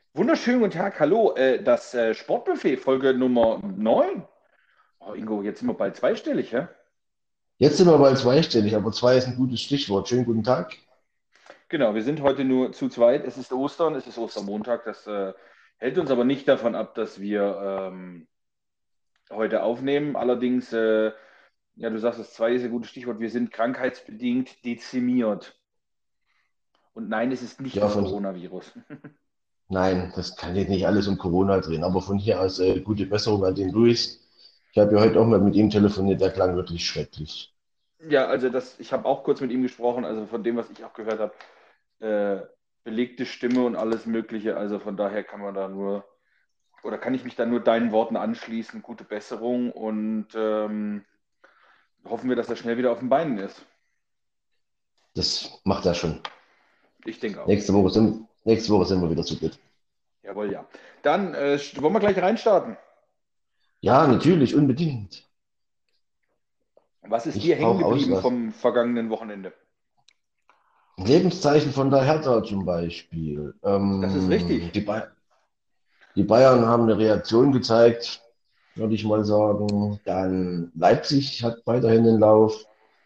Wunderschönen guten Tag, hallo. Das Sportbuffet, Folge Nummer 9. Oh, Ingo, jetzt sind wir bald zweistellig, ja? Jetzt sind wir bei zweistellig, aber zwei ist ein gutes Stichwort. Schönen guten Tag. Genau, wir sind heute nur zu zweit. Es ist Ostern, es ist Ostermontag. Das hält uns aber nicht davon ab, dass wir heute aufnehmen. Allerdings, ja, du sagst, das zwei ist ein gutes Stichwort. Wir sind krankheitsbedingt dezimiert. Und nein, es ist nicht Ja, das von, Coronavirus. nein, das kann jetzt nicht alles um Corona drehen, aber von hier aus gute Besserung an den Luis. Ich habe ja heute auch mal mit ihm telefoniert, der klang wirklich schrecklich. Ja, also ich habe auch kurz mit ihm gesprochen, also von dem, was ich auch gehört habe, äh, belegte Stimme und alles Mögliche. Also von daher kann man da nur, oder kann ich mich da nur deinen Worten anschließen. Gute Besserung und hoffen wir, dass er schnell wieder auf den Beinen ist. Das macht er schon. Ich denke auch. Nächste Woche sind wir wieder zu dritt. Jawohl, ja. Dann wollen wir gleich reinstarten. Ja, natürlich, unbedingt. Was ist dir Ich hängen brauche geblieben Auslass. vom vergangenen Wochenende? Lebenszeichen von der Hertha zum Beispiel. Das ist richtig. Die Bayern haben eine Reaktion gezeigt, würde ich mal sagen. Dann Leipzig hat weiterhin den Lauf.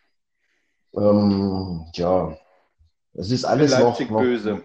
Ja, es ist Ich bin alles Leipzig noch, böse.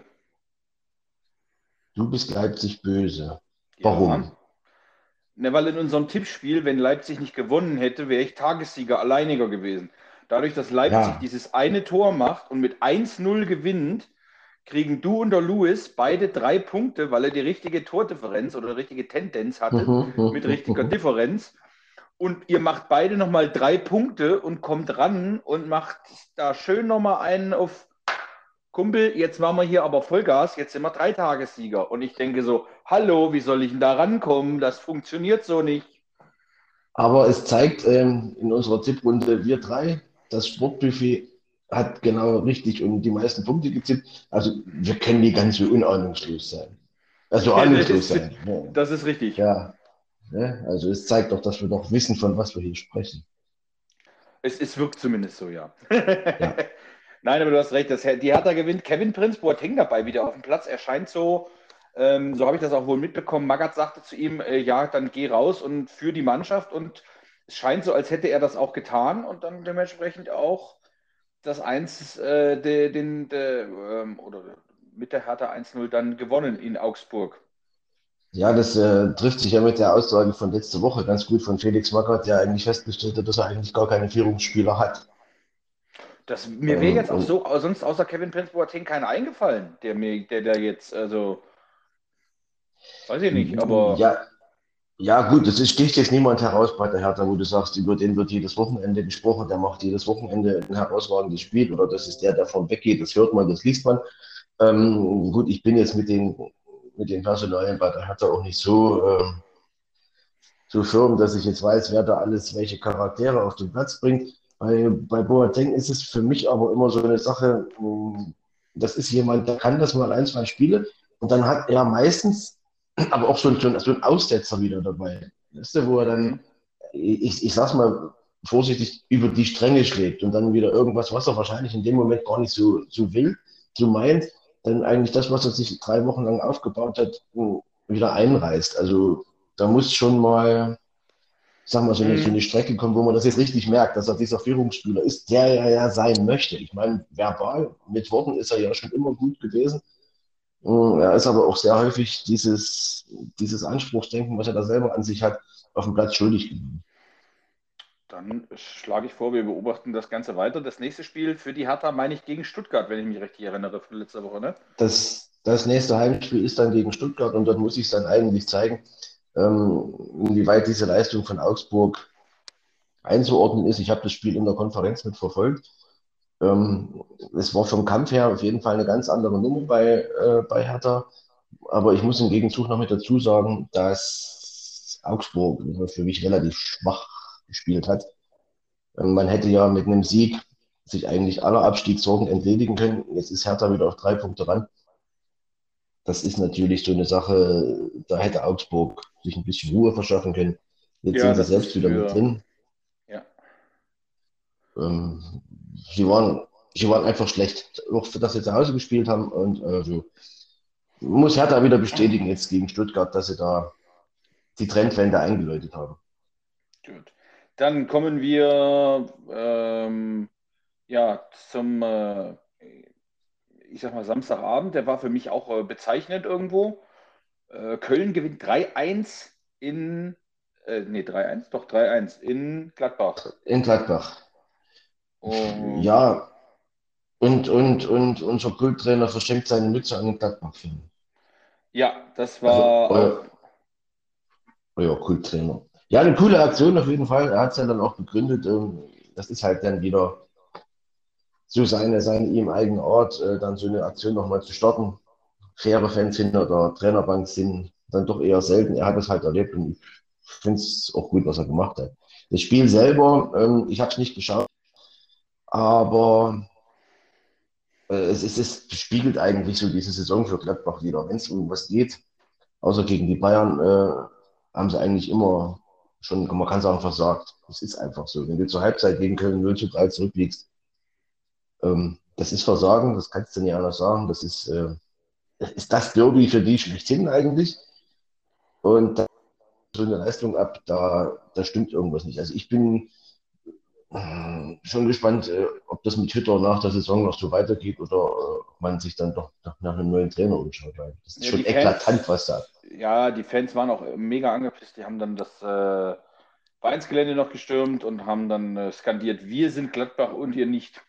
du bist Leipzig böse. Ja. Warum? Ne, weil in unserem Tippspiel, wenn Leipzig nicht gewonnen hätte, wäre ich Tagessieger alleiniger gewesen. Dadurch, dass Leipzig Ja, dieses eine Tor macht und mit 1-0 gewinnt, kriegen du und der Louis beide 3 Punkte, weil er die richtige Tordifferenz oder die richtige Tendenz hatte mit richtiger Differenz. Und ihr macht beide nochmal 3 Punkte und kommt ran und macht da schön nochmal einen auf Kumpel, jetzt machen wir hier aber Vollgas, jetzt sind wir Dreitagessieger. Und ich denke so, hallo, wie soll ich denn da rankommen? Das funktioniert so nicht. aber es zeigt in unserer Tipprunde, wir drei, das Sportbuffet hat genau richtig und die meisten Punkte getippt. Also wir können nie ganz so unahnungslos sein. Also ahnungslos sein. Ja, Das ist richtig. ja, ne? Also es zeigt doch, dass wir doch wissen, von was wir hier sprechen. Es wirkt zumindest so, ja. Ja. Nein, aber du hast recht, die Hertha gewinnt. Kevin Prince Boateng dabei wieder auf dem Platz. Er scheint so, so habe ich das auch wohl mitbekommen. Magath sagte zu ihm, ja, dann geh raus und für die Mannschaft. Und es scheint so, als hätte er das auch getan und dann dementsprechend auch das 1, oder mit der Hertha 1-0 dann gewonnen in Augsburg. Ja, das trifft sich ja mit der Aussage von letzter Woche ganz gut von Felix Magath, der eigentlich festgestellt hat, dass er eigentlich gar keine Führungsspieler hat. Mir wäre jetzt auch Und so, sonst außer Kevin Prince Boateng keiner eingefallen, der jetzt, also, weiß ich nicht, aber ja, ja gut, es sticht jetzt niemand heraus bei der Hertha, wo du sagst, über den wird jedes Wochenende gesprochen, der macht jedes Wochenende ein herausragendes Spiel oder das ist der, der vorn weggeht, das hört man, das liest man. Gut, ich bin jetzt mit den Personalien bei der Hertha auch nicht so firm, dass ich jetzt weiß, wer da alles welche Charaktere auf den Platz bringt. Bei Boateng ist es für mich aber immer so eine Sache, das ist jemand, der kann das mal ein, zwei Spiele und dann hat er meistens aber auch so ein Aussetzer wieder dabei. Weißt du, wo er dann, mhm. ich sag's mal vorsichtig, über die Stränge schlägt und dann wieder irgendwas, was er wahrscheinlich in dem Moment gar nicht so will, so meint, dann eigentlich das, was er sich 3 Wochen lang aufgebaut hat, wieder einreißt. Also da muss schon mal, ich sag mal, so Mhm. eine Strecke kommen, wo man das jetzt richtig merkt, dass er dieser Führungsspieler ist, der er ja sein möchte. Ich meine, verbal, mit Worten ist er ja schon immer gut gewesen. Er ist aber auch sehr häufig dieses Anspruchsdenken, was er da selber an sich hat, auf dem Platz schuldig geblieben. Dann schlage ich vor, wir beobachten das Ganze weiter. Das nächste Spiel für die Hertha meine ich gegen Stuttgart, wenn ich mich richtig erinnere, von letzter Woche, ne? Das nächste Heimspiel ist dann gegen Stuttgart und dort muss ich es dann eigentlich zeigen, inwieweit diese Leistung von Augsburg einzuordnen ist. Ich habe das Spiel in der Konferenz mitverfolgt. Ähm, Es war vom Kampf her auf jeden Fall eine ganz andere Nummer bei Hertha. Aber ich muss im Gegenzug noch mit dazu sagen, dass Augsburg für mich relativ schwach gespielt hat. Man hätte ja mit einem Sieg sich eigentlich aller Abstiegssorgen entledigen können. Jetzt ist Hertha wieder auf 3 Punkte ran. Das ist natürlich so eine Sache, da hätte Augsburg sich ein bisschen Ruhe verschaffen können. Jetzt Ja, sind sie das ist selbst wieder mit für, drin. ja. Ähm, sie waren einfach schlecht, auch für das sie zu Hause gespielt haben. Und so. muss Hertha wieder bestätigen jetzt gegen Stuttgart, dass sie da die Trendwende eingeläutet haben. Gut. Dann kommen wir ja zum, ich sag mal, Samstagabend. Der war für mich auch bezeichnend irgendwo. Köln gewinnt 3-1 in, nee, 3-1, doch 3-1 in Gladbach. In Gladbach. Und Ja, und unser Kulttrainer verschenkt seine Mütze an den Gladbach-Fan. ja, das Also war auch, euer Kulttrainer. Ja, eine coole Aktion auf jeden Fall. Er hat es ja dann auch begründet. Das ist halt dann wieder so seine ihm eigene Art, dann so eine Aktion nochmal zu starten. Faire Fans hinter der Trainerbank sind dann doch eher selten. Er hat es halt erlebt und ich finde es auch gut, was er gemacht hat. Das Spiel selber, ich habe es nicht geschaut, aber es spiegelt eigentlich so diese Saison für Gladbach wieder. Wenn es um was geht, außer gegen die Bayern, haben sie eigentlich immer schon, man kann sagen, versagt. Es ist einfach so. Wenn du zur Halbzeit gegen Köln 0-3 zurückliegst, das ist Versagen, das kannst du nicht anders sagen. Das ist das Derby für die schlechthin eigentlich. Und da so eine Leistung ab, da stimmt irgendwas nicht. Also ich bin schon gespannt, ob das mit Hütter nach der Saison noch so weitergeht oder ob man sich dann doch nach einem neuen Trainer umschaut. Weil das ist ja, schon eklatant, was da. Die Fans waren auch mega angepisst. Die haben dann das Vereinsgelände noch gestürmt und haben dann skandiert, wir sind Gladbach und ihr nicht.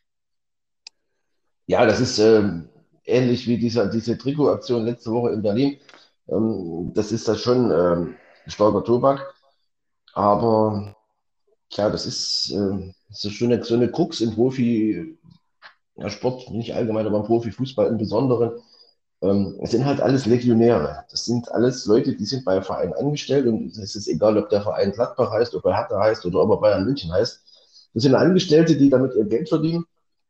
Ja, das ist ähnlich wie diese Trikotaktion letzte Woche in Berlin. Das ist das schon starker Tobak. Aber klar, das ist schon so eine Krux im Profi, ja, Sport, nicht allgemein, aber im Profifußball im Besonderen. Es sind halt alles Legionäre. Das sind alles Leute, die sind bei Vereinen angestellt und es ist egal, ob der Verein Gladbach heißt, ob er Hertha heißt oder ob er Bayern München heißt. Das sind Angestellte, die damit ihr Geld verdienen.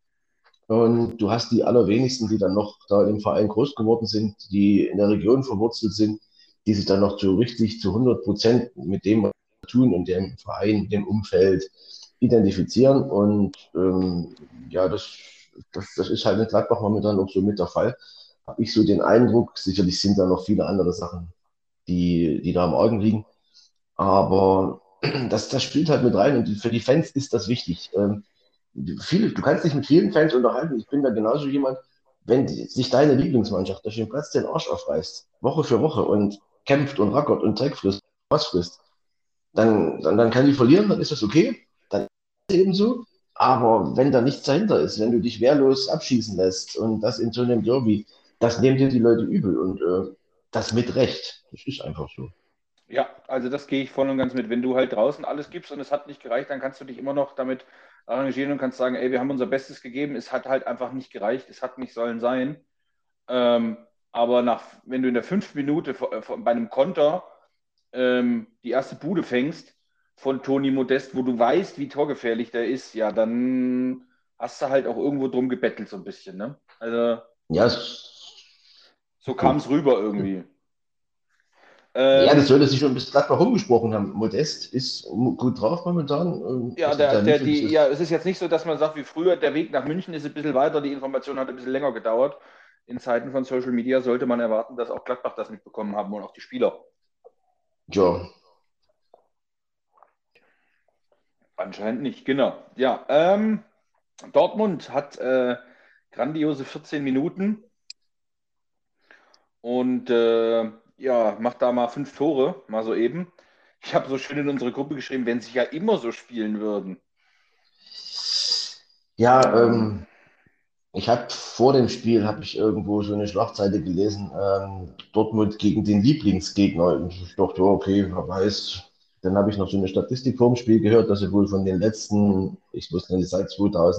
Und du hast die allerwenigsten, die dann noch da im Verein groß geworden sind, die in der Region verwurzelt sind, die sich dann noch so richtig zu 100% mit dem, was sie tun und dem Verein, dem Umfeld identifizieren. Und ja, das ist halt in Gladbach momentan auch so mit der Fall. Habe ich so den Eindruck, sicherlich sind da noch viele andere Sachen, die da am Augen liegen. Aber das spielt halt mit rein und für die Fans ist das wichtig. Du kannst dich mit vielen Fans unterhalten. Ich bin da genauso jemand, wenn sich deine Lieblingsmannschaft auf dem Platz den Arsch aufreißt, Woche für Woche und kämpft und rackert und Dreck frisst, was frisst, dann kann die verlieren, dann ist das okay. Dann ist es eben so. Aber wenn da nichts dahinter ist, wenn du dich wehrlos abschießen lässt und das in so einem Derby, das nehmen dir die Leute übel und das mit Recht. Das ist einfach so. Ja, also das gehe ich voll und ganz mit. Wenn du halt draußen alles gibst und es hat nicht gereicht, dann kannst du dich immer noch damit arrangieren und kannst sagen, ey, wir haben unser Bestes gegeben, es hat halt einfach nicht gereicht, es hat nicht sollen sein. Ähm, aber wenn du in der 5. Minute bei einem Konter die erste Bude fängst von Toni Modest, wo du weißt, wie torgefährlich der ist, ja, dann hast du halt auch irgendwo drum gebettelt so ein bisschen, ne? Also Ja, so kam es rüber irgendwie. ja, das Ähm, sollte sich schon bis Gladbach rumgesprochen haben. Modest ist gut drauf momentan. Ja, Also der liefert ja, dieses. es ist jetzt nicht so, dass man sagt, wie früher, der Weg nach München ist ein bisschen weiter, die Information hat ein bisschen länger gedauert. In Zeiten von Social Media sollte man erwarten, dass auch Gladbach das mitbekommen haben und auch die Spieler. Ja, Anscheinend nicht, genau. Ja, Dortmund hat grandiose 14 Minuten und ja, macht da mal 5 Tore, mal so eben. Ich habe so schön in unsere Gruppe geschrieben, wenn sie ja immer so spielen würden. ja, Ähm, ich habe vor dem Spiel habe ich irgendwo so eine Schlagzeile gelesen, Dortmund gegen den Lieblingsgegner. Und ich dachte, ja, okay, wer weiß. Dann habe ich noch so eine Statistik vor dem Spiel gehört, dass sie wohl von den letzten, ich muss nicht, seit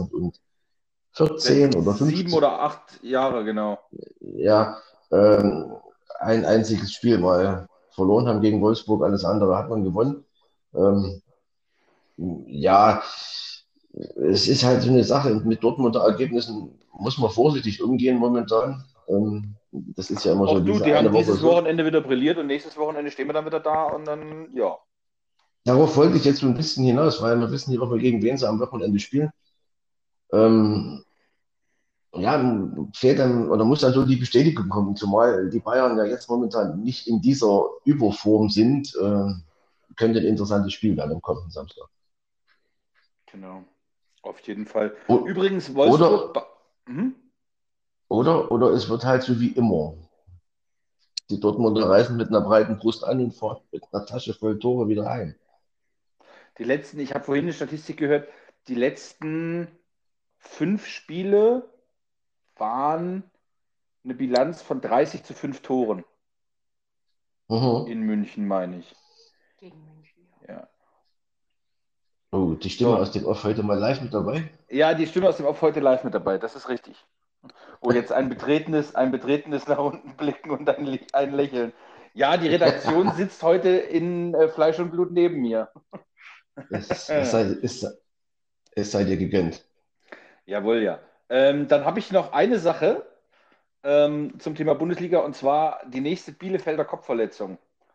2014 letzten oder 7 oder 8 Jahre, genau. ja, ähm, ein einziges Spiel mal verloren haben gegen Wolfsburg, alles andere hat man gewonnen. Ähm, ja, es ist halt so eine Sache. Mit Dortmunder Ergebnissen muss man vorsichtig umgehen momentan. Das ist ja immer so Auch du, diese die haben eine Woche dieses so. Wochenende wieder brilliert und nächstes Wochenende stehen wir dann wieder da und dann, ja. Darauf wollte ich jetzt so ein bisschen hinaus, weil wir wissen nicht, ob wir gegen wen sie am Wochenende spielen. Ähm, ja, fehlt dann oder muss dann so die Bestätigung kommen, zumal die Bayern ja jetzt momentan nicht in dieser Überform sind, könnte ein interessantes Spiel werden am kommenden Samstag. Genau, auf jeden Fall. O- Übrigens, Oder, Wolfsburg. Mhm. oder es wird halt so wie immer. Die Dortmunder reisen mit einer breiten Brust an und fahren mit einer Tasche voll Tore wieder heim. Ich habe vorhin eine Statistik gehört, die letzten 5 Spiele waren eine Bilanz von 30:5 Toren Mhm. in München, meine ich. Ja. Oh, die Stimme So. aus dem Off heute mal live mit dabei. Ja, die Stimme aus dem Off heute live mit dabei, das ist richtig. Oh, jetzt ein betretenes nach unten blicken und ein Lächeln. Ja, die Redaktion sitzt heute in Fleisch und Blut neben mir. Es sei, es sei dir gegönnt. Jawohl, ja. Dann habe ich noch eine Sache zum Thema Bundesliga und zwar die nächste Bielefelder Kopfverletzung.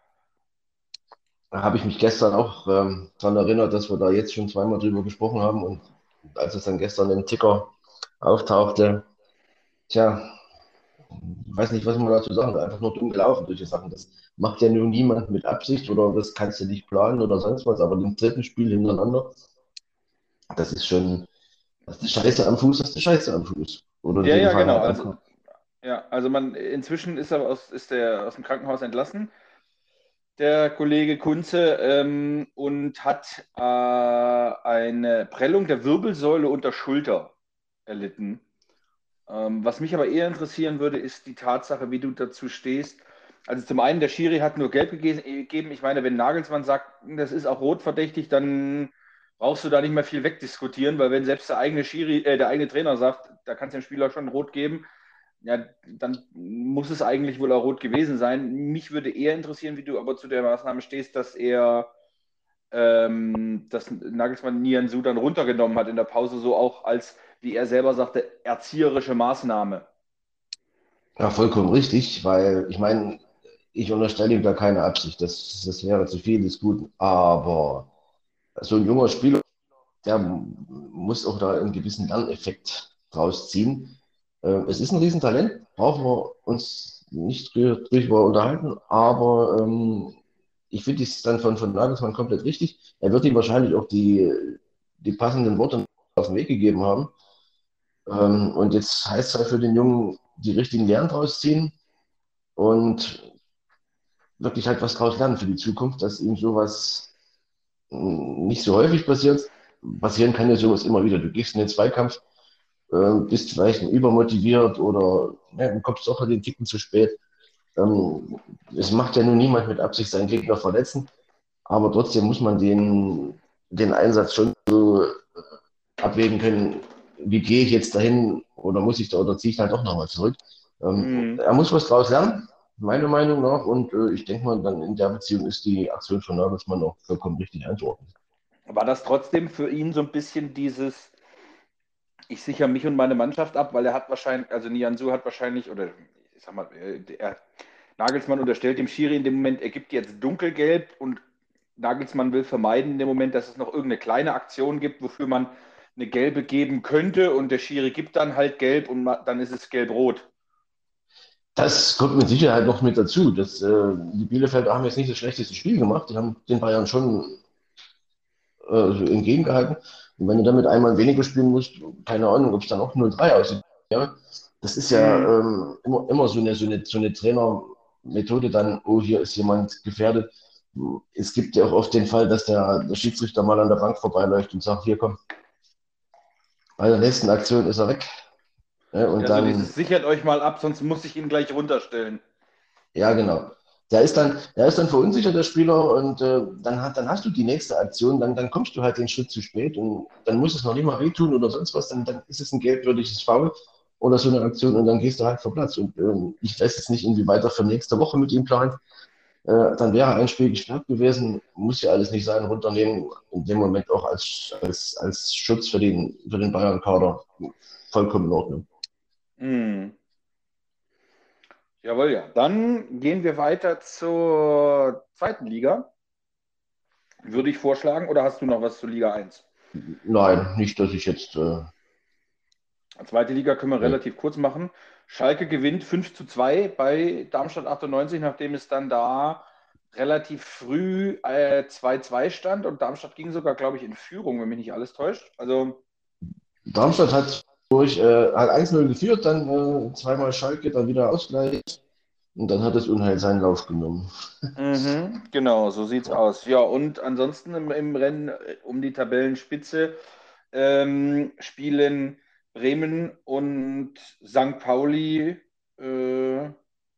Da habe ich mich gestern auch daran erinnert, dass wir da jetzt schon zweimal drüber gesprochen haben. Und als es dann gestern im Ticker auftauchte, tja, weiß nicht, was man dazu sagen soll. Einfach nur dumm gelaufen, solche Sachen. Das macht ja nur niemand mit Absicht oder das kannst du nicht planen oder sonst was. Aber im dritten Spiel hintereinander, das ist schon, das ist Scheiße am Fuß, das ist Scheiße am Fuß. Oder in Ja, dem ja, Fall genau. halt am Also, Kopf. ja, also inzwischen ist er aus dem Krankenhaus entlassen, der Kollege Kunze, und hat eine Prellung der Wirbelsäule und der Schulter erlitten. Was mich aber eher interessieren würde, ist die Tatsache, wie du dazu stehst. Also zum einen, der Schiri hat nur gelb gegeben. Ich meine, wenn Nagelsmann sagt, das ist auch rot verdächtig, dann brauchst du da nicht mehr viel wegdiskutieren, weil wenn selbst der eigene Trainer sagt, da kannst du dem Spieler schon rot geben, ja, dann muss es eigentlich wohl auch rot gewesen sein. Mich würde eher interessieren, wie du aber zu der Maßnahme stehst, dass Nagelsmann Nian Su dann runtergenommen hat in der Pause, so auch als, wie er selber sagte, erzieherische Maßnahme. Ja, vollkommen richtig, weil ich meine, ich unterstelle ihm da keine Absicht. Das wäre zu viel des Guten. Aber so ein junger Spieler, der muss auch da einen gewissen Lerneffekt draus ziehen. Es ist ein Riesentalent, brauchen wir uns nicht drüber unterhalten, aber ich finde es dann von Nagelsmann komplett richtig. Er wird ihm wahrscheinlich auch die passenden Worte auf den Weg gegeben haben. Und jetzt heißt es halt für den Jungen, die richtigen Lehren draus ziehen und wirklich halt was draus lernen für die Zukunft, dass ihm sowas nicht so häufig passiert. Passieren kann ja sowas immer wieder. Du gehst in den Zweikampf, bist vielleicht übermotiviert oder kommst doch den Ticken zu spät. Es macht ja nun niemand mit Absicht seinen Gegner verletzen, aber trotzdem muss man den Einsatz schon so abwägen können, wie gehe ich jetzt dahin oder muss ich da oder ziehe ich dann doch nochmal zurück. Mhm. Er muss was draus lernen, meiner Meinung nach, und ich denke mal, dann in der Beziehung ist die Aktion von Nagelsmann auch vollkommen richtig einzuordnen. War das trotzdem für ihn so ein bisschen dieses, ich sichere mich und meine Mannschaft ab, weil er hat wahrscheinlich, also Nianzou hat wahrscheinlich, oder ich sag mal, Nagelsmann unterstellt dem Schiri in dem Moment, er gibt jetzt dunkelgelb und Nagelsmann will vermeiden in dem Moment, dass es noch irgendeine kleine Aktion gibt, wofür man eine gelbe geben könnte und der Schiri gibt dann halt gelb und dann ist es gelb-rot. Das kommt mit Sicherheit noch mit dazu. Die Bielefelder haben jetzt nicht das schlechteste Spiel gemacht. Die haben den Bayern schon so entgegengehalten. Und wenn du damit einmal weniger spielen musst, keine Ahnung, ob es dann auch 0-3 aussieht. Ja, das ist ja Mhm. immer so eine Trainermethode dann, oh, hier ist jemand gefährdet. Es gibt ja auch oft den Fall, dass der Schiedsrichter mal an der Bank vorbeiläuft und sagt, hier komm, bei der nächsten Aktion ist er weg. Ja, und Ja, so dann dieses sichert euch mal ab, sonst muss ich ihn gleich runterstellen. Ja, genau. Der ist dann verunsichert, der Spieler, und dann hast du die nächste Aktion, dann kommst du halt den Schritt zu spät und dann muss es noch nicht mal wehtun oder sonst was, dann ist es ein gelbwürdiges Foul oder so eine Aktion und dann gehst du halt vom Platz. Und ich weiß jetzt nicht, inwieweit er für nächste Woche mit ihm plant. Dann wäre ein Spiel gesperrt gewesen, muss ja alles nicht sein, runternehmen, in dem Moment auch als Schutz für den Bayern-Kader vollkommen in Ordnung. Mhm. Jawohl, ja. Dann gehen wir weiter zur zweiten Liga, würde ich vorschlagen. Oder hast du noch was zur Liga 1? Nein, nicht, dass ich jetzt Zweite Liga können wir Ja. relativ kurz machen. Schalke gewinnt 5:2 bei Darmstadt 98, nachdem es dann da relativ früh 2:2 stand und Darmstadt ging sogar, glaube ich, in Führung, wenn mich nicht alles täuscht. Also, Darmstadt hat 1-0 geführt, dann zweimal Schalke, dann wieder Ausgleich und dann hat das Unheil seinen Lauf genommen. genau, so sieht's aus. Ja, und ansonsten im Rennen um die Tabellenspitze spielen Bremen und St. Pauli äh,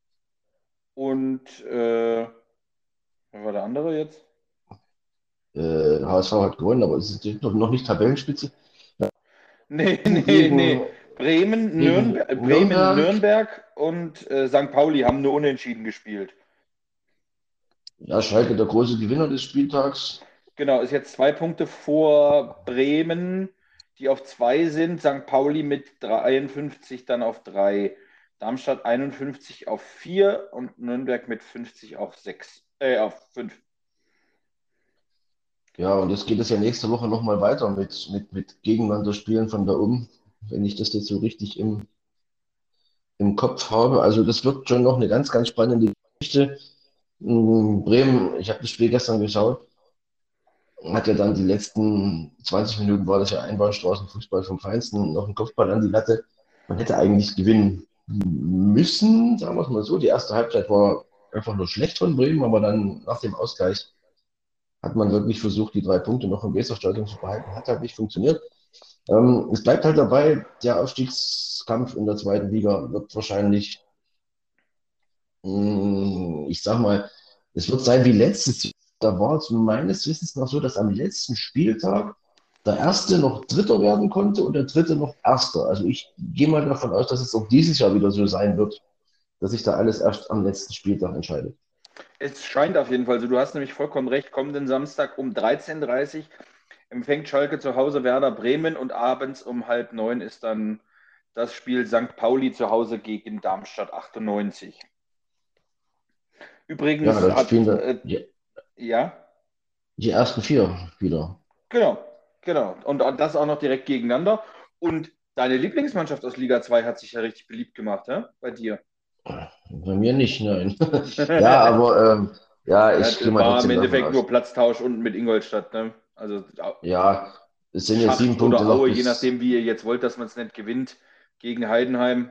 und wer war der andere jetzt? HSV hat gewonnen, aber es ist noch nicht Tabellenspitze. Nee, nee, nee. Gegen, gegen Bremen, Nürnberg, Nürnberg und St. Pauli haben nur unentschieden gespielt. ja, Schalke der große Gewinner des Spieltags. Genau, ist jetzt 2 Punkte vor Bremen, die auf 2 sind. St. Pauli mit 53 dann auf 3. Darmstadt 51 auf 4 und Nürnberg mit 50 auf 6. Auf 5. Ja, und jetzt geht es ja nächste Woche nochmal weiter mit gegeneinander Spielen von da oben, wenn ich das jetzt so richtig im Kopf habe. Also das wird schon noch eine ganz, ganz spannende Geschichte. Bremen, ich habe das Spiel gestern geschaut, hat ja dann die letzten 20 Minuten war das ja Einbahnstraßenfußball vom Feinsten, noch ein Kopfball an die Latte. Man hätte eigentlich gewinnen müssen, sagen wir es mal so. Die erste Halbzeit war einfach nur schlecht von Bremen, aber dann nach dem Ausgleich hat man wirklich versucht, die 3 Punkte noch im Weserstadion zu behalten. Hat halt nicht funktioniert. Es bleibt halt dabei, der Aufstiegskampf in der zweiten Liga wird wahrscheinlich, ich sag mal, es wird sein wie letztes Jahr. Da war es meines Wissens noch so, dass am letzten Spieltag der Erste noch Dritter werden konnte und der Dritte noch Erster. Also ich gehe mal davon aus, dass es auch dieses Jahr wieder so sein wird, dass sich da alles erst am letzten Spieltag entscheidet. Es scheint auf jeden Fall so. Du hast nämlich vollkommen recht. Kommenden Samstag um 13:30 Uhr empfängt Schalke zu Hause Werder Bremen und abends um halb 9 ist dann das Spiel St. Pauli zu Hause gegen Darmstadt 98. Ja, Übrigens dann spielen hat, dann ja, die ersten vier wieder. genau, genau. Und das auch noch direkt gegeneinander. Und deine Lieblingsmannschaft aus Liga 2 hat sich ja richtig beliebt gemacht, ja? Bei dir. Bei mir nicht, nein. Ja, aber ja, Ja, ich gehe das mal war im trotzdem davon Endeffekt nur aus. Platztausch unten mit Ingolstadt, ne? Also Ja, es sind jetzt sieben Schacht Punkte oder noch Aue, je bis. nachdem, wie ihr jetzt wollt, dass man es nicht gewinnt, gegen Heidenheim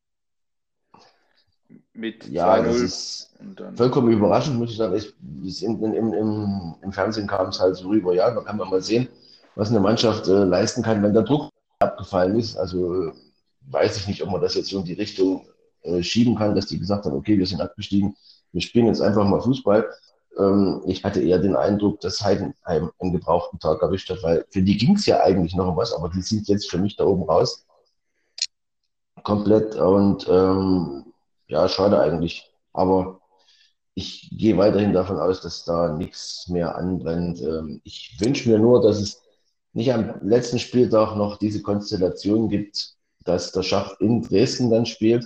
mit Ja, das 2:0. ist Und dann, vollkommen überraschend, muss ich sagen. Im Fernsehen kam es halt so rüber. Ja, da kann man mal sehen, was eine Mannschaft leisten kann, wenn der Druck abgefallen ist. Also weiß ich nicht, ob man das jetzt so in die Richtung schieben kann, dass die gesagt haben, okay, wir sind abgestiegen, wir spielen jetzt einfach mal Fußball. Ich hatte eher den Eindruck, dass Heidenheim einen gebrauchten Tag erwischt hat, weil für die ging es ja eigentlich noch um was, aber die sind jetzt für mich da oben raus, komplett. Und ja, schade eigentlich. Aber ich gehe weiterhin davon aus, dass da nichts mehr anbrennt. Ich wünsche mir nur, dass es nicht am letzten Spieltag noch diese Konstellation gibt, dass der Schacht in Dresden dann spielt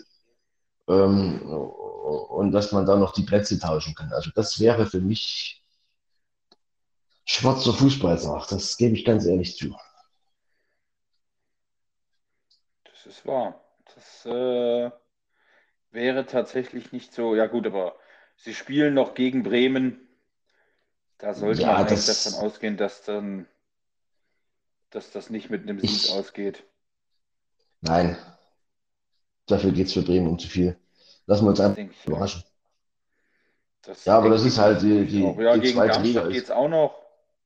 und dass man da noch die Plätze tauschen kann. Also das wäre für mich schwarzer Fußball, sagt. Das gebe ich ganz ehrlich zu. das ist wahr. Das wäre tatsächlich nicht so. Ja, gut, aber sie spielen noch gegen Bremen. Da sollte man Ja, eigentlich davon ausgehen, dass das nicht mit einem Sieg ich, ausgeht. nein, dafür geht es für Bremen um zu viel. Lassen wir uns Das einfach denke ich auch. überraschen. Das Ja, aber das denke ist halt ich nämlich auch. Ja, die gegen zweite Liga Darmstadt geht es ist. auch noch.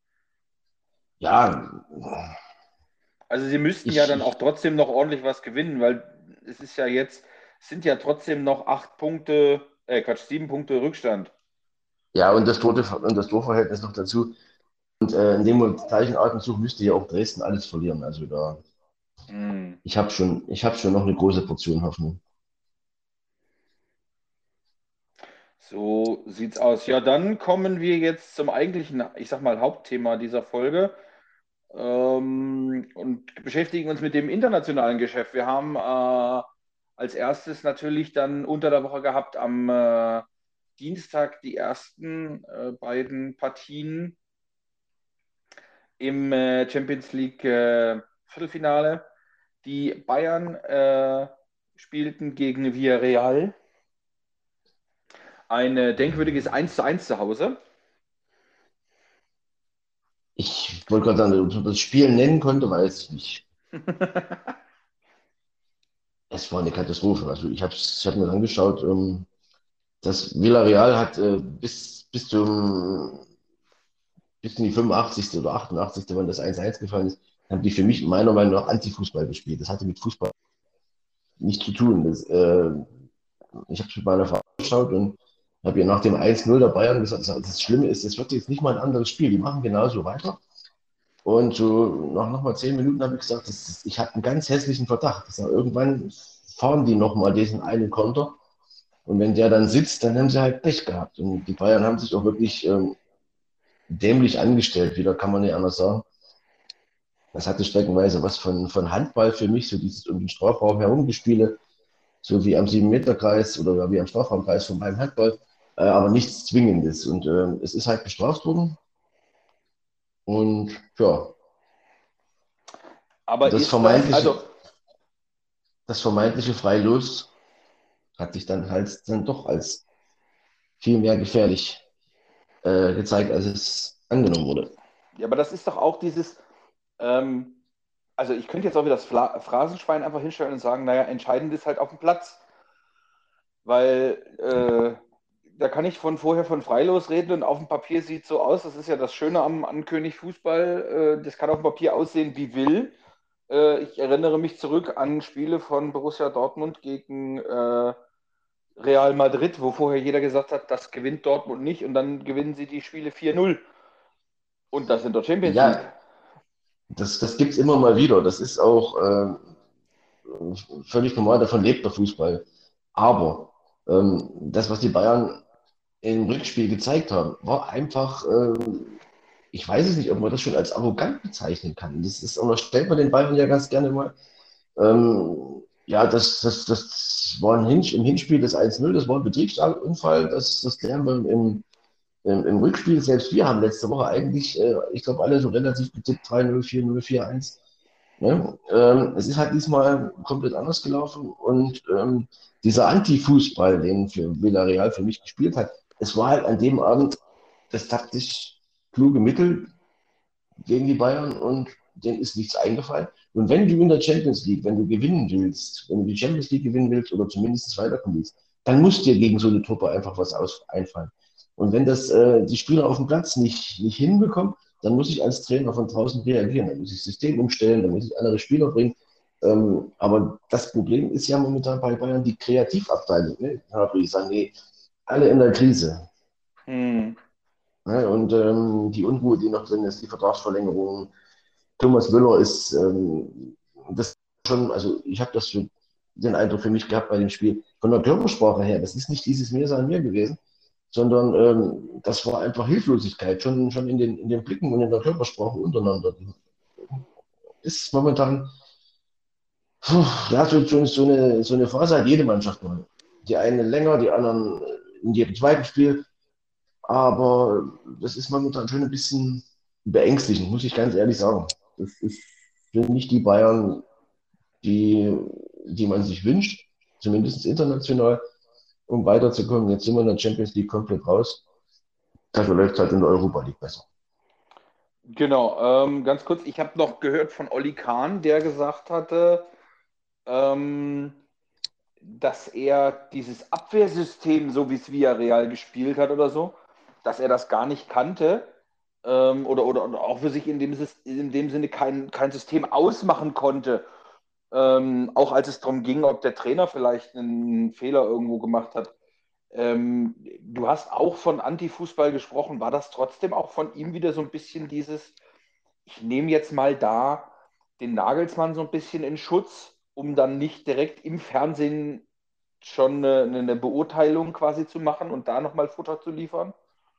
Ja, Also sie müssten ja dann auch ich, trotzdem noch ordentlich was gewinnen, weil es ist ja jetzt, es sind ja trotzdem noch 8 Punkte, Quatsch, 7 Punkte Rückstand. ja, und das Torverhältnis noch dazu. Und in dem gleichen Atemzug müsste ja auch Dresden alles verlieren. Also da, Hm. ich habe schon noch eine große Portion Hoffnung. So sieht's aus. Ja, dann kommen wir jetzt zum eigentlichen, ich sag mal, Hauptthema dieser Folge und beschäftigen uns mit dem internationalen Geschäft. Wir haben als erstes natürlich dann unter der Woche gehabt am Dienstag die ersten beiden Partien im Champions League Viertelfinale. Die Bayern spielten gegen Villarreal. Ein denkwürdiges 1:1 zu Hause. Ich wollte gerade sagen, ob man das Spiel nennen konnte, weiß ich nicht. Es war eine Katastrophe. Also ich hab mir angeschaut, das Villarreal hat bis in die 85. oder 88., wenn das 1:1 gefallen ist, haben die für mich meiner Meinung nach Anti-Fußball gespielt. Das hatte mit Fußball nichts zu tun. Ich habe es mit meiner Frau angeschaut und habe ihr nach dem 1:0 der Bayern gesagt, das Schlimme ist, es wird jetzt nicht mal ein anderes Spiel. Die machen genauso weiter. Und so nach nochmal 10 Minuten habe ich gesagt, ich habe einen ganz hässlichen Verdacht. Ich sage, irgendwann fahren die nochmal diesen einen Konter. Und wenn der dann sitzt, dann haben sie halt Pech gehabt. Und die Bayern haben sich auch wirklich dämlich angestellt. Wieder kann man nicht anders sagen. Das hatte streckenweise was von Handball für mich, so dieses um den Strafraum herumgespiele, so wie am 7-Meter-Kreis oder wie am Strafraumkreis von beim Handball, aber nichts Zwingendes. Und es ist halt bestraft worden. Und ja, Aber das ist das, vermeintliche, also, das vermeintliche Freilos hat sich dann halt dann doch als viel mehr gefährlich gezeigt, als es angenommen wurde. ja, aber das ist doch auch dieses, ähm, also ich könnte jetzt auch wieder das Phrasenschwein einfach hinstellen und sagen, naja, entscheidend ist halt auf dem Platz. Weil da kann ich von vorher von Freilos reden und auf dem Papier sieht so aus. Das ist ja das Schöne an König Fußball. Das kann auf dem Papier aussehen wie will. Ich erinnere mich zurück an Spiele von Borussia Dortmund gegen Real Madrid, wo vorher jeder gesagt hat, das gewinnt Dortmund nicht und dann gewinnen sie die Spiele 4:0 und das in der Champions League. Ja, das gibt es immer mal wieder. Das ist auch völlig normal, davon lebt der Fußball. Aber das, was die Bayern im Rückspiel gezeigt haben, war einfach, ich weiß es nicht, ob man das schon als arrogant bezeichnen kann. Unterstellt man den Bayern ja ganz gerne mal. Ja, das war im Hinspiel das 1:0, das war ein Betriebsunfall, das klären wir im Rückspiel. Selbst wir haben letzte Woche eigentlich, ich glaube, alle so relativ getippt, 3:0, 4:0, 4:1. Ne? Es ist halt diesmal komplett anders gelaufen und dieser Anti-Fußball, den für Villarreal für mich gespielt hat, es war halt an dem Abend das taktisch kluge Mittel gegen die Bayern und denen ist nichts eingefallen. Und wenn du in der Champions League, wenn du gewinnen willst, wenn du die Champions League gewinnen willst oder zumindest weiterkommen willst, dann muss dir gegen so eine Truppe einfach was einfallen. Und wenn das die Spieler auf dem Platz nicht hinbekommen, dann muss ich als Trainer von draußen reagieren. Dann muss ich das System umstellen, dann muss ich andere Spieler bringen. Aber das Problem ist ja momentan bei Bayern die Kreativabteilung. Ne? Gnabry, Sané, alle in der Krise. Hm. Ne? Und die Unruhe, die noch drin ist, die Vertragsverlängerung. Thomas Müller ist das schon, also ich habe das für den Eindruck für mich gehabt bei dem Spiel, von der Körpersprache her, das ist nicht dieses Mir sein mir gewesen, sondern das war einfach Hilflosigkeit, schon in den Blicken und in der Körpersprache untereinander. Ist momentan, ja, so eine Phase hat jede Mannschaft mal. Die einen länger, die anderen in jedem zweiten Spiel. Aber das ist momentan schon ein bisschen beängstigend, muss ich ganz ehrlich sagen. Das ist, sind nicht die Bayern, die man sich wünscht, zumindest international, um weiterzukommen. Jetzt sind wir in der Champions League komplett raus. Dafür läuft es halt in der Europa League besser. Genau, ganz kurz, ich habe noch gehört von Olli Kahn, der gesagt hatte, ähm, dass er dieses Abwehrsystem, so wie es Villarreal gespielt hat oder so, dass er das gar nicht kannte oder auch für sich in dem Sinne kein System ausmachen konnte. Auch als es darum ging, ob der Trainer vielleicht einen Fehler irgendwo gemacht hat. Du hast auch von Anti-Fußball gesprochen. War das trotzdem auch von ihm wieder so ein bisschen dieses, ich nehme jetzt mal da den Nagelsmann so ein bisschen in Schutz, um dann nicht direkt im Fernsehen schon eine Beurteilung quasi zu machen und da nochmal Futter zu liefern?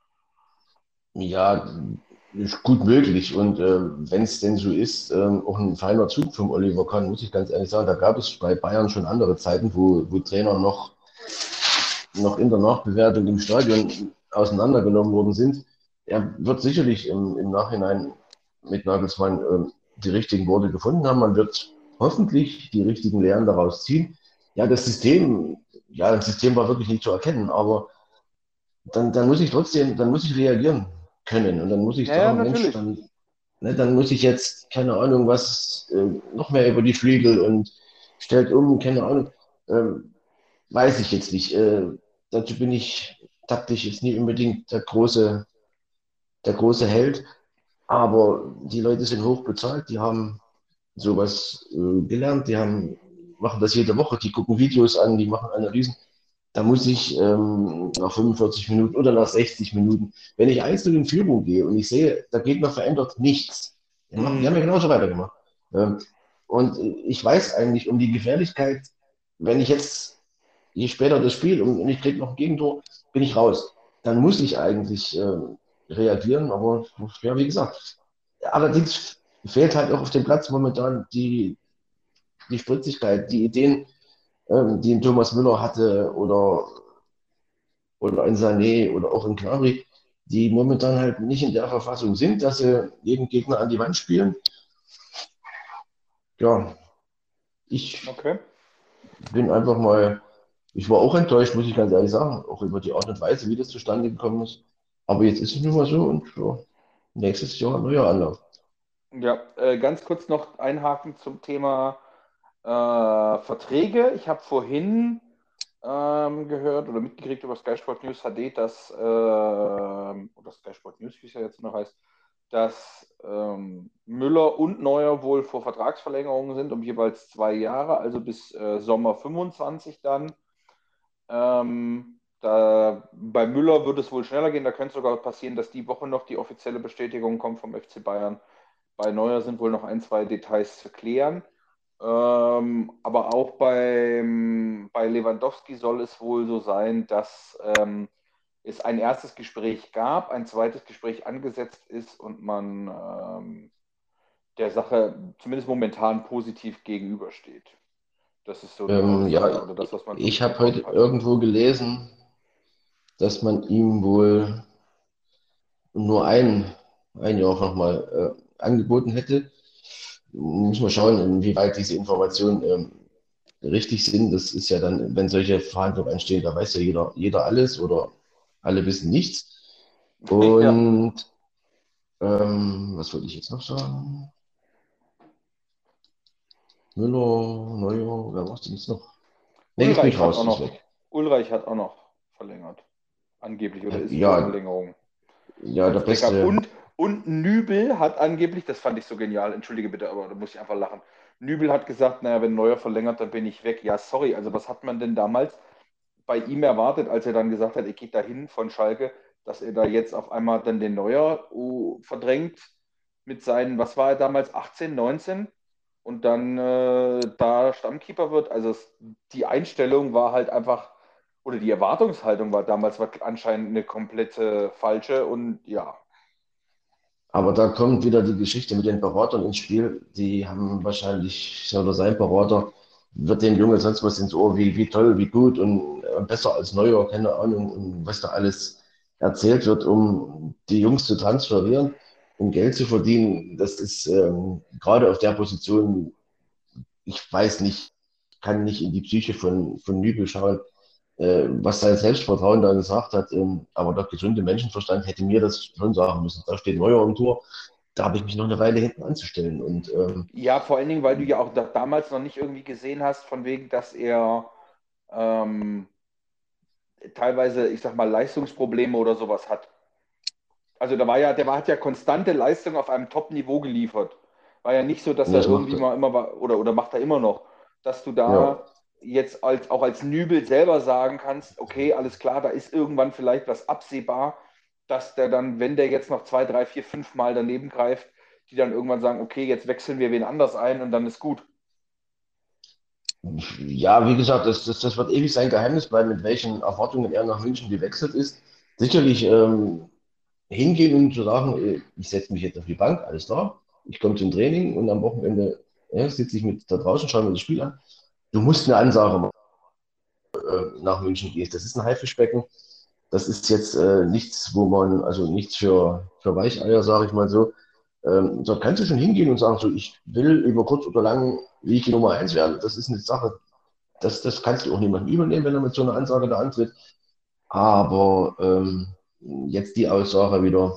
Ja, ist gut möglich. Und wenn es denn so ist, auch ein feiner Zug vom Oliver Kahn, muss ich ganz ehrlich sagen, da gab es bei Bayern schon andere Zeiten, wo Trainer noch in der Nachbewertung im Stadion auseinandergenommen worden sind. Er wird sicherlich im Nachhinein mit Nagelsmann die richtigen Worte gefunden haben. Man wird hoffentlich die richtigen Lehren daraus ziehen. Ja, das System war wirklich nicht zu erkennen, aber dann muss ich trotzdem, dann muss ich reagieren können und dann muss ich Naja, sagen, Mensch, natürlich. dann muss ich jetzt, keine Ahnung, noch mehr über die Flügel und stellt um, keine Ahnung, ähm, weiß ich jetzt nicht. Dazu bin ich taktisch jetzt nie unbedingt der große Held, aber die Leute sind hoch bezahlt, die haben sowas gelernt, machen das jede Woche, die gucken Videos an, die machen Analysen. Da muss ich nach 45 Minuten oder nach 60 Minuten, wenn ich einzeln in Führung gehe und ich sehe, der Gegner verändert nichts, die haben Mhm. ja genauso weitergemacht. Ähm, und ich weiß eigentlich um die Gefährlichkeit, wenn ich jetzt, je später das Spiel und ich kriege noch ein Gegentor, bin ich raus. Dann muss ich eigentlich reagieren, aber ja, wie gesagt, allerdings fehlt halt auch auf dem Platz momentan die Spritzigkeit, die Ideen, die ein Thomas Müller hatte oder ein Sané oder auch ein Gnabry, die momentan halt nicht in der Verfassung sind, dass sie jeden Gegner an die Wand spielen. Ja, ich Okay. bin einfach mal, ich war auch enttäuscht, muss ich ganz ehrlich sagen, auch über die Art und Weise, wie das zustande gekommen ist. Aber jetzt ist es nun mal so und ja, nächstes Jahr neuer Anlauf. Ja, ganz kurz noch einhaken zum Thema Verträge. Ich habe vorhin gehört oder mitgekriegt über Sky Sport News HD, oder Sky Sport News, wie es ja jetzt noch heißt, dass Müller und Neuer wohl vor Vertragsverlängerungen sind um jeweils 2 Jahre, also bis Sommer 25 dann. Bei Müller wird es wohl schneller gehen. Da könnte es sogar passieren, dass die Woche noch die offizielle Bestätigung kommt vom FC Bayern. Bei Neuer sind wohl noch ein, zwei Details zu klären. Aber auch bei Lewandowski soll es wohl so sein, dass es ein erstes Gespräch gab, ein zweites Gespräch angesetzt ist und man der Sache zumindest momentan positiv gegenübersteht. Das ist so die Aussage Ja, oder das, was man so ich habe heute mitbekommen hat. irgendwo gelesen, dass man ihm wohl nur ein Jahr nochmal angeboten hätte. Muss man schauen, inwieweit diese Informationen richtig sind. Das ist ja dann, wenn solche Verhandlungen anstehen, da weiß ja jeder alles oder alle wissen nichts. Ja, Und was wollte ich jetzt noch sagen? Müller, Neuer, wer macht denn jetzt noch? Ne, jetzt bin ich Ulreich hat auch raus, ist noch, weg. Ulreich hat auch noch verlängert. Angeblich oder ist vor Ja, Verlängerung ja, der als Backup. beste. Und Nübel hat angeblich, das fand ich so genial, entschuldige bitte, aber da muss ich einfach lachen. Nübel hat gesagt, naja, wenn Neuer verlängert, dann bin ich weg. Ja, sorry, also was hat man denn damals bei ihm erwartet, als er dann gesagt hat, er geht dahin von Schalke, dass er da jetzt auf einmal dann den Neuer verdrängt mit seinen, was war er damals, 18, 19 und dann da Stammkeeper wird. Also die Einstellung war halt einfach, oder die Erwartungshaltung war damals anscheinend eine komplette falsche und ja. Aber da kommt wieder die Geschichte mit den Beratern ins Spiel. Die haben wahrscheinlich, oder sein Berater wird dem Junge sonst was ins Ohr, wie toll, wie gut und besser als Neuer, keine Ahnung, und was da alles erzählt wird, um die Jungs zu transferieren, um Geld zu verdienen. Das ist gerade auf der Position, ich weiß nicht, kann nicht in die Psyche von Nübel schauen, was sein Selbstvertrauen da gesagt hat. Aber der gesunde Menschenverstand hätte mir das schon sagen müssen. Da steht Neuer im Tor, da habe ich mich noch eine Weile hinten anzustellen. Und Ja, vor allen Dingen, weil du ja auch damals noch nicht irgendwie gesehen hast, von wegen, dass er ähm, teilweise, ich sag mal, Leistungsprobleme oder sowas hat. Also hat ja konstante Leistung auf einem Top-Niveau geliefert. War ja nicht so, dass er das macht irgendwie er. mal immer war, oder macht er immer noch, dass du Ja. da jetzt auch als Nübel selber sagen kannst, okay, alles klar, da ist irgendwann vielleicht was absehbar, dass der dann, wenn der jetzt noch zwei, drei, vier, fünf Mal daneben greift, die dann irgendwann sagen, okay, jetzt wechseln wir wen anders ein und dann ist gut. Ja, wie gesagt, das wird ewig sein Geheimnis bleiben, mit welchen Erwartungen er nach München gewechselt ist. Sicherlich hingehen und zu sagen, ich setze mich jetzt auf die Bank, alles klar, ich komme zum Training und am Wochenende sitze ich mit da draußen, schaue mir das Spiel an. Du musst eine Ansage machen, nach München gehst. Das ist ein Haifischbecken. Das ist jetzt nichts, also nichts für Weicheier, sage ich mal so. Dort kannst du schon hingehen und sagen, so, ich will über kurz oder lang will ich die Nummer eins werden. Das ist eine Sache, das kannst du auch niemandem übernehmen, wenn er mit so einer Ansage da antritt. Aber jetzt die Aussage wieder,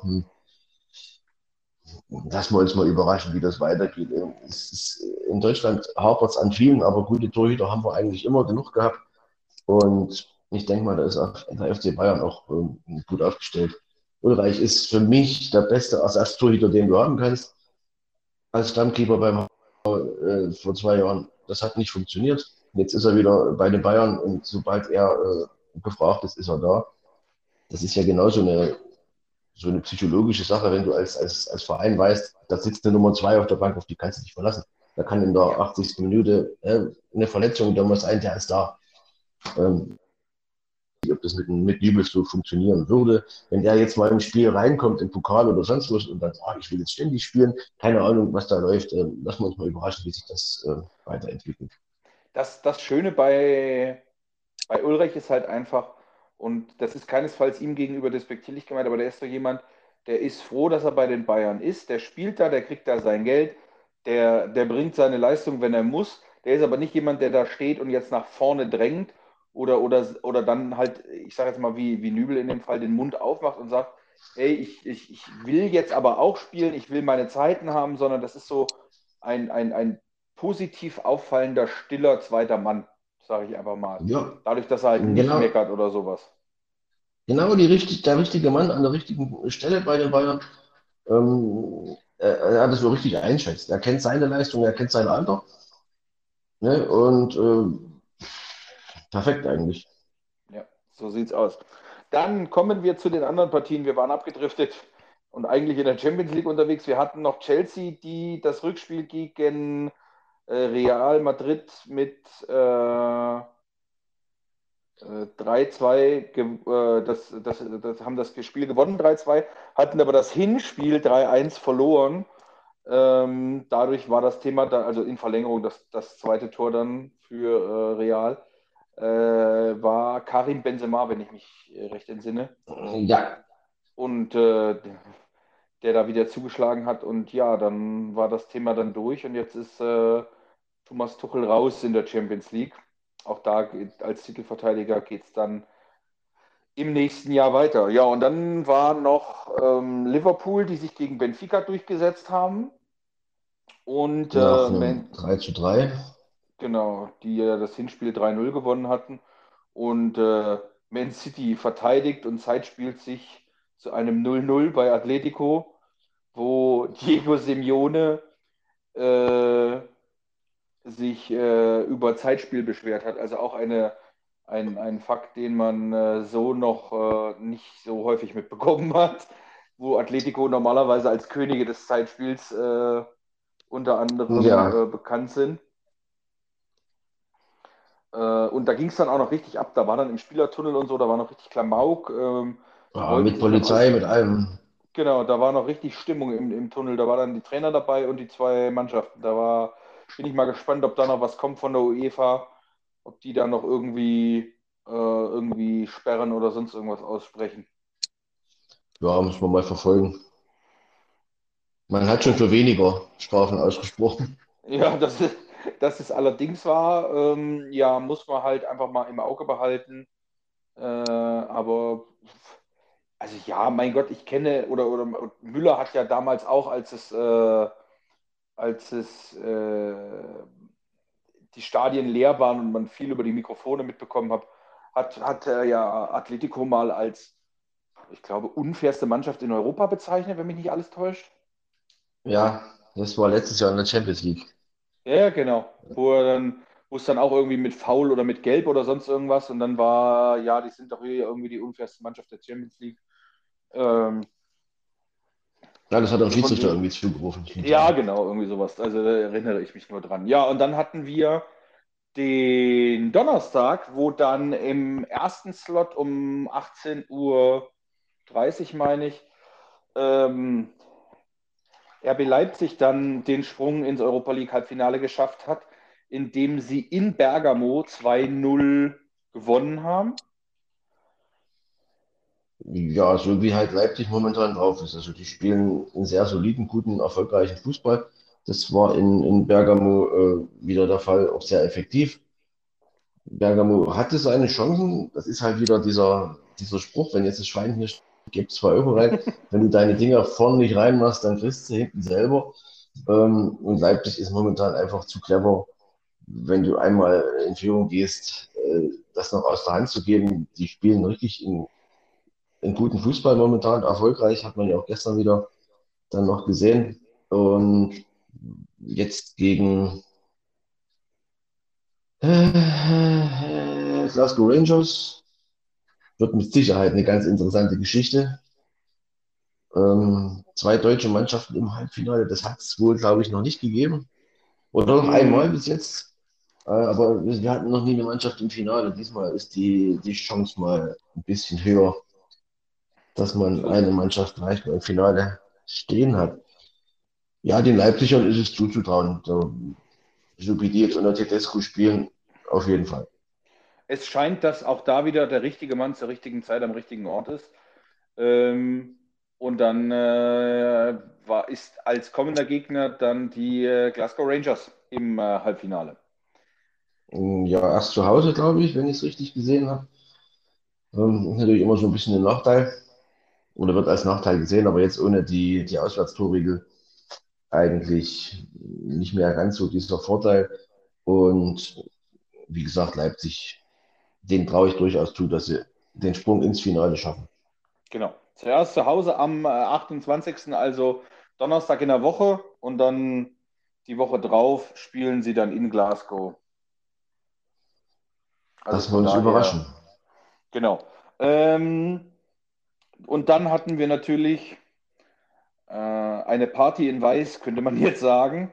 lassen wir uns mal überraschen, wie das weitergeht. In Deutschland hapert es an vielen, aber gute Torhüter haben wir eigentlich immer genug gehabt. Und ich denke mal, da ist auch der FC Bayern auch gut aufgestellt. Ulreich ist für mich der beste Ersatztorhüter, den du haben kannst. Als Stammkeeper vor 2 Jahren. Das hat nicht funktioniert. Jetzt ist er wieder bei den Bayern und sobald er gefragt ist, ist er da. Das ist ja genauso so eine psychologische Sache, wenn du als Verein weißt, da sitzt eine Nummer 2 auf der Bank, auf die kannst du dich verlassen. Da kann in der Ja. 80. Minute eine Verletzung, da muss ein, der ist da. Ähm, ob das mit Nübel so funktionieren würde. Wenn der jetzt mal im Spiel reinkommt, im Pokal oder sonst was und dann, ich will jetzt ständig spielen, keine Ahnung, was da läuft, lassen wir uns mal überraschen, wie sich das weiterentwickelt. Das Schöne bei Ulreich ist halt einfach, und das ist keinesfalls ihm gegenüber despektierlich gemeint, aber der ist so jemand, der ist froh, dass er bei den Bayern ist. Der spielt da, der kriegt da sein Geld, der bringt seine Leistung, wenn er muss. Der ist aber nicht jemand, der da steht und jetzt nach vorne drängt oder dann halt, ich sage jetzt mal wie Nübel in dem Fall, den Mund aufmacht und sagt, hey, ich will jetzt aber auch spielen, ich will meine Zeiten haben, sondern das ist so ein positiv auffallender, stiller zweiter Mann, sage ich einfach mal. Ja, Dadurch, dass er halt nicht genau, meckert oder sowas. genau der richtige Mann an der richtigen Stelle bei den Bayern. Er hat es so richtig einschätzt. Er kennt seine Leistung, er kennt sein Alter. Ne? Und perfekt eigentlich. Ja, so sieht's aus. Dann kommen wir zu den anderen Partien. Wir waren abgedriftet und eigentlich in der Champions League unterwegs. Wir hatten noch Chelsea, die das Rückspiel gegen Real Madrid mit 3-2, das haben das Spiel gewonnen, 3-2, hatten aber das Hinspiel 3-1 verloren. Dadurch war das Thema, da, also in Verlängerung, das zweite Tor dann für Real, war Karim Benzema, wenn ich mich recht entsinne. Ja, Und der da wieder zugeschlagen hat. Und ja, dann war das Thema dann durch und jetzt ist Thomas Tuchel raus in der Champions League. Auch da als Titelverteidiger geht es dann im nächsten Jahr weiter. Ja, und dann war noch Liverpool, die sich gegen Benfica durchgesetzt haben. Und nach einem 3:3. genau, die das Hinspiel 3-0 gewonnen hatten. Und Man City verteidigt und Zeit spielt sich zu einem 0-0 bei Atletico, wo Diego Simeone äh, sich über Zeitspiel beschwert hat. Also auch ein Fakt, den man so noch nicht so häufig mitbekommen hat, wo Atletico normalerweise als Könige des Zeitspiels unter anderem Ja, bekannt sind. Und da ging es dann auch noch richtig ab. Da war dann im Spielertunnel und so, da war noch richtig Klamauk. Die ja, wollten mit sich noch Polizei, als, mit allem. genau, da war noch richtig Stimmung im Tunnel. Da war dann die Trainer dabei und die zwei Mannschaften. Bin ich mal gespannt, ob da noch was kommt von der UEFA, ob die da noch irgendwie sperren oder sonst irgendwas aussprechen. Ja, muss man mal verfolgen. Man hat schon Oh. für weniger Strafen ausgesprochen. Ja, das ist allerdings wahr. Ja, muss man halt einfach mal im Auge behalten. Aber also ja, mein Gott, ich kenne, oder Müller hat ja damals auch, als es die Stadien leer waren und man viel über die Mikrofone mitbekommen hat er ja Atletico mal als, ich glaube, unfairste Mannschaft in Europa bezeichnet, wenn mich nicht alles täuscht. Ja, das war letztes Jahr in der Champions League. Ja, ja, genau. Wo es dann auch irgendwie mit Foul oder mit Gelb oder sonst irgendwas und dann war, ja, die sind doch hier irgendwie die unfairste Mannschaft der Champions League. Ähm, Ja, das hat der so von Schiedsrichter wegen. irgendwie zugerufen, Ja, hinterher. genau, irgendwie sowas. Also da erinnere ich mich nur dran. Ja, und dann hatten wir den Donnerstag, wo dann im ersten Slot um 18:30 Uhr, meine ich, ähm, RB Leipzig dann den Sprung ins Europa League Halbfinale geschafft hat, indem sie in Bergamo 2-0 gewonnen haben. Ja, so wie halt Leipzig momentan drauf ist. Also die spielen einen sehr soliden, guten, erfolgreichen Fußball. Das war in Bergamo wieder der Fall, auch sehr effektiv. Bergamo hatte seine Chancen. Das ist halt wieder dieser Spruch, wenn jetzt das Schwein hier steht, gib 2 € rein. Wenn du deine Dinger vorne nicht reinmachst, dann kriegst du hinten selber. Und Leipzig ist momentan einfach zu clever, wenn du einmal in Führung gehst, das noch aus der Hand zu geben. Die spielen richtig in guten Fußball momentan, erfolgreich, hat man ja auch gestern wieder dann noch gesehen. Und jetzt gegen Glasgow Rangers wird mit Sicherheit eine ganz interessante Geschichte. 2 deutsche Mannschaften im Halbfinale, das hat es wohl, glaube ich, noch nicht gegeben. Oder noch einmal Mm, bis jetzt. Aber wir hatten noch nie eine Mannschaft im Finale. Diesmal ist die Chance mal ein bisschen höher, dass man so, eine Mannschaft vielleicht mal im Finale stehen hat. Ja, den Leipzigern ist es zuzutrauen. So wie die jetzt unter Tedesco spielen, auf jeden Fall. es scheint, dass auch da wieder der richtige Mann zur richtigen Zeit am richtigen Ort ist. Ähm, und dann ist als kommender Gegner dann die Glasgow Rangers im Halbfinale. Ja, erst zu Hause, glaube ich, wenn ich es richtig gesehen habe. Ist natürlich immer so ein bisschen ein Nachteil oder wird als Nachteil gesehen, aber jetzt ohne die Auswärtstorregel eigentlich nicht mehr ganz so dieser Vorteil. Und wie gesagt, Leipzig, denen traue ich durchaus zu, dass sie den Sprung ins Finale schaffen. Genau. Zuerst zu Hause am 28., also Donnerstag in der Woche, und dann die Woche drauf spielen sie dann in Glasgow. Also Lassen wir von uns überraschen. daher, genau. Ähm, und dann hatten wir natürlich eine Party in Weiß, könnte man jetzt sagen.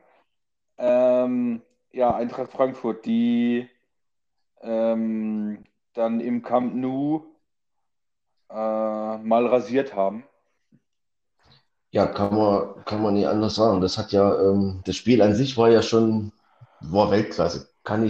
Ja, Eintracht Frankfurt, die ähm, dann im Camp Nou mal rasiert haben. Ja, kann man nicht anders sagen. Das hat ja, das Spiel an sich war ja schon, war Weltklasse.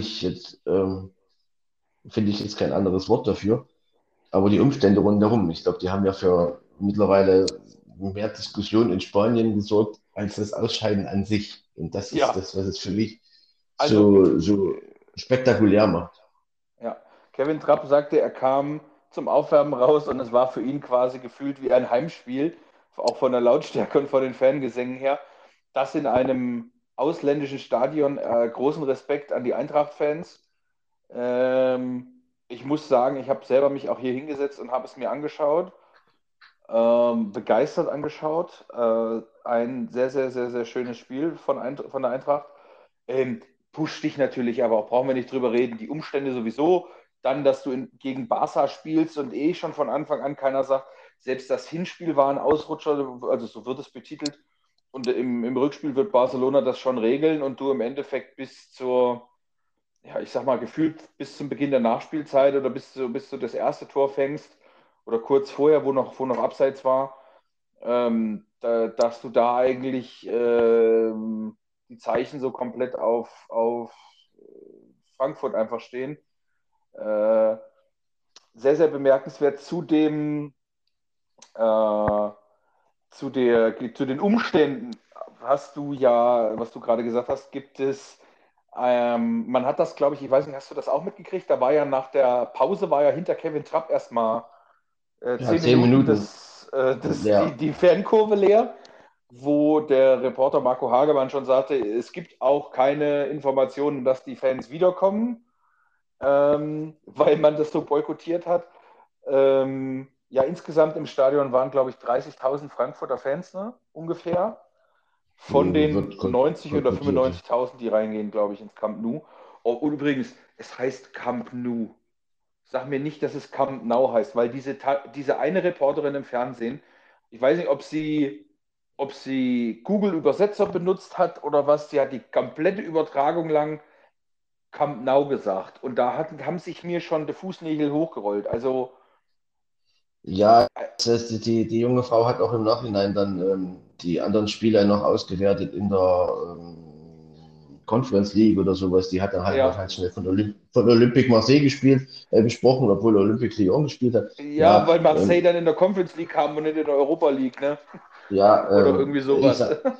Finde ich jetzt kein anderes Wort dafür. Aber die Umstände rundherum, ich glaube, die haben ja für mittlerweile mehr Diskussion in Spanien gesorgt, als das Ausscheiden an sich. Und das ist Ja, das, was es für mich also so spektakulär macht. ja, Kevin Trapp sagte, er kam zum Aufwärmen raus und es war für ihn quasi gefühlt wie ein Heimspiel, auch von der Lautstärke und von den Fangesängen her. Das in einem ausländischen Stadion, großen Respekt an die Eintracht-Fans. Ich muss sagen, ich habe selber mich auch hier hingesetzt und habe es mir angeschaut, begeistert angeschaut. Ein sehr, sehr, sehr, sehr schönes Spiel von der Eintracht. Ähm, Pusht dich natürlich, aber auch brauchen wir nicht drüber reden. Die Umstände sowieso. Dann, dass du gegen Barca spielst und schon von Anfang an keiner sagt, selbst das Hinspiel war ein Ausrutscher, also so wird es betitelt. Und im Rückspiel wird Barcelona das schon regeln und du im Endeffekt ja, ich sag mal, gefühlt bis zum Beginn der Nachspielzeit oder bis du das erste Tor fängst oder kurz vorher, wo noch Abseits war, dass du da eigentlich die Zeichen so komplett auf Frankfurt einfach stehen. Äh, Sehr, sehr bemerkenswert. Äh, zu den Umständen hast du ja, was du gerade gesagt hast, gibt es, man hat das, glaube ich, ich weiß nicht, hast du das auch mitgekriegt? Da war ja nach der Pause, war ja hinter Kevin Trapp erstmal Ja, 10 Minuten 10 Minuten leer. die Fankurve leer, wo der Reporter Marco Hagemann schon sagte, es gibt auch keine Informationen, dass die Fans wiederkommen, weil man das so boykottiert hat. Ja, insgesamt im Stadion waren, glaube ich, 30.000 Frankfurter Fans, ne? Ungefähr. Von den Wird 90 oder kolportiert. Ja. 95.000, die reingehen, glaube ich, ins Camp Nou. Oh, und übrigens, es heißt Camp Nou. Sag mir nicht, dass es Camp Nou heißt, weil diese eine Reporterin im Fernsehen, ich weiß nicht, ob sie Google-Übersetzer benutzt hat oder was, sie hat die komplette Übertragung lang Camp Nou gesagt. Und haben sich mir schon die Fußnägel hochgerollt. Also, Ja, das heißt, die junge Frau hat auch im Nachhinein dann die anderen Spieler noch ausgewertet in der Conference League oder sowas. Die hat dann halt mal ja, ganz schnell von Olympique Marseille besprochen, obwohl Olympique Lyon gespielt hat. ja, Ja, weil Marseille dann in der Conference League kam und nicht in der Europa League, ne? ja, Oder irgendwie ich sowas. sag,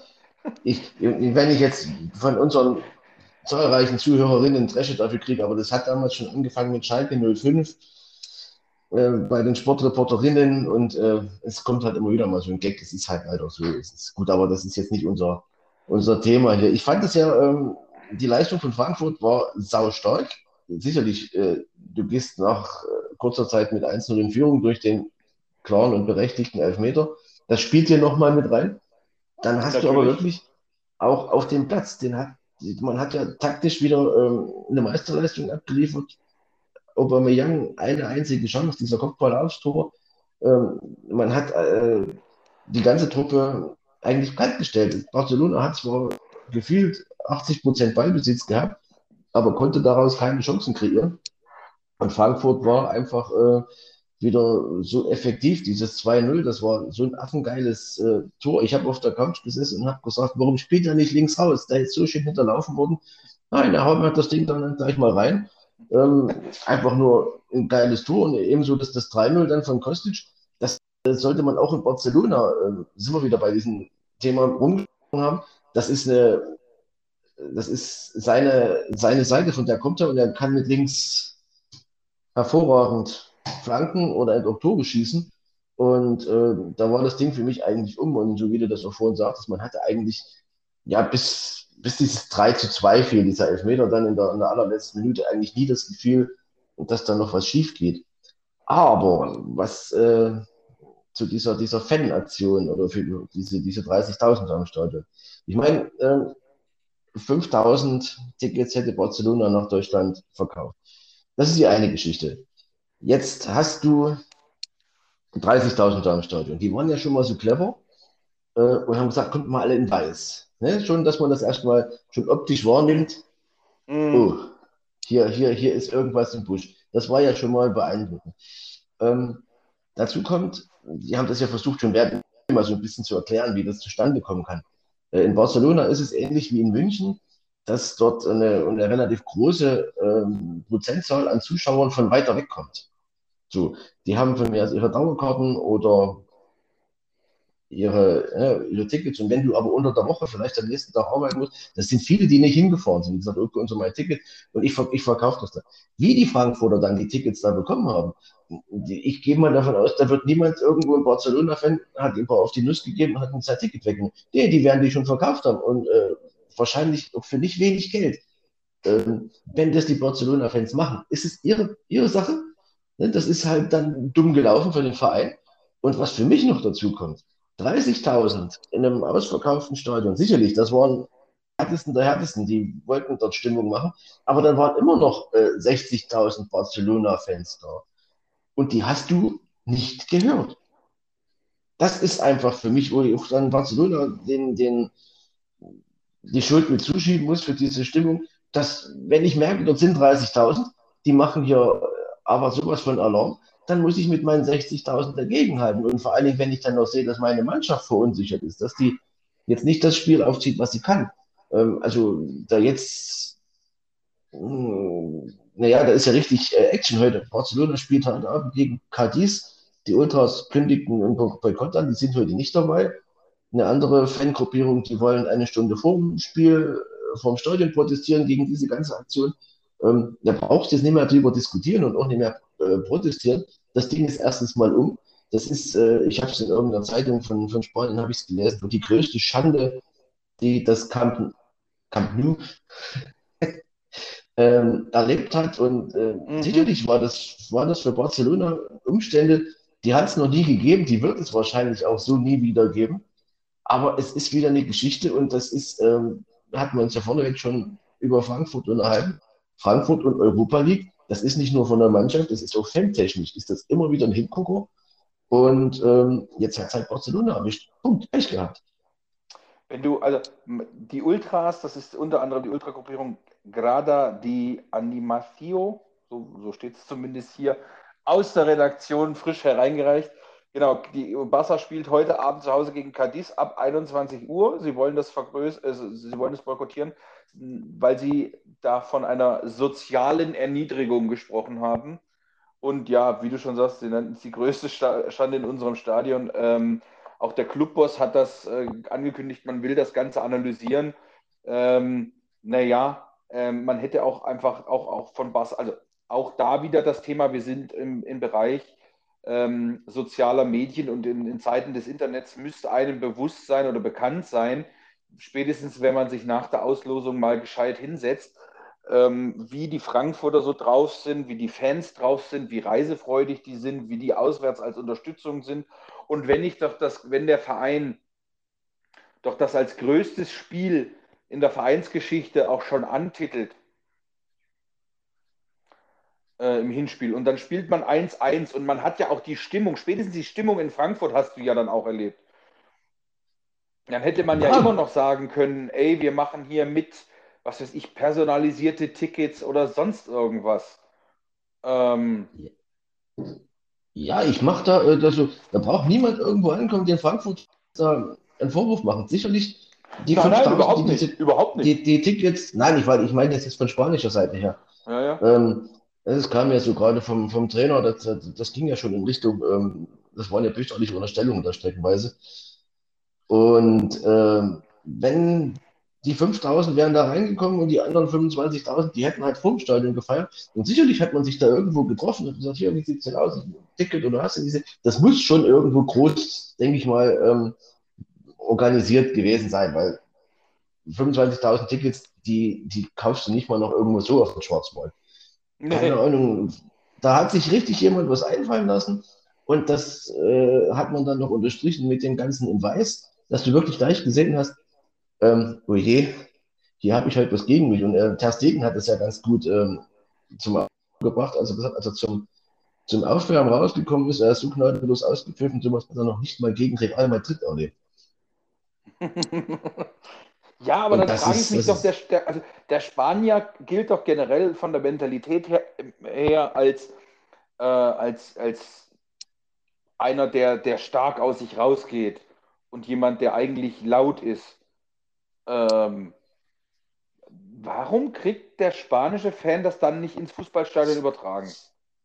Wenn ich jetzt von unseren zahlreichen Zuhörerinnen Dresche dafür kriege, aber das hat damals schon angefangen mit Schalke 05 bei den Sportreporterinnen und es kommt halt immer wieder mal so ein Gag, es ist halt leider so, es ist gut, aber das ist jetzt nicht unser Thema hier. Ich fand es ja, die Leistung von Frankfurt war sau stark. Sicherlich, du gehst nach kurzer Zeit mit 1:0 in Führung durch den klaren und berechtigten Elfmeter. Das spielt hier nochmal mit rein. Dann hast du aber Natürlich. wirklich auch auf dem Platz, man hat ja taktisch wieder eine Meisterleistung abgeliefert. Aubameyang eine einzige Chance, dieser Kopfball aufs Tor. Man hat die ganze Truppe eigentlich kaltgestellt. Barcelona hat zwar gefühlt 80% Ballbesitz gehabt, aber konnte daraus keine Chancen kreieren. Und Frankfurt war einfach wieder so effektiv. Dieses 2:0, das war so ein affengeiles Tor. Ich habe auf der Couch gesessen und habe gesagt, warum spielt er nicht links raus? Der ist so schön hinterlaufen worden. Nein, er haut mir das Ding dann gleich mal rein. Einfach nur ein geiles Tor und ebenso das 3:0 dann von Kostic. Das sollte man auch in Barcelona, sind wir wieder bei diesem Thema rumgesprochen haben. Das ist eine, das ist seine Seite, von der kommt er und er kann mit links hervorragend flanken oder in Oktober schießen. Und da war das Ding für mich eigentlich um. Und so wie du das auch vorhin sagtest, man hatte eigentlich, ja, bis dieses 3:2 fiel, dieser Elfmeter, dann in der allerletzten Minute eigentlich nie das Gefühl, dass da noch was schief geht. Aber was zu dieser Fan-Aktion oder für diese 30.000 am Stadion. Ich meine, 5.000 Tickets hätte Barcelona nach Deutschland verkauft. Das ist die eine Geschichte. Jetzt hast du 30.000 da im Stadion. Die waren ja schon mal so clever und haben gesagt, kommt mal alle in weiß. Ne? Schon, dass man das erstmal schon optisch wahrnimmt. Oh, Mhm. hier ist irgendwas im Busch. Das war ja schon mal beeindruckend. Ähm, dazu kommt, die haben das ja versucht, schon während mal so ein bisschen zu erklären, wie das zustande kommen kann. In Barcelona ist es ähnlich wie in München, dass dort eine relativ große Prozentzahl an Zuschauern von weiter weg kommt. So, die haben von mir aus ihre Dauerkarten oder ihre Tickets. Und wenn du aber unter der Woche vielleicht am nächsten Tag arbeiten musst, das sind viele, die nicht hingefahren sind. Die sagen, okay, unser mein Ticket und ich verkaufe das dann. Wie die Frankfurter dann die Tickets da bekommen haben, ich gehe mal davon aus, da wird niemand irgendwo in Barcelona-Fan, hat ein paar auf die Nuss gegeben und hat uns sein Ticket weggenommen. Nee, die werden die schon verkauft haben und wahrscheinlich auch für nicht wenig Geld. Wenn das die Barcelona-Fans machen, ist es ihre Sache. Ne? Das ist halt dann dumm gelaufen für den Verein. Und was für mich noch dazu kommt, 30.000 in einem ausverkauften Stadion, sicherlich, das waren die Härtesten der Härtesten, die wollten dort Stimmung machen, aber dann waren immer noch 60.000 Barcelona-Fans da. Und die hast du nicht gehört. Das ist einfach für mich, wo ich auch dann Barcelona die Schuld mit zuschieben muss für diese Stimmung, dass, wenn ich merke, dort sind 30.000, die machen hier aber sowas von Alarm, dann muss ich mit meinen 60.000 dagegenhalten. Und vor allen Dingen, wenn ich dann noch sehe, dass meine Mannschaft verunsichert ist, dass die jetzt nicht das Spiel aufzieht, was sie kann. Also da jetzt, naja, da ist ja richtig Action heute. Barcelona spielt heute Abend gegen Cadiz. Die Ultras kündigten einen Boykott an, die sind heute nicht dabei. Eine andere Fangruppierung, die wollen eine Stunde vor dem Spiel vorm Stadion protestieren gegen diese ganze Aktion. Da braucht es jetzt nicht mehr drüber diskutieren und auch nicht mehr protestieren. Das Ding ist erstens mal um. Das ist, ich habe es in irgendeiner Zeitung von Spanien, habe ich es gelesen, und die größte Schande, die das Camp Nou erlebt hat. Und Mhm. sicherlich war das für Barcelona Umstände, die hat es noch nie gegeben, die wird es wahrscheinlich auch so nie wieder geben. Aber es ist wieder eine Geschichte und das ist, hatten wir uns ja vorneweg schon über Frankfurt unterhalten. Frankfurt und Europa League, das ist nicht nur von der Mannschaft, das ist auch fantechnisch, ist das immer wieder ein Hingucker. Und jetzt hat es halt Barcelona erwischt. Punkt, Pech gehabt. Wenn du, also die Ultras, das ist unter anderem die Ultragruppierung Grada di Animacio, so steht es zumindest hier, aus der Redaktion frisch hereingereicht. Genau, die Barca spielt heute Abend zu Hause gegen Cadiz ab 21 Uhr. Sie wollen das sie wollen das boykottieren, weil sie da von einer sozialen Erniedrigung gesprochen haben. Und ja, wie du schon sagst, sie nannten es die größte Schande in unserem Stadion. auch der Clubboss hat das angekündigt, man will das Ganze analysieren. Man hätte auch einfach auch von Barca, also auch da wieder das Thema, wir sind im Bereich sozialer Medien und in Zeiten des Internets müsste einem bewusst sein oder bekannt sein, spätestens wenn man sich nach der Auslosung mal gescheit hinsetzt, wie die Frankfurter so drauf sind, wie die Fans drauf sind, wie reisefreudig die sind, wie die auswärts als Unterstützung sind. Und wenn der Verein doch das als größtes Spiel in der Vereinsgeschichte auch schon antitelt im Hinspiel und dann spielt man 1-1 und man hat ja auch die Stimmung, spätestens die Stimmung in Frankfurt hast du ja dann auch erlebt. Dann hätte man ja immer Ja, noch sagen können, ey, wir machen hier mit, was weiß ich, personalisierte Tickets oder sonst irgendwas. Ähm, ja, ich mache da braucht niemand irgendwo ankommen, den Frankfurt da einen Vorwurf machen. Sicherlich die nein, 5000, überhaupt nicht. Überhaupt nicht. die Tickets, nein, ich meine jetzt von spanischer Seite her. Ja, ja. Ähm, Es kam ja so gerade vom Trainer, das ging ja schon in Richtung, das waren ja fürchterliche Unterstellungen da streckenweise. Und wenn die 5000 wären da reingekommen und die anderen 25.000, die hätten halt vorm Stadion gefeiert. Und sicherlich hat man sich da irgendwo getroffen und gesagt, hier, wie sieht's denn aus? Ein Ticket oder hast du diese? Das muss schon irgendwo groß, denke ich mal, organisiert gewesen sein, weil 25.000 Tickets, die kaufst du nicht mal noch irgendwo so auf dem Schwarzmarkt. Keine Nee. Ahnung. Da hat sich richtig jemand was einfallen lassen und das hat man dann noch unterstrichen mit dem Ganzen in Weiß, dass du wirklich gleich gesehen hast, oh je, hier habe ich halt was gegen mich. Und Ter Stegen hat das ja ganz gut zum Ausdruck gebracht, als er zum Aufwärmen rausgekommen ist. Er ist so gnadenlos ausgepfiffen, sowas hat er noch nicht mal gegen Real Madrid erlebt. Ja, aber Und dann frage ich mich das doch, ist, also der Spanier gilt doch generell von der Mentalität her als einer, der stark aus sich rausgeht und jemand, der eigentlich laut ist. Ähm, Warum kriegt der spanische Fan das dann nicht ins Fußballstadion übertragen?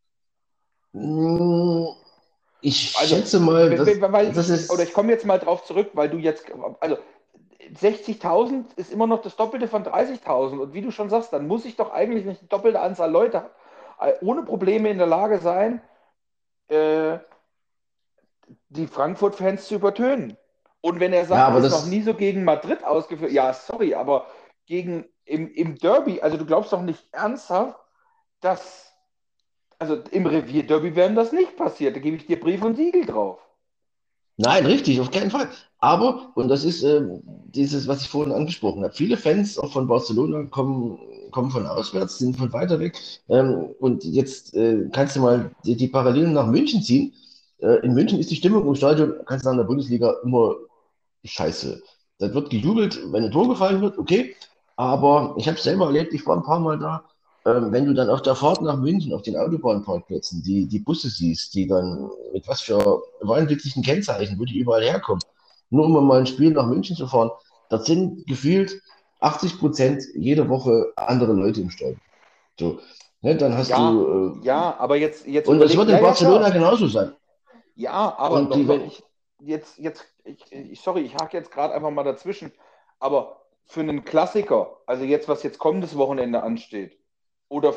mh, ich Also, schätze mal, weil das oder ich ist, komme jetzt mal drauf zurück, weil du jetzt, also 60.000 ist immer noch das Doppelte von 30.000. Und wie du schon sagst, dann muss ich doch eigentlich nicht die doppelte Anzahl Leute ohne Probleme in der Lage sein, äh, die Frankfurt-Fans zu übertönen. Und wenn er ja, sagt, aber ist noch nie das, so gegen Madrid ausgeführt, ja, sorry, aber im Derby, also du glaubst doch nicht ernsthaft, dass, also im Revier-Derby wäre das nicht passiert. Da gebe ich dir Brief und Siegel drauf. nein, richtig, auf keinen Fall. Aber, und das ist dieses, was ich vorhin angesprochen habe, viele Fans auch von Barcelona kommen von auswärts, sind von weiter weg. Und jetzt kannst du mal die Parallelen nach München ziehen. In München ist die Stimmung im Stadion, kannst du sagen, in der Bundesliga immer scheiße. Da wird gejubelt, wenn ein Tor gefallen wird, okay. Aber ich habe es selber erlebt, ich war ein paar Mal da. Wenn du dann auf der Fahrt nach München auf den Autobahnparkplätzen die Busse siehst, die dann mit was für wahnwitzigen Kennzeichen, wo die überall herkommen, nur um mal ein Spiel nach München zu fahren, das sind gefühlt 80% jede Woche andere Leute im Stadion. So, ne, dann hast Ja, du, ja, aber jetzt und es überleg, wird ja, in ja, Barcelona klar. genauso sein. Ja, aber Und die, wenn, sorry, ich hake jetzt gerade einfach mal dazwischen. Aber für einen Klassiker, also jetzt, was jetzt kommendes Wochenende ansteht, oder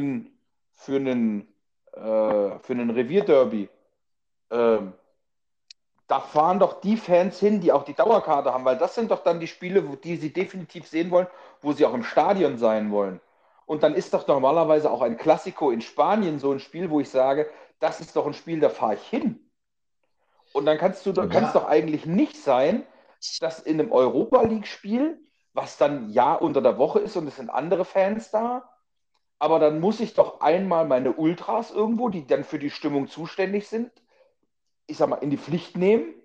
für einen Revierderby, ähm, da fahren doch die Fans hin, die auch die Dauerkarte haben, weil das sind doch dann die Spiele, die sie definitiv sehen wollen, wo sie auch im Stadion sein wollen. Und dann ist doch normalerweise auch ein Klassiko in Spanien so ein Spiel, wo ich sage, das ist doch ein Spiel, da fahre ich hin. Und dann kann es doch ja, eigentlich nicht sein, dass in einem Europa League-Spiel, was dann ja unter der Woche ist und es sind andere Fans da, aber dann muss ich doch einmal meine Ultras irgendwo, die dann für die Stimmung zuständig sind, ich sag mal, in die Pflicht nehmen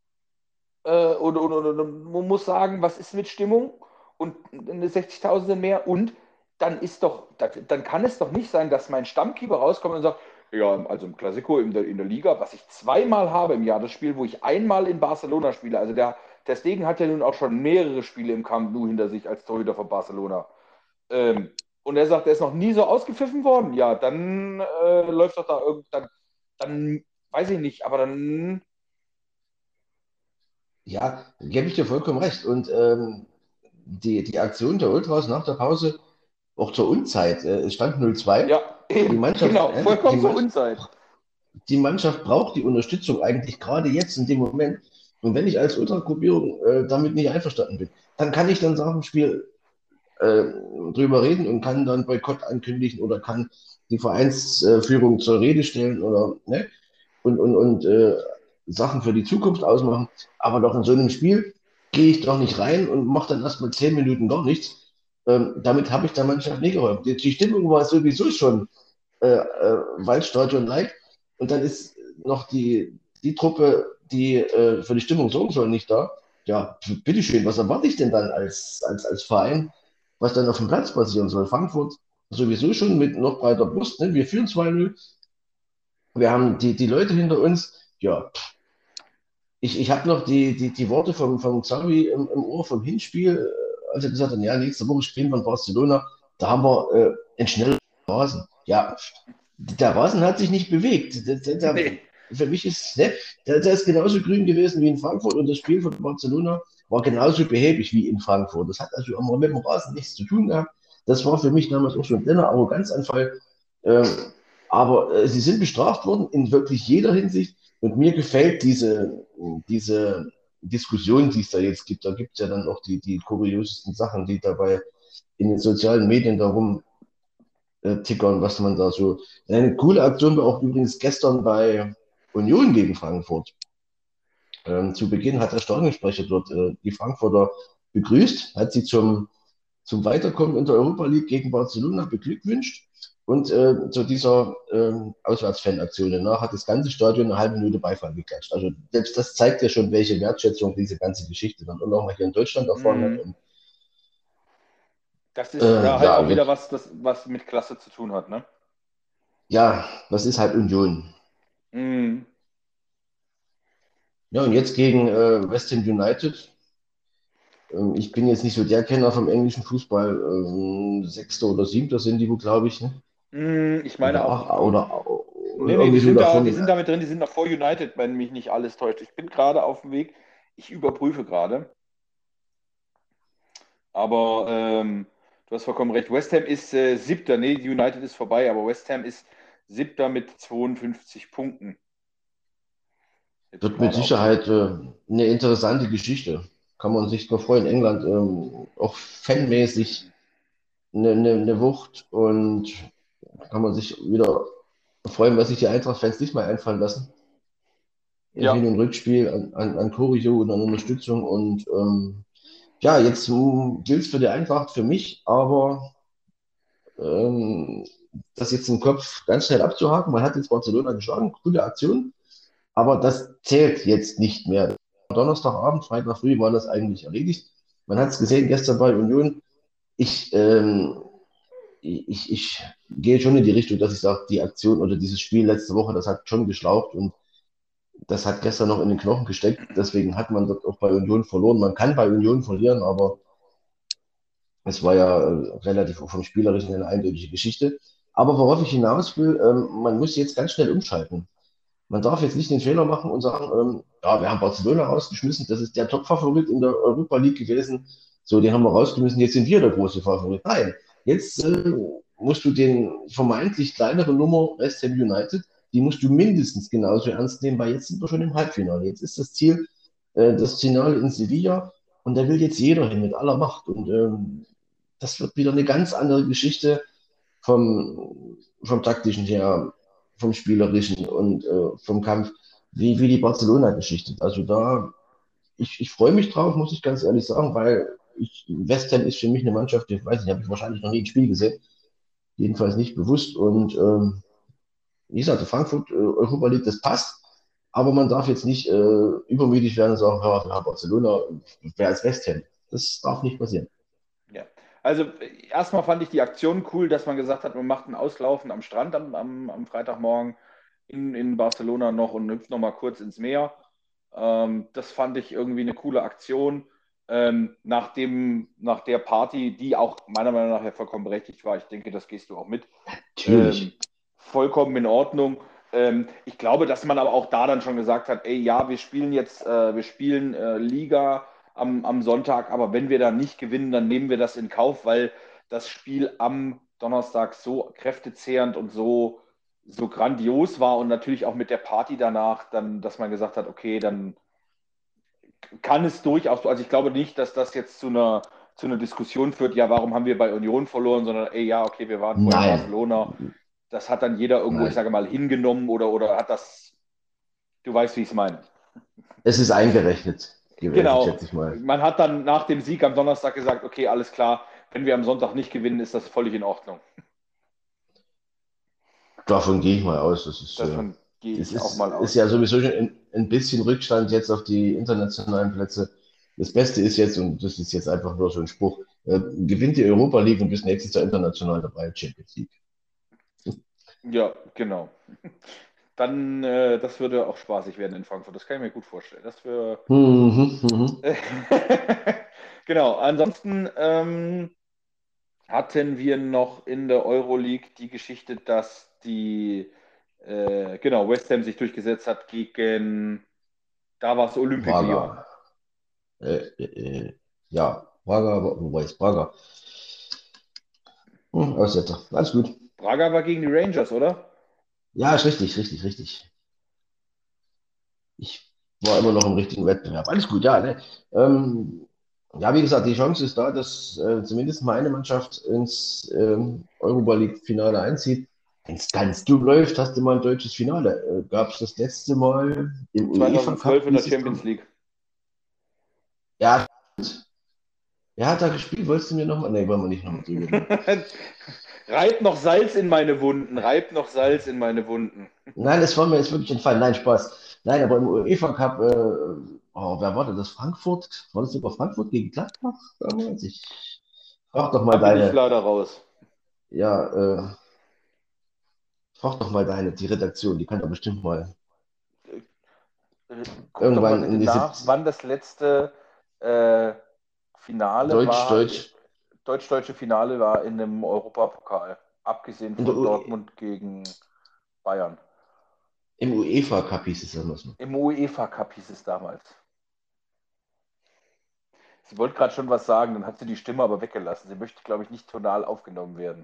oder man muss sagen, was ist mit Stimmung und eine 60.000 mehr und dann kann es doch nicht sein, dass mein Stammkeeper rauskommt und sagt, ja, also im Klassiko in der Liga, was ich zweimal habe im Jahr, das Spiel, wo ich einmal in Barcelona spiele, also der Stegen hat ja nun auch schon mehrere Spiele im Camp Nou hinter sich als Torhüter von Barcelona. Und er sagt, er ist noch nie so ausgepfiffen worden. Ja, dann läuft doch da dann weiß ich nicht, aber dann Ja, gebe ich dir vollkommen recht. Und die Aktion der Ultras nach der Pause, auch zur Unzeit, es stand 0-2. Ja, Die eben, Mannschaft, genau, vollkommen zur Unzeit. die Mannschaft braucht die Unterstützung eigentlich gerade jetzt in dem Moment. Und wenn ich als Ultragruppierung damit nicht einverstanden bin, dann kann ich dann nach dem Spiel äh, drüber reden und kann dann Boykott ankündigen oder kann die Vereinsführung zur Rede stellen oder ne? Und Sachen für die Zukunft ausmachen. Aber doch in so einem Spiel gehe ich doch nicht rein und mache dann erstmal 10 Minuten gar nichts. Damit habe ich der Mannschaft nie geholfen. Die Stimmung war sowieso schon Waldstadion-like. Und dann ist noch die Truppe, die für die Stimmung sorgen soll, nicht da. Ja, bitteschön, was erwarte ich denn dann als Verein, was dann auf dem Platz passieren soll? Frankfurt sowieso schon mit noch breiter Brust. Ne? Wir führen 2-0. Wir haben die Leute hinter uns. Ja, ich habe noch die Worte vom Xavi im Ohr vom Hinspiel, als er gesagt hat, ja, nächste Woche spielen wir in Barcelona. Da haben wir einen schnellen Rasen. Ja, der Rasen hat sich nicht bewegt. Nee. Für mich ist, ne, der ist genauso grün gewesen wie in Frankfurt und das Spiel von Barcelona war genauso behäbig wie in Frankfurt. Das hat also auch mit dem Rasen nichts zu tun gehabt. Das war für mich damals auch so ein kleiner Arroganzanfall. Ähm, aber sie sind bestraft worden in wirklich jeder Hinsicht. Und mir gefällt diese Diskussion, die es da jetzt gibt. Da gibt es ja dann auch die kuriosesten Sachen, die dabei in den sozialen Medien darum tickern, was man da so. Eine coole Aktion war auch übrigens gestern bei Union gegen Frankfurt. Zu Beginn hat der Stadionsprecher dort die Frankfurter begrüßt, hat sie zum Weiterkommen in der Europa League gegen Barcelona beglückwünscht. Und zu dieser Auswärtsfanaktion danach hat das ganze Stadion eine halbe Minute Beifall geklatscht. Also selbst das zeigt ja schon, welche Wertschätzung diese ganze Geschichte dann auch mal hier in Deutschland erfahren hat. Mhm. Und Das ist da halt ja, auch wieder jetzt, was mit Klasse zu tun hat, ne? ja, das ist halt Union. Mhm. Ja, und jetzt gegen West Ham United. Ich bin jetzt nicht so der Kenner vom englischen Fußball. Sechster oder Siebter sind die, glaube ich. Ne? Mhm, ich meine Oder, auch, nee, nee, irgendwie so die davon. sind da mit drin, die sind noch vor United, wenn mich nicht alles täuscht. Ich bin gerade auf dem Weg, ich überprüfe gerade, aber du hast vollkommen recht. West Ham ist siebter, nee, United ist vorbei, aber West Ham ist siebter mit 52 Punkten. Jetzt Wird mit gerade auf dem. Sicherheit eine interessante Geschichte. Kann man sich drauf freuen. England auch fanmäßig eine Wucht und kann man sich wieder freuen, was sich die Eintracht-Fans nicht mal einfallen lassen. Im Ja, Hin- und Rückspiel an Choreo und an Unterstützung. Und ja, jetzt gilt es für die Eintracht, für mich, aber ähm, das jetzt im Kopf ganz schnell abzuhaken. Man hat jetzt Barcelona geschlagen, coole Aktion. Aber das zählt jetzt nicht mehr. Donnerstagabend, Freitag früh war das eigentlich erledigt. Man hat es gesehen gestern bei Union. Ich, ähm, ich gehe schon in die Richtung, dass ich sage, die Aktion oder dieses Spiel letzte Woche, das hat schon geschlaucht und das hat gestern noch in den Knochen gesteckt. Deswegen hat man dort auch bei Union verloren. Man kann bei Union verlieren, aber es war ja relativ auch vom Spielerischen eine eindeutige Geschichte. Aber worauf ich hinaus will, man muss jetzt ganz schnell umschalten. Man darf jetzt nicht den Fehler machen und sagen, ja, wir haben Barcelona rausgeschmissen, das ist der Top-Favorit in der Europa League gewesen. So, den haben wir rausgeschmissen, jetzt sind wir der große Favorit. Nein, jetzt musst du den vermeintlich kleineren Nummer West Ham United, die musst du mindestens genauso ernst nehmen, weil jetzt sind wir schon im Halbfinale. Jetzt ist das Ziel das Finale in Sevilla und da will jetzt jeder hin mit aller Macht. Und das wird wieder eine ganz andere Geschichte vom taktischen her, vom spielerischen und vom Kampf, wie die Barcelona-Geschichte. Also ich freue mich drauf, muss ich ganz ehrlich sagen, weil West Ham ist für mich eine Mannschaft, die weiß ich, habe ich wahrscheinlich noch nie ein Spiel gesehen, jedenfalls nicht bewusst. Und wie gesagt, Frankfurt, Europa League, das passt. Aber man darf jetzt nicht übermütig werden und sagen, ja, Barcelona, wer als West Ham. Das darf nicht passieren. ja. Also erstmal fand ich die Aktion cool, dass man gesagt hat, man macht einen Auslaufen am Strand am Freitagmorgen in Barcelona noch und hüpft noch mal kurz ins Meer. Das fand ich irgendwie eine coole Aktion. Nach der Party, die auch meiner Meinung nach ja vollkommen berechtigt war, ich denke, das gehst du auch mit, ähm, Natürlich. vollkommen in Ordnung. Ich glaube, dass man aber auch da dann schon gesagt hat, ey, ja, wir spielen Liga am Sonntag, aber wenn wir da nicht gewinnen, dann nehmen wir das in Kauf, weil das Spiel am Donnerstag so kräftezehrend und so grandios war und natürlich auch mit der Party danach, dann, dass man gesagt hat, okay, dann kann es durchaus, also ich glaube nicht, dass das jetzt zu einer Diskussion führt, ja, warum haben wir bei Union verloren, sondern ey, ja, okay, wir waren vorher in Nein, Barcelona. Das hat dann jeder irgendwo, ich nein. sage mal, hingenommen oder hat das, du weißt, wie ich es meine. Es ist eingerechnet gewesen, Genau. schätze ich mal. Man hat dann nach dem Sieg am Donnerstag gesagt, okay, alles klar, wenn wir am Sonntag nicht gewinnen, ist das völlig in Ordnung. Davon gehe ich mal aus. Davon gehe Das ich auch mal ist aus. ja sowieso schon ein bisschen Rückstand jetzt auf die internationalen Plätze. Das Beste ist jetzt, und das ist jetzt einfach nur so ein Spruch, gewinnt die Europa League und bis nächstes Jahr international dabei, Champions League. Ja, genau. Dann, das würde auch spaßig werden in Frankfurt. Das kann ich mir gut vorstellen. Das für Mhm, mhm. genau. Ansonsten hatten wir noch in der Euroleague die Geschichte, dass genau, West Ham sich durchgesetzt hat gegen, da war es Olympique Lyon. Braga. Ja, Braga, wobei ist Braga? Aussetzer. Alles gut. Braga war gegen die Rangers, oder? Ja, ist richtig, richtig, richtig. Ich war immer noch im richtigen Wettbewerb. Alles gut, ja. Ne? Ja, wie gesagt, die Chance ist da, dass zumindest mal eine Mannschaft ins Europa League-Finale einzieht. Wenn es ganz dumm läuft, hast du mal ein deutsches Finale. Gab es das letzte Mal im UEFA 2012 Cup, in der hieß es Champions dann? League. Ja, wer hat da gespielt? Wolltest du mir nochmal? Nee, wollen wir nicht nochmal drüber reden. Reibt noch Salz in meine Wunden, reibt noch Salz in meine Wunden. Nein, es war mir jetzt wirklich entfallen. Nein, Spaß. Nein, aber im UEFA Cup, wer war denn das? Frankfurt? War das sogar Frankfurt gegen Gladbach damals? Ich frag doch Da mal bin ich deine, leider raus. ja, frag doch mal die Redaktion, die kann doch bestimmt mal Guck doch mal irgendwann bitte in die nach, 70 wann das letzte äh, Finale Deutsch, war. Deutsch, Deutsch-deutsche Finale war in einem Europapokal, abgesehen in der von Dortmund gegen Bayern. im UEFA Cup hieß es damals noch. Im UEFA Cup hieß es damals. Sie wollte gerade schon was sagen, dann hat sie die Stimme aber weggelassen. Sie möchte, glaube ich, nicht tonal aufgenommen werden.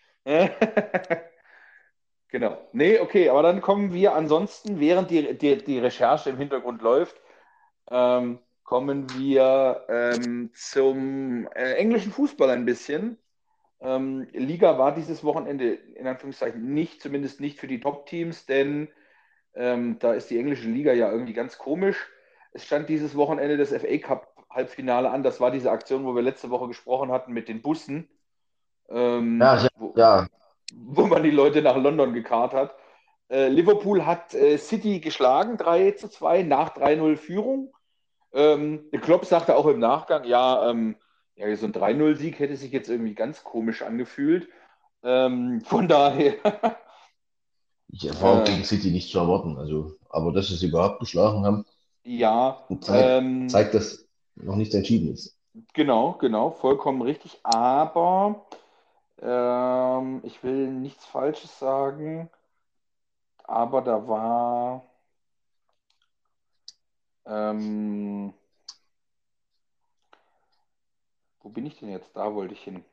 Genau. Nee, okay, aber dann kommen wir ansonsten, während die Recherche im Hintergrund läuft, kommen wir zum englischen Fußball ein bisschen. Liga war dieses Wochenende in Anführungszeichen nicht, zumindest nicht für die Top-Teams, denn da ist die englische Liga ja irgendwie ganz komisch. Es stand dieses Wochenende das FA Cup Halbfinale an. Das war diese Aktion, wo wir letzte Woche gesprochen hatten mit den Bussen, Ja, ja, wo, ja, wo man die Leute nach London gekarrt hat. Liverpool hat City geschlagen, 3:2 nach 3:0 Führung. Der Klopp sagte auch im Nachgang, ja, so ein 3:0 Sieg hätte sich jetzt irgendwie ganz komisch angefühlt. Von daher, ich war auch äh, gegen City nicht zu erwarten. Also, aber dass sie es überhaupt geschlagen haben, ja, zeigt, dass noch nicht entschieden ist. genau, genau, vollkommen richtig. Aber ich will nichts Falsches sagen, aber da war, ähm, wo bin ich denn jetzt? Da wollte ich hin.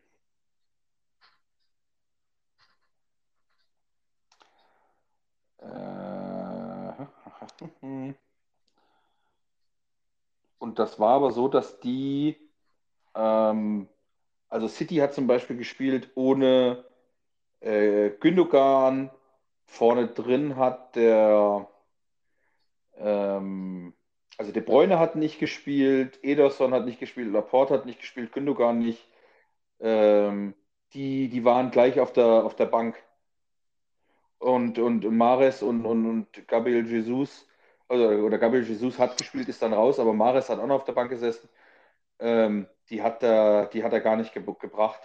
Und das war aber so, dass ähm, also City hat zum Beispiel gespielt ohne Gündogan. Vorne drin hat ähm, also De Bruyne hat nicht gespielt, Ederson hat nicht gespielt, Laporte hat nicht gespielt, Gündogan nicht. Ähm, die waren gleich auf der Bank. Und Mahrez und Gabriel Jesus, oder Gabriel Jesus hat gespielt, ist dann raus, aber Mahrez hat auch noch auf der Bank gesessen. Die hat er gar nicht gebracht,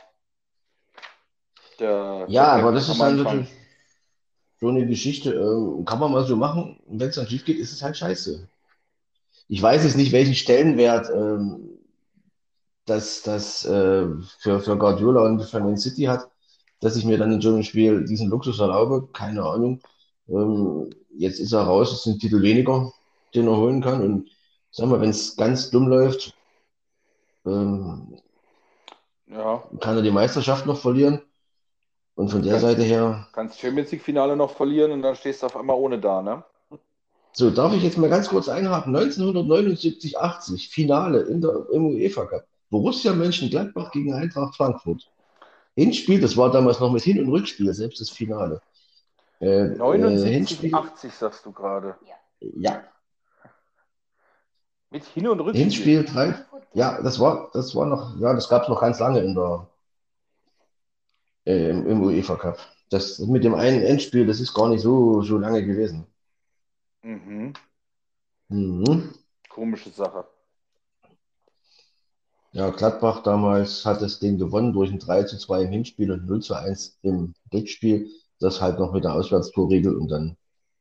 der Ja, aber Pep das am ist dann Anfang. so eine Geschichte, kann man mal so machen. Und wenn es dann schief geht, ist es halt scheiße. Ich weiß jetzt nicht, welchen Stellenwert das für Guardiola und für Man City hat, dass ich mir dann in so einem Spiel diesen Luxus erlaube. Keine Ahnung. Jetzt ist er raus, ist ein Titel weniger, den er holen kann. Und sag mal, wenn es ganz dumm läuft, ähm, Ja, kann er die Meisterschaft noch verlieren. Und von du der Seite her, kannst Champions League-Finale noch verlieren und dann stehst du auf einmal ohne da, ne? so darf ich jetzt mal ganz kurz einhaken. 1979, 80, Finale im UEFA Cup. Borussia Mönchengladbach gegen Eintracht Frankfurt. Hinspiel, das war damals noch mit Hin- und Rückspiel, selbst das Finale. 79, Hinspiel, 80 sagst du gerade. ja, Mit Hin- und Rückspiel. Hinspiel 3. Ja, das war noch, ja, das gab es noch ganz lange im UEFA Cup. Das mit dem einen Endspiel, das ist gar nicht so lange gewesen. Mhm. Mhm. Komische Sache. Ja, Gladbach damals hat das Ding gewonnen durch ein 3:2 im Hinspiel und 0:1 im Rückspiel. Das halt noch mit der Auswärtstorregel und dann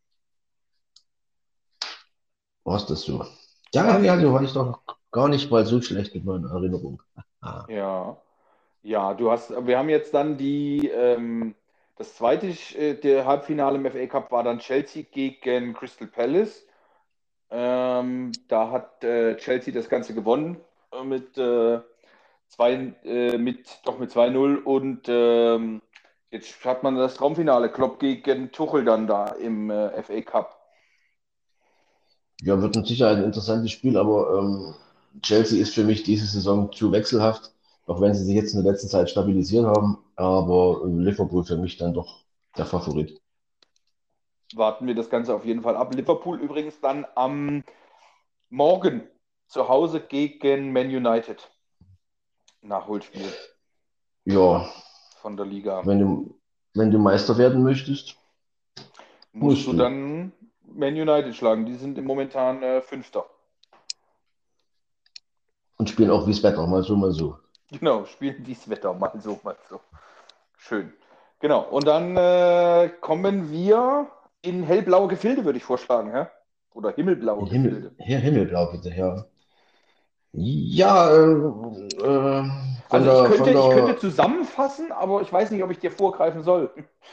war es das so. Ja, War's ja, das? so war ich doch gar nicht mal so schlecht mit meiner Erinnerung. Ah, Ja. Ja, wir haben jetzt dann das zweite, der Halbfinale im FA Cup war dann Chelsea gegen Crystal Palace. Da hat Chelsea das Ganze gewonnen mit 2:0 und jetzt hat man das Traumfinale, Klopp gegen Tuchel dann da im FA Cup. ja, wird mit Sicherheit ein interessantes Spiel, aber Chelsea ist für mich diese Saison zu wechselhaft, auch wenn sie sich jetzt in der letzten Zeit stabilisiert haben. Aber Liverpool für mich dann doch der Favorit. Warten wir das Ganze auf jeden Fall ab. Liverpool übrigens dann am Morgen zu Hause gegen Man United. Nachholspiel Ja, von der Liga. wenn du Meister werden möchtest, Musst musst du du. dann Man United schlagen. Die sind im momentan Fünfter. Und spielen auch wie das Wetter, mal so, mal so. Genau, spielen dies Wetter mal so, mal so. Schön. Genau, und dann kommen wir in hellblaue Gefilde, würde ich vorschlagen, hä? Oder himmelblaue Gefilde. Himmelblau bitte, ja. Ja, Also ich könnte, von ich könnte der, zusammenfassen, aber ich weiß nicht, ob ich dir vorgreifen soll.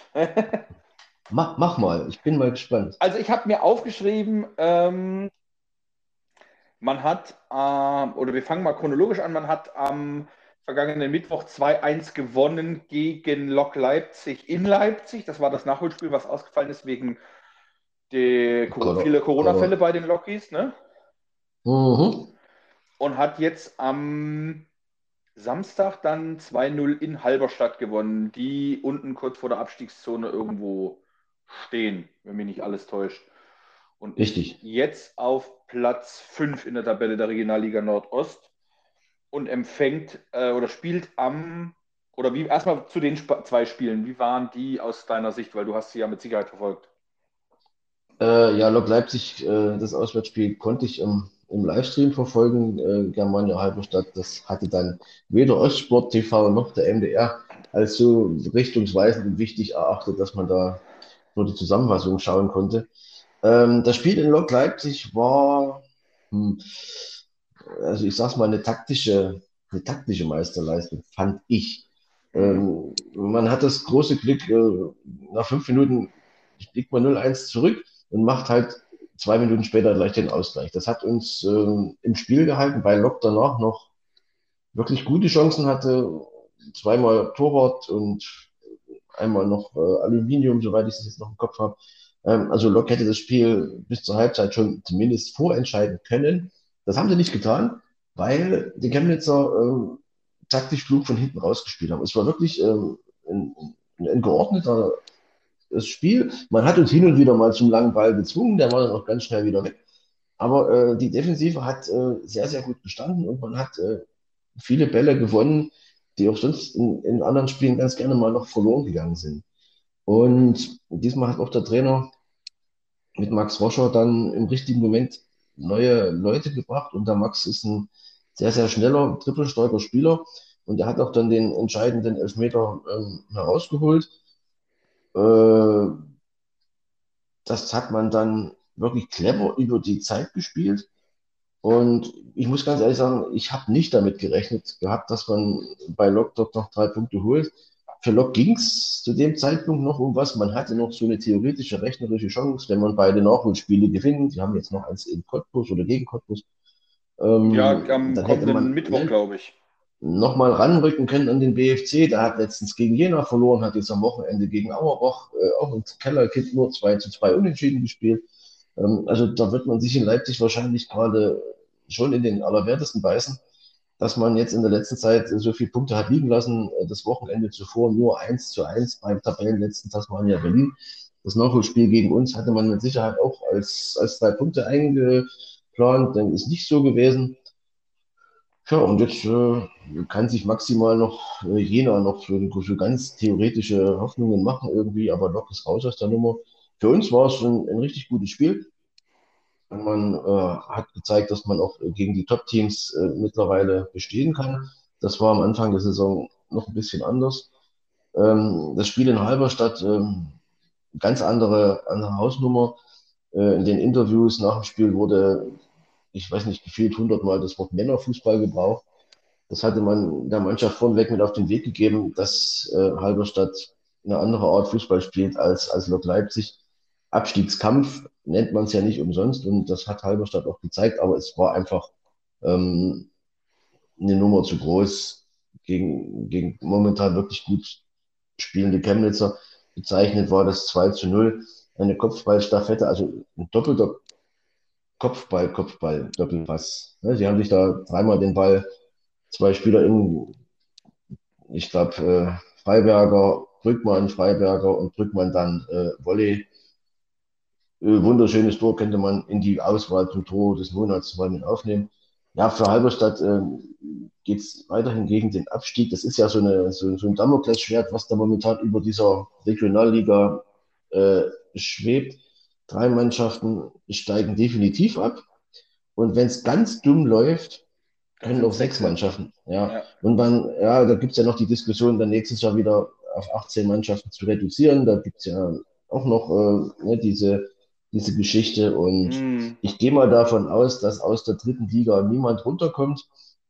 mach mal, ich bin mal gespannt. Also ich habe mir aufgeschrieben, oder wir fangen mal chronologisch an, man hat am vergangenen Mittwoch 2:1 gewonnen gegen Lok Leipzig in Leipzig. Das war das Nachholspiel, was ausgefallen ist wegen der Conor, viele Corona-Fälle Conor. bei den Lokis, ne? Mhm. Und hat jetzt am Samstag dann 2:0 in Halberstadt gewonnen, die unten kurz vor der Abstiegszone irgendwo stehen, wenn mich nicht alles täuscht. Und ist Richtig. jetzt auf Platz 5 in der Tabelle der Regionalliga Nordost und empfängt oder spielt oder wie erstmal zu den zwei Spielen, wie waren die aus deiner Sicht, weil du hast sie ja mit Sicherheit verfolgt. Ja, Lok Leipzig, das Auswärtsspiel konnte ich im Livestream verfolgen. Germania Halberstadt, das hatte dann weder Ostsport TV noch der MDR als so richtungsweisend und wichtig erachtet, dass man da nur die Zusammenfassung schauen konnte. Das Spiel in Lok Leipzig war, hm, also ich sag's mal, eine taktische Meisterleistung, fand ich. Mhm. Man hat das große Glück, nach 5 Minuten liegt man 0:1 zurück und macht halt 2 Minuten später gleich den Ausgleich. Das hat uns im Spiel gehalten, weil Lok danach noch wirklich gute Chancen hatte. Zweimal Torwart und einmal noch Aluminium, soweit ich es jetzt noch im Kopf habe. Also Lok hätte das Spiel bis zur Halbzeit schon zumindest vorentscheiden können. Das haben sie nicht getan, weil die Chemnitzer taktisch klug von hinten rausgespielt haben. Es war wirklich ein, ein geordneter Spiel. Man hat uns hin und wieder mal zum langen Ball gezwungen, der war dann auch ganz schnell wieder weg. Aber die Defensive hat sehr, sehr gut gestanden und man hat viele Bälle gewonnen, die auch sonst in anderen Spielen ganz gerne mal noch verloren gegangen sind. Und diesmal hat auch der Trainer mit Max Roscher dann im richtigen Moment neue Leute gebracht. Und der Max ist ein sehr, sehr schneller, dribbelstarker Spieler. Und er hat auch dann den entscheidenden Elfmeter herausgeholt. Äh, Das hat man dann wirklich clever über die Zeit gespielt. Und ich muss ganz ehrlich sagen, ich habe nicht damit gerechnet gehabt, dass man bei Lok dort noch 3 Punkte holt. für Lok ging es zu dem Zeitpunkt noch um was. Man hatte noch so eine theoretische, rechnerische Chance, wenn man beide Nachholspiele gewinnt. Sie haben jetzt noch eins in Cottbus oder gegen Cottbus. Ja, am Dann hätte kommenden man, Mittwoch, ne, glaube ich. nochmal ranrücken können an den BFC. Der hat letztens gegen Jena verloren, hat jetzt am Wochenende gegen Auerbach auch im Kellerkind nur 2:2 unentschieden gespielt. Also da wird man sich in Leipzig wahrscheinlich gerade schon in den Allerwertesten beißen, dass man jetzt in der letzten Zeit so viele Punkte hat liegen lassen. Das Wochenende zuvor nur 1:1 beim Tabellenletzten Tasmania Berlin. Das Nachholspiel gegen uns hatte man mit Sicherheit auch als 3 Punkte eingeplant, dann ist nicht so gewesen. Ja, und jetzt kann sich maximal noch Jena noch für ganz theoretische Hoffnungen machen irgendwie, aber Lok ist raus aus der Nummer. Für uns war es ein richtig gutes Spiel. Man hat gezeigt, dass man auch gegen die Top-Teams mittlerweile bestehen kann. Das war am Anfang der Saison noch ein bisschen anders. Das Spiel in Halberstadt, ganz andere Hausnummer. In den Interviews nach dem Spiel wurde, ich weiß nicht, gefühlt 100-mal das Wort Männerfußball gebraucht. Das hatte man der Mannschaft vorneweg mit auf den Weg gegeben, dass Halberstadt eine andere Art Fußball spielt als Lok Leipzig. Abstiegskampf nennt man es ja nicht umsonst und das hat Halberstadt auch gezeigt, aber es war einfach ähm, eine Nummer zu groß gegen momentan wirklich gut spielende Chemnitzer. Bezeichnet war das 2:0, eine Kopfballstaffette, also ein doppelter Doppelpass. Ne, sie haben sich da dreimal den Ball, zwei Spieler ich glaube, Freiberger und Brückmann dann Volley. Wunderschönes Tor könnte man in die Auswahl zum Tor des Monats mal mit aufnehmen. Ja, für Halberstadt geht es weiterhin gegen den Abstieg. Das ist ja so ein Damoklesschwert, was da momentan über dieser Regionalliga äh, schwebt. 3 Mannschaften steigen definitiv ab. Und wenn es ganz dumm läuft, Dann können sind auch es sechs 16. Mannschaften. Ja. Ja. Und dann, ja, da gibt es ja noch die Diskussion, dann nächstes Jahr wieder auf 18 Mannschaften zu reduzieren. Da gibt es ja auch noch ne, diese Geschichte. Und Mm, ich gehe mal davon aus, dass aus der dritten Liga niemand runterkommt,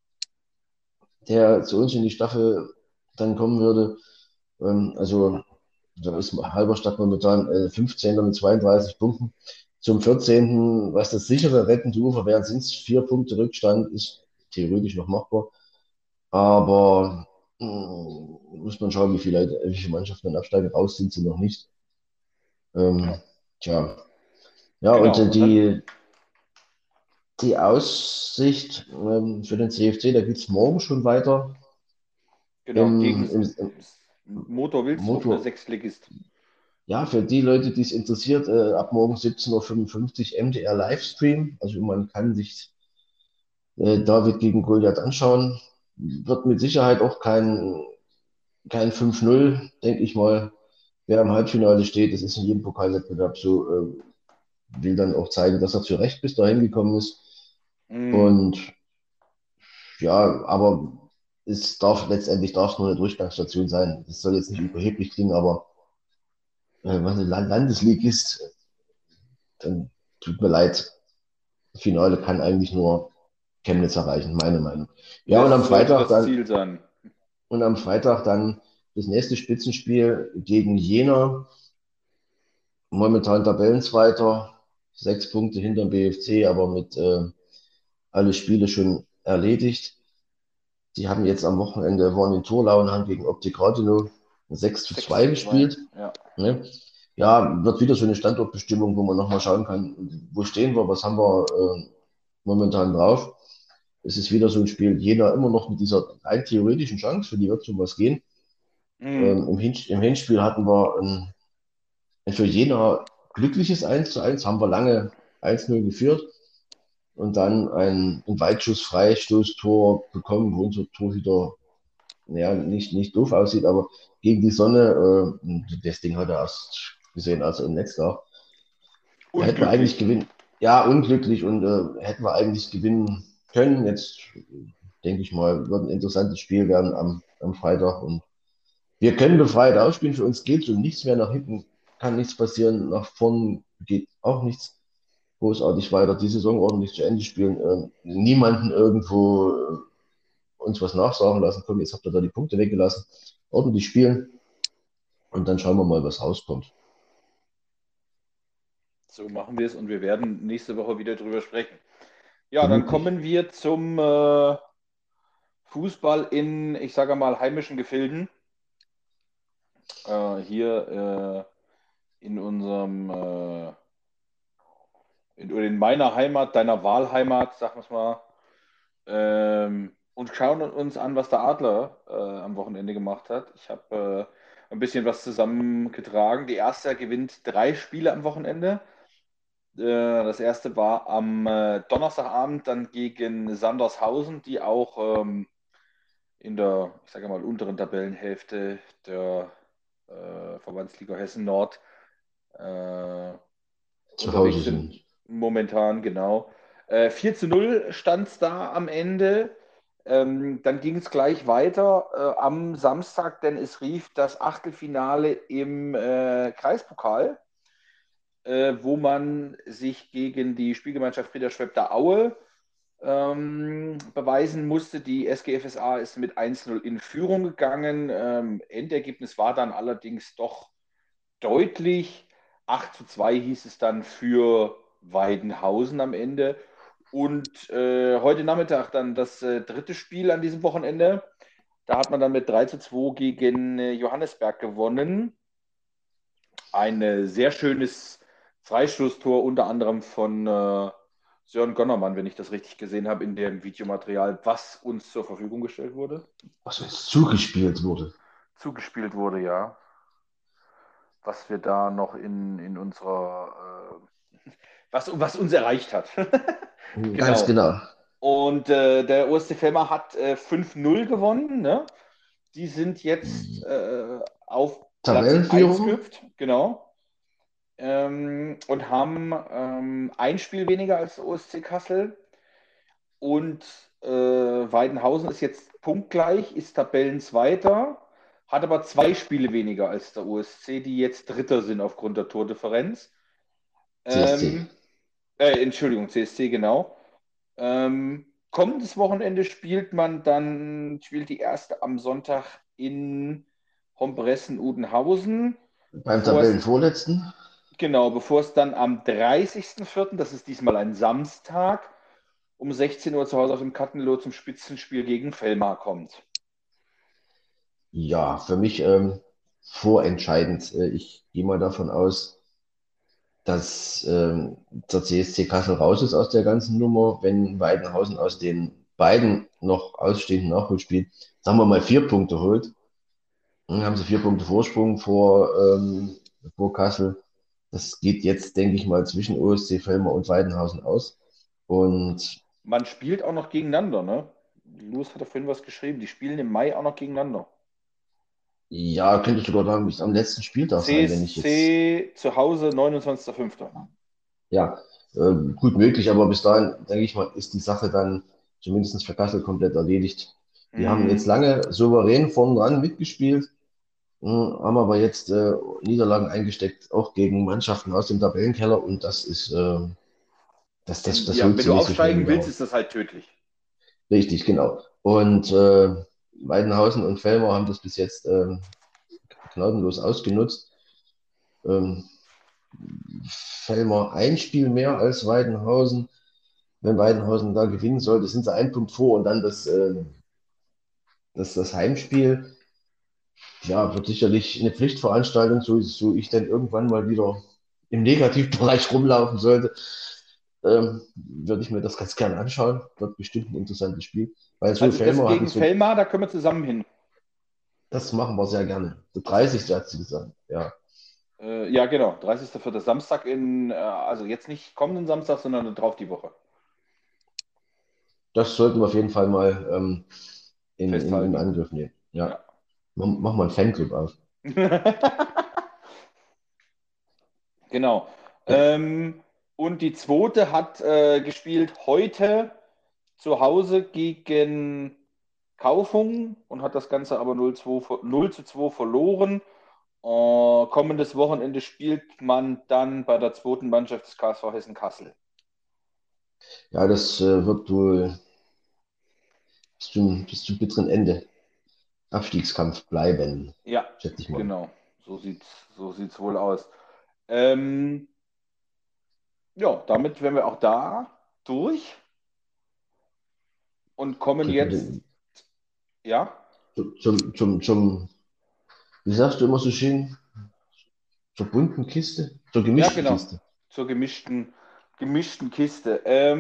der zu uns in die Staffel dann kommen würde. Also da ist Halberstadt momentan 15. mit 32 Punkten. Zum 14., was das sichere rettende Ufer wären, sind es 4 Punkte Rückstand, ist theoretisch noch machbar. Aber muss man schauen, wie viele Mannschaften dann absteigen. Raus sind sie noch nicht. ja, Ähm, tja, ja, und genau. Und dann, die Aussicht für den CFC, da geht es morgen schon weiter genau, gegen im, im, im Motor Wilsdruff, ne, Motor. Sechstligist. Ja, für die Leute, die es interessiert, ab morgen 17:55 Uhr MDR Livestream. Also man kann sich David gegen Goliath anschauen. Wird mit Sicherheit auch kein 5:0, denke ich mal. Wer im Halbfinale steht, das ist in jedem Pokalwettbewerb so, will dann auch zeigen, dass er zu Recht bis dahin gekommen ist. Mm, Und ja, aber letztendlich darf es nur eine Durchgangsstation sein. Das soll jetzt nicht überheblich klingen, aber wenn ein Landesligist, dann tut mir leid, Finale kann eigentlich nur Chemnitz erreichen, meine Meinung. Ja, das sollte das Ziel sein. Und am Freitag dann das nächste Spitzenspiel gegen Jena, momentan Tabellenzweiter, 6 Punkte hinter dem BFC, aber mit alle Spiele schon erledigt. Die haben jetzt am Wochenende waren in Torlauen, haben gegen Optik Rathenow 6 6:2 zu 2. gespielt. Ja. Ne? Ja, wird wieder so eine Standortbestimmung, wo man nochmal schauen kann, wo stehen wir, was haben wir momentan drauf. Es ist wieder so ein Spiel, Jena immer noch mit dieser rein theoretischen Chance, für die wird schon was gehen. Mm, Im Hinspiel hatten wir ein für Jena glückliches 1:1, haben wir lange 1:0 geführt und dann ein Weitschuss-Freistoßtor bekommen, wo unser Torhüter ja, nicht doof aussieht, aber gegen die Sonne, das Ding hat er erst gesehen, als er im Netz lag. Da hätten wir eigentlich unglücklich. gewinnen, ja, unglücklich und hätten wir eigentlich gewinnen können. Jetzt denke ich mal, wird ein interessantes Spiel werden am Freitag und wir können befreit ausspielen. Für uns geht um nichts mehr. Nach hinten kann nichts passieren. Nach vorn geht auch nichts großartig weiter. Die Saison ordentlich zu Ende spielen. Niemanden irgendwo uns was nachsagen lassen. Komm, jetzt habt ihr da die Punkte weggelassen. Ordentlich spielen. Und dann schauen wir mal, was rauskommt. So machen wir es und wir werden nächste Woche wieder drüber sprechen. Ja, dann Vermutlich. kommen wir zum Fußball in, ich sage mal, heimischen Gefilden. Hier in unserem, in meiner Heimat, deiner Wahlheimat, sagen wir es mal. Und schauen uns an, was der Adler am Wochenende gemacht hat. Ich habe ein bisschen was zusammengetragen. Die erste gewinnt 3 Spiele am Wochenende. Das erste war am Donnerstagabend dann gegen Sandershausen, die auch in der, ich sage mal, unteren Tabellenhälfte der Verbandsliga Hessen Nord äh, Zu Hause unterwegs sind. sind. Momentan, genau. 4:0 stand es da am Ende. Dann ging es gleich weiter am Samstag, denn es rief das Achtelfinale im Kreispokal, wo man sich gegen die Spielgemeinschaft Friederschwebder Aue beweisen musste. Die SGFSA ist mit 1:0 in Führung gegangen. Endergebnis war dann allerdings doch deutlich. 8:2 hieß es dann für Weidenhausen am Ende. Und heute Nachmittag dann das dritte Spiel an diesem Wochenende. Da hat man dann mit 3:2 gegen Johannesberg gewonnen. Ein sehr schönes Freistoßtor, unter anderem von Sören Gonnermann, wenn ich das richtig gesehen habe, in dem Videomaterial, was uns zur Verfügung gestellt wurde. Was jetzt zugespielt wurde. Zugespielt wurde, ja. Was wir da noch in unserer, was uns erreicht hat. Ganz Genau. genau. Und der OSC Velma hat 5:0 gewonnen. Ne? Die sind jetzt auf Platz eins Tabellenführung. gehüpft, genau. Und haben ein Spiel weniger als der OSC Kassel. Und Weidenhausen ist jetzt punktgleich, ist Tabellenzweiter, hat aber 2 Spiele weniger als der OSC, die jetzt Dritter sind aufgrund der Tordifferenz. CSC. Ähm, Entschuldigung, CSC, genau. Kommendes Wochenende spielt die erste am Sonntag in Hombressen-Udenhausen, Beim Tabellenvorletzten. bevor es dann am 30.04., das ist diesmal ein Samstag, um 16 Uhr zu Hause auf dem Kattenloh zum Spitzenspiel gegen Fellmar kommt. Ja, für mich vorentscheidend. Ich gehe mal davon aus, dass der CSC Kassel raus ist aus der ganzen Nummer, wenn Weidenhausen aus den beiden noch ausstehenden Nachholspielen, sagen wir mal, 4 Punkte holt. Dann haben sie 4 Punkte Vorsprung vor Kassel. Das geht jetzt, denke ich mal, zwischen OSC Velmer und Weidenhausen aus. Und Man spielt auch noch gegeneinander, ne? Louis hat da vorhin was geschrieben. Die spielen im Mai auch noch gegeneinander. ja, könnte sogar dann am letzten Spieltag sein, wenn ich jetzt, CSC zu Hause 29.05. ja, gut möglich, aber bis dahin, denke ich mal, ist die Sache dann zumindest für Kassel komplett erledigt. Die haben jetzt Hm. lange souverän vorn dran mitgespielt, haben aber jetzt Niederlagen eingesteckt, auch gegen Mannschaften aus dem Tabellenkeller und das ist, das Ja, holt wenn sie du nicht so schnell aufsteigen wieder willst, raus. ist das halt tödlich. Richtig, genau. Und Weidenhausen und Velmer haben das bis jetzt gnadenlos ausgenutzt. Ähm, Velmer ein Spiel mehr als Weidenhausen. Wenn Weidenhausen da gewinnen sollte, sind sie 1 Punkt vor und dann das Heimspiel. Ja, wird sicherlich eine Pflichtveranstaltung, so ich dann irgendwann mal wieder im Negativbereich rumlaufen sollte. Würde ich mir das ganz gerne anschauen. Wird bestimmt ein interessantes Spiel. Weil so Also das Felmer hatte gegen ich so, Fellmar, da können wir zusammen hin. das machen wir sehr gerne. Der Das ist 30. hat sie gesagt. Ja, ja genau, 30.04. Samstag also jetzt nicht kommenden Samstag, sondern drauf die Woche. das sollten wir auf jeden Fall mal in Festhalten. Angriff nehmen. Ja, Ja. machen wir einen Fanclub auf. Genau. Ja, Und die zweite hat gespielt heute zu Hause gegen Kaufung und hat das Ganze aber 0:2 verloren. Kommendes Wochenende spielt man dann bei der zweiten Mannschaft des KSV Hessen Kassel. ja, das wird wohl bis zum bitteren Ende Abstiegskampf bleiben, Ja, schätze ich mal. genau. so sieht's wohl aus. Ja, damit wären wir auch da durch und kommen Drücken wir jetzt, den, ja, zum, wie sagst du immer so schön, zur bunten Kiste, zur ja, gemischten genau, Kiste. zur gemischten Kiste.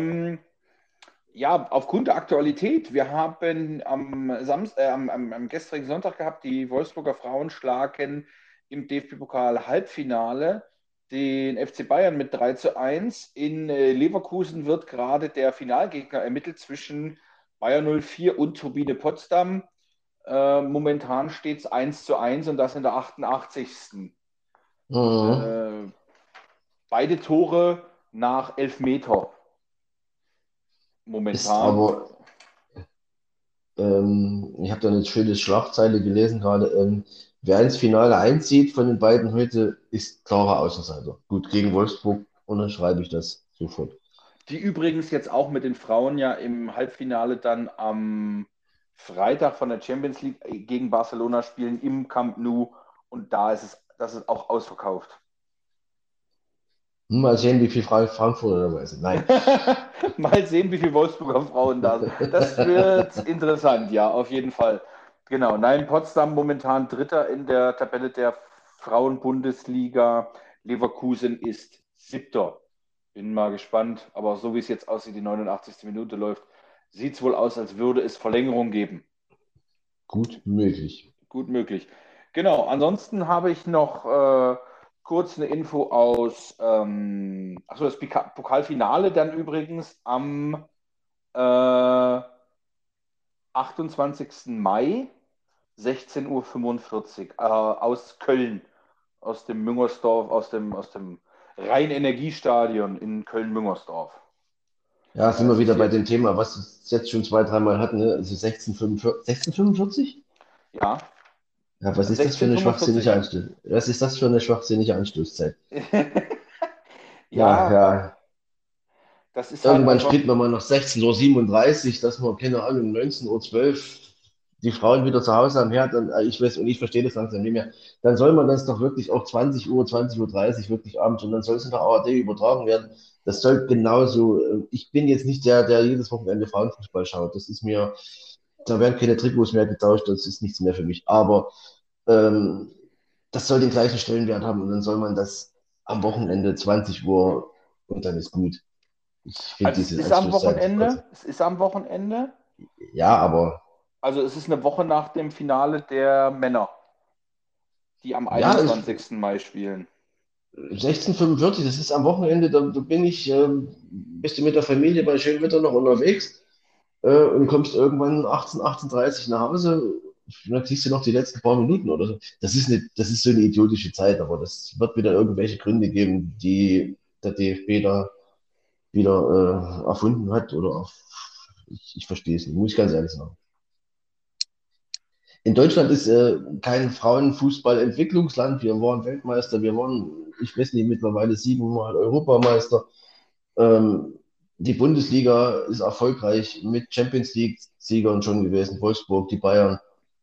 Ja, aufgrund der Aktualität, wir haben am gestrigen Sonntag gehabt, die Wolfsburger Frauen schlagen im DFB-Pokal Halbfinale den FC Bayern mit 3:1. In Leverkusen wird gerade der Finalgegner ermittelt zwischen Bayer 04 und Turbine Potsdam. Momentan steht es 1:1 und das in der 88. Mhm. Äh, beide Tore nach Elfmeter Ist momentan. aber, ich habe da eine schöne Schlagzeile gelesen gerade, wer ins Finale einzieht von den beiden heute, ist klarer Außenseiter. Gut, gegen Wolfsburg unterschreibe ich das sofort. Die übrigens jetzt auch mit den Frauen ja im Halbfinale dann am Freitag von der Champions League gegen Barcelona spielen im Camp Nou und das ist auch ausverkauft. Mal sehen, wie viel Frankfurter dabei sind. Nein. Mal sehen, wie viele Wolfsburger Frauen da sind. Das wird interessant, ja, auf jeden Fall. Genau, nein, Potsdam momentan Dritter in der Tabelle der Frauenbundesliga. Leverkusen ist Siebter. Bin mal gespannt, aber so wie es jetzt aussieht, die 89. Minute läuft, sieht es wohl aus, als würde es Verlängerung geben. Gut möglich. Gut möglich. Genau, ansonsten habe ich noch kurz eine Info aus, achso, das Pokalfinale dann übrigens am 28. Mai, 16:45 Uhr, aus Köln, aus dem Müngersdorf, aus dem Rhein-Energiestadion in Köln-Müngersdorf. Ja, sind wir Es ist wieder bei dem jetzt, Thema, was wir jetzt schon zwei, dreimal hatten, ne? Also 16:45, 16:45? ja, Ja, was ist das für eine schwachsinnige 16:45. Anstoß? Was ist das für eine schwachsinnige Anstoßzeit? Ja, Ja, ja. das ist halt Irgendwann einfach, spielt man mal noch 16:37 Uhr, dass man, keine Ahnung, 19:12 Uhr die Frauen wieder zu Hause am Herd, dann, ich weiß, und ich verstehe das langsam nicht mehr, dann soll man das doch wirklich auch 20 Uhr, 20:30 Uhr wirklich abends und dann soll es in der ARD übertragen werden. Das soll genauso, ich bin jetzt nicht der jedes Wochenende Frauenfußball schaut. Das ist mir, da werden keine Trikots mehr getauscht, das ist nichts mehr für mich. Aber ähm, das soll den gleichen Stellenwert haben und dann soll man das am Wochenende 20 Uhr und dann ist gut. Ich finde also diese Anstoßzeiten zum Kotzen. Es ist am Wochenende, Ja, aber also es ist eine Woche nach dem Finale der Männer, die am ja, 21. Mai spielen. 16:45, das ist am Wochenende, da bin ich, bist du mit der Familie bei schönem Wetter noch unterwegs und kommst irgendwann 18:30 nach Hause. Und dann kriegst du noch die letzten paar Minuten oder so. Das ist so eine idiotische Zeit, aber das wird wieder irgendwelche Gründe geben, die der DFB da wieder erfunden hat oder ich verstehe es nicht, muss ich ganz ehrlich sagen. In Deutschland ist kein Frauenfußball-Entwicklungsland. Wir waren Weltmeister, wir waren, ich weiß nicht, mittlerweile 7-mal Europameister. Ähm, die Bundesliga ist erfolgreich mit Champions League-Siegern schon gewesen, Wolfsburg, die Bayern.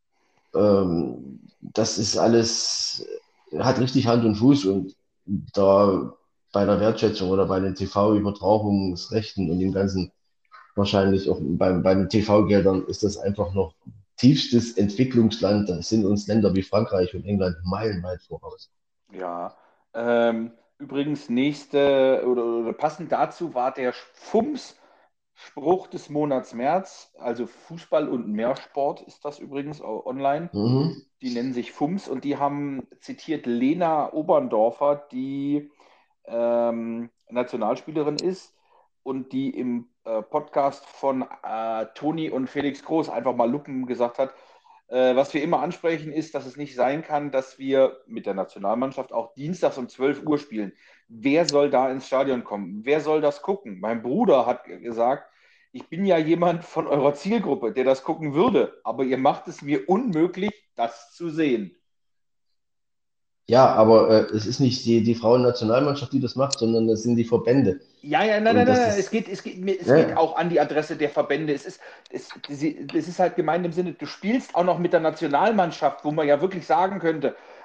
Das ist alles, hat richtig Hand und Fuß und da bei der Wertschätzung oder bei den TV-Übertragungsrechten und dem ganzen wahrscheinlich auch bei den TV-Geldern ist das einfach noch tiefstes Entwicklungsland. Da sind uns Länder wie Frankreich und England meilenweit voraus. Ja, übrigens oder passend dazu war der FUMS-Spruch des Monats März, also Fußball und Mehrsport ist das übrigens auch online. Mhm. Die nennen sich FUMS und die haben zitiert Lena Oberndorfer, die Nationalspielerin ist und die im Podcast von Toni und Felix Groß einfach mal Lupen gesagt hat, was wir immer ansprechen, ist, dass es nicht sein kann, dass wir mit der Nationalmannschaft auch dienstags um 12 Uhr spielen. Wer soll da ins Stadion kommen? Wer soll das gucken? Mein Bruder hat gesagt, ich bin ja jemand von eurer Zielgruppe, der das gucken würde, aber ihr macht es mir unmöglich, das zu sehen. Ja, aber es ist nicht die Frauennationalmannschaft, die das macht, sondern das sind die Verbände. Ja, ja, nein, nein, Und nein, das nein. ist, Es geht ne? auch an die Adresse der Verbände. Es ist halt gemeint im Sinne, du spielst auch noch mit der Nationalmannschaft, wo man ja wirklich sagen könnte,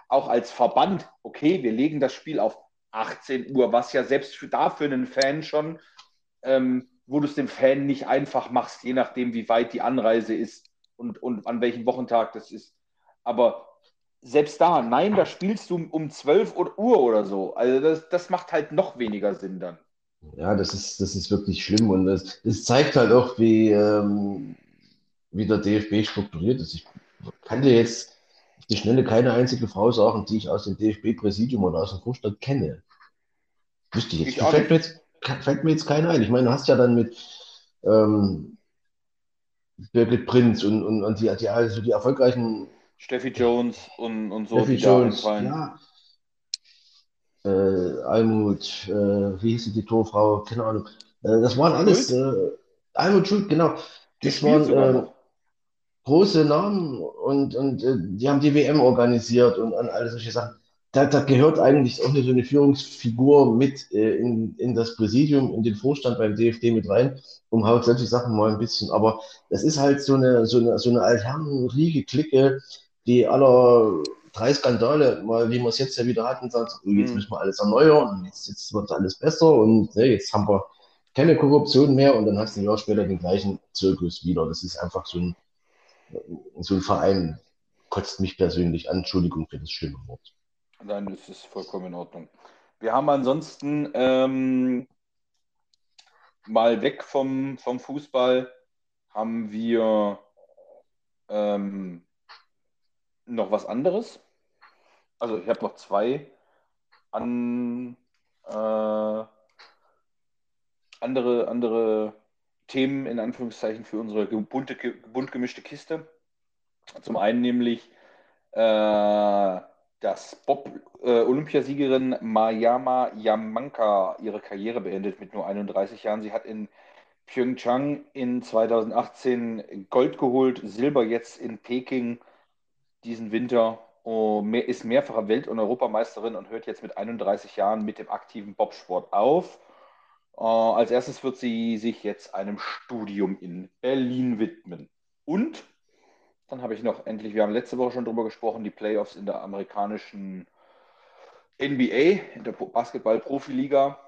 auch als Verband, okay, wir legen das Spiel auf 18 Uhr, was ja selbst für einen Fan schon, wo du es dem Fan nicht einfach machst, je nachdem, wie weit die Anreise ist und an welchem Wochentag das ist. Aber selbst da, nein, da spielst du um 12 Uhr oder so. Also das macht halt noch weniger Sinn dann. Ja, das ist wirklich schlimm und das zeigt halt auch, wie der DFB strukturiert ist. Ich kann dir jetzt auf die Schnelle keine einzige Frau sagen, die ich aus dem DFB-Präsidium oder aus dem Vorstand kenne. Wüsste ich jetzt. Ich auch nicht. Fällt mir jetzt keiner ein. Ich meine, du hast ja dann mit ähm, Birgit Prinz und also die erfolgreichen Steffi Jones und so, Steffi die da Jones, einfallen. ja, Almut, wie hieß sie, die Torfrau, keine Ahnung. Das waren alles, Schuld? Almut Schuld, genau. Die Das spielt waren sogar noch. große Namen und die haben die WM organisiert und all solche Sachen. Da gehört eigentlich auch so eine Führungsfigur mit in das Präsidium, in den Vorstand beim DFB mit rein, um halt solche Sachen mal ein bisschen. Aber das ist halt so eine altherrenriege Clique, die aller drei Skandale, mal wie wir es jetzt ja wieder hatten, sagt, oh, jetzt Hm. müssen wir alles erneuern und jetzt wird alles besser und jetzt haben wir keine Korruption mehr und dann hast du ein Jahr später den gleichen Zirkus wieder. Das ist einfach so ein Verein kotzt mich persönlich an. Entschuldigung für das schlimme Wort. Dann ist es vollkommen in Ordnung. Wir haben ansonsten mal weg vom Fußball, haben wir noch was anderes. Also ich habe noch zwei an, andere Themen in Anführungszeichen für unsere bunt gemischte Kiste. Zum einen nämlich dass Bob-Olympiasiegerin Mayama Yamanka ihre Karriere beendet mit nur 31 Jahren. Sie hat in Pyeongchang in 2018 Gold geholt, Silber jetzt in Peking diesen Winter, ist mehrfache Welt- und Europameisterin und hört jetzt mit 31 Jahren mit dem aktiven Bobsport auf. Als erstes wird sie sich jetzt einem Studium in Berlin widmen. Und dann habe ich noch endlich, wir haben letzte Woche schon drüber gesprochen, die Playoffs in der amerikanischen NBA, in der Basketball-Profiliga.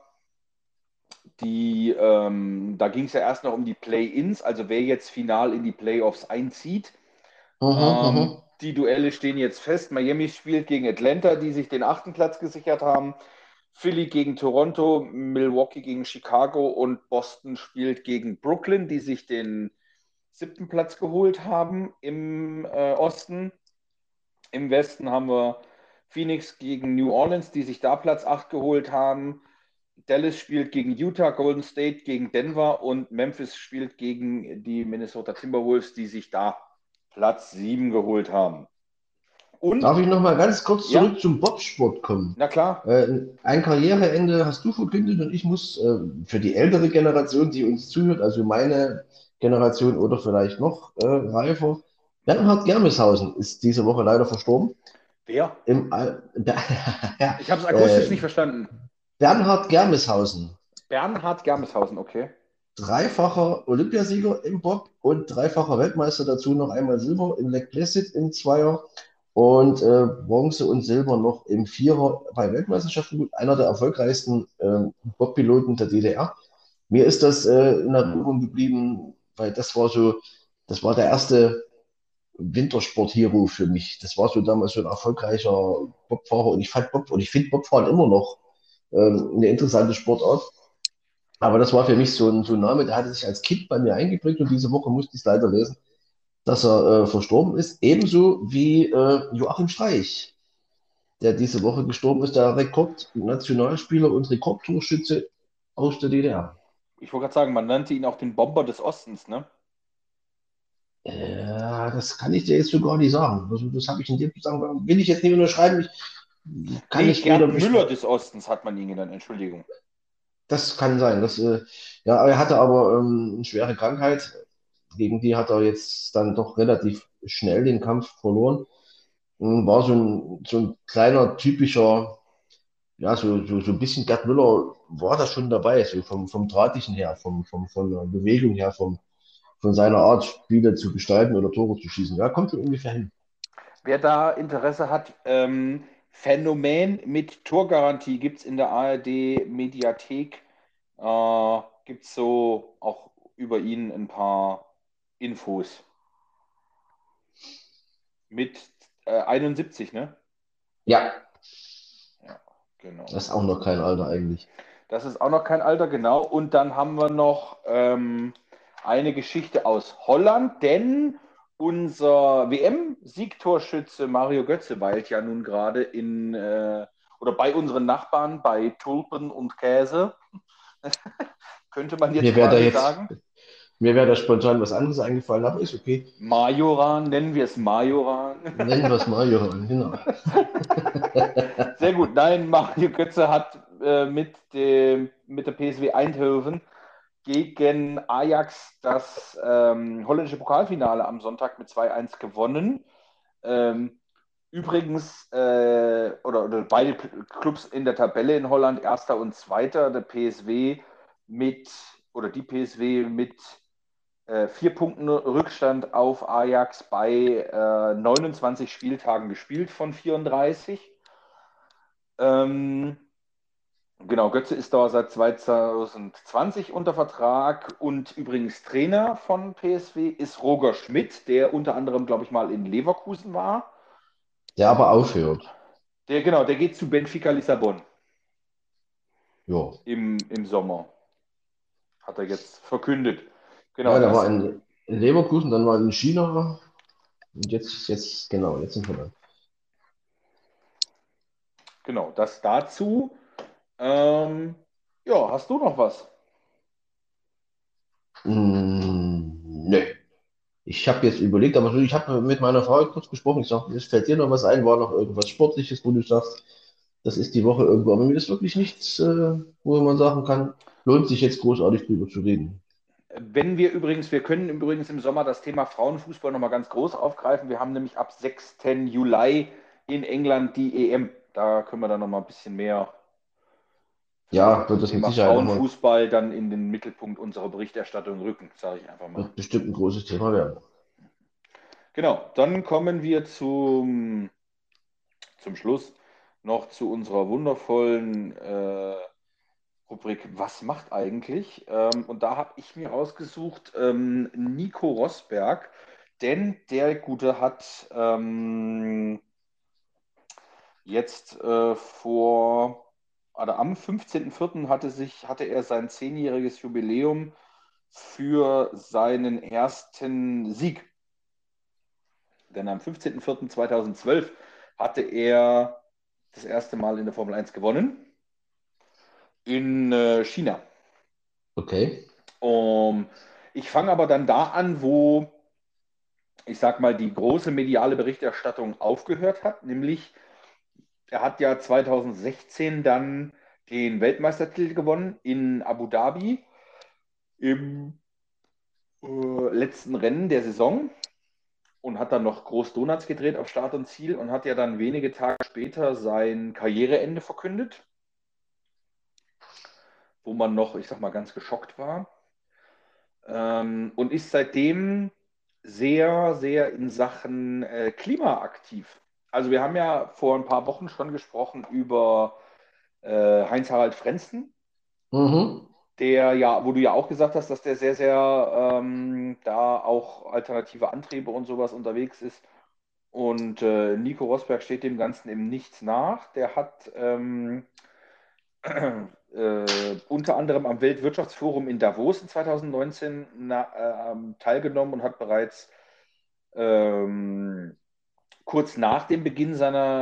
Da ging es ja erst noch um die Play-ins, also wer jetzt final in die Playoffs einzieht. Mhm, mhm. Die Duelle stehen jetzt fest. Miami spielt gegen Atlanta, die sich den 8. Platz gesichert haben. Philly gegen Toronto, Milwaukee gegen Chicago und Boston spielt gegen Brooklyn, die sich den 7. Platz geholt haben im Osten. Im Westen haben wir Phoenix gegen New Orleans, die sich da Platz 8 geholt haben. Dallas spielt gegen Utah, Golden State gegen Denver und Memphis spielt gegen die Minnesota Timberwolves, die sich da Platz 7 geholt haben. Und Darf ich noch mal ganz kurz ja, zurück zum Bobsport kommen? na klar, Ein Karriereende hast du verkündet und ich muss für die ältere Generation, die uns zuhört, also meine Generation oder vielleicht noch reifer, Bernhard Germeshausen ist diese Woche leider verstorben. wer? Ja, Ich habe es akustisch nicht verstanden. Bernhard Germeshausen. Bernhard Germeshausen, okay. Dreifacher Olympiasieger im Bob und dreifacher Weltmeister, dazu noch einmal Silber im Lake Placid im Zweier und Bronze und Silber noch im Vierer bei Weltmeisterschaften. Einer der erfolgreichsten Bob-Piloten der DDR. Mir ist das in Erinnerung geblieben, weil das war der erste Wintersport-Hero für mich. Das war so damals so ein erfolgreicher Bobfahrer und ich finde Bobfahren immer noch eine interessante Sportart. Aber das war für mich so ein Name, der hatte sich als Kind bei mir eingeprägt und diese Woche musste ich es leider lesen, dass er verstorben ist. Ebenso wie Joachim Streich, der diese Woche gestorben ist, der Rekordnationalspieler und Rekordtorschütze aus der DDR. Ich wollte gerade sagen, man nannte ihn auch den Bomber des Ostens, ne? Das kann ich dir jetzt so gar nicht sagen. Also, das habe ich in dem Zusammenhang, will ich jetzt nicht unterschreiben. Ich kann Nee, es weder Gerd Müller bestätigen. des Ostens hat man ihn genannt, Entschuldigung. Das kann sein. Ja, er hatte aber eine schwere Krankheit. Gegen die hat er jetzt dann doch relativ schnell den Kampf verloren. War so ein kleiner, typischer, ja, so ein bisschen Gerd Müller war da schon dabei, so vom Drahtischen her, von der Bewegung her, von seiner Art, Spiele zu gestalten oder Tore zu schießen. Ja, kommt schon ungefähr hin. Wer da Interesse hat, Phänomen mit Torgarantie gibt es in der ARD-Mediathek. Gibt es so auch über ihn ein paar Infos. Mit 71, ne? Ja, Ja, genau. das ist auch noch kein Alter eigentlich. Das ist auch noch kein Alter, genau. Und dann haben wir noch eine Geschichte aus Holland, denn unser WM-Siegtorschütze Mario Götze weilt ja nun gerade oder bei unseren Nachbarn bei Tulpen und Käse, könnte man jetzt Mir wäre da quasi jetzt, sagen. mir wäre da spontan was anderes eingefallen, aber ist okay. Majoran, nennen wir es Majoran. Nennen wir es mal Johann, genau. Sehr gut. Nein, Mario Götze hat mit der PSW Eindhoven gegen Ajax das holländische Pokalfinale am Sonntag mit 2:1 gewonnen. Ähm, übrigens, oder beide Clubs in der Tabelle in Holland, erster und zweiter, der PSW mit, oder die PSW mit 4 Punkten Rückstand auf Ajax bei 29 Spieltagen gespielt von 34. Ähm, Genau, Götze ist da seit 2020 unter Vertrag und übrigens Trainer von PSW ist Roger Schmidt, der unter anderem, glaube ich, mal in Leverkusen war. Der aber aufhört. Der geht zu Benfica Lissabon Ja. im Sommer, hat er jetzt verkündet. Genau, Ja, der war in Leverkusen, dann war er in China und genau, jetzt sind wir da. das dazu. Ähm, ja, hast du noch was? Nö. Ich habe jetzt überlegt, aber ich habe mit meiner Frau kurz gesprochen. Ich sage, es fällt dir noch was ein? War noch irgendwas Sportliches, wo du sagst, das ist die Woche irgendwo. Aber mir ist wirklich nichts, wo man sagen kann, lohnt sich jetzt großartig drüber zu reden. Wir können übrigens im Sommer das Thema Frauenfußball nochmal ganz groß aufgreifen. Wir haben nämlich ab 6. Juli in England die EM. Da können wir dann nochmal ein bisschen mehr Ja, zum wird das mit Thema Sicherheit nochmal, Frauenfußball dann in den Mittelpunkt unserer Berichterstattung rücken, sage ich einfach mal. wird bestimmt ein großes Thema werden. Genau, dann kommen wir zum Schluss noch zu unserer wundervollen Rubrik Was macht eigentlich? Und da habe ich mir ausgesucht Nico Rosberg, denn der Gute hat jetzt oder am 15.04. hatte er sein 10-jähriges Jubiläum für seinen ersten Sieg. Denn am 15.04.2012 hatte er das erste Mal in der Formel 1 gewonnen in China. Okay. Ich fange aber dann da an, wo ich sag mal die große mediale Berichterstattung aufgehört hat, nämlich er hat ja 2016 dann den Weltmeistertitel gewonnen in Abu Dhabi im letzten Rennen der Saison und hat dann noch groß Donuts gedreht auf Start und Ziel und hat ja dann wenige Tage später sein Karriereende verkündet, wo man noch, ich sag mal, ganz geschockt war. Und ist seitdem sehr, sehr in Sachen Klima aktiv. Also wir haben ja vor ein paar Wochen schon gesprochen über Heinz-Harald Frenzen, Mhm. wo du ja auch gesagt hast, dass der sehr, sehr da auch alternative Antriebe und sowas unterwegs ist. Und Nico Rosberg steht dem Ganzen im Nichts nach. Der hat unter anderem am Weltwirtschaftsforum in Davos in 2019 teilgenommen und hat bereits ähm, kurz nach dem Beginn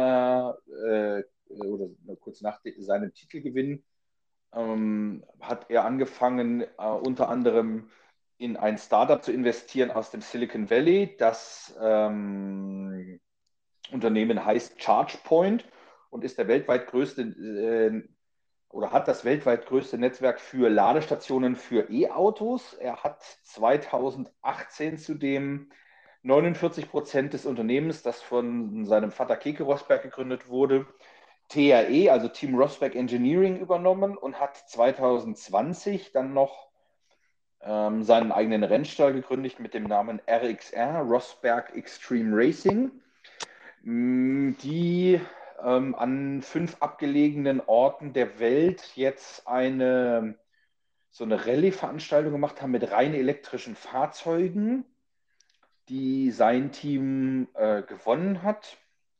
oder kurz nach seinem Titelgewinn hat er angefangen, unter anderem in ein Startup zu investieren aus dem Silicon Valley. Das Unternehmen heißt ChargePoint und ist der weltweit größte oder hat das weltweit größte Netzwerk für Ladestationen für E-Autos. Er hat 2018 zudem 49% des Unternehmens, das von seinem Vater Keke Rosberg gegründet wurde, TRE, also Team Rosberg Engineering, übernommen und hat 2020 dann noch seinen eigenen Rennstall gegründet mit dem Namen RXR, Rosberg Extreme Racing. Die an 5 abgelegenen Orten der Welt jetzt so eine Rallye-Veranstaltung gemacht haben mit rein elektrischen Fahrzeugen, die sein Team gewonnen hat.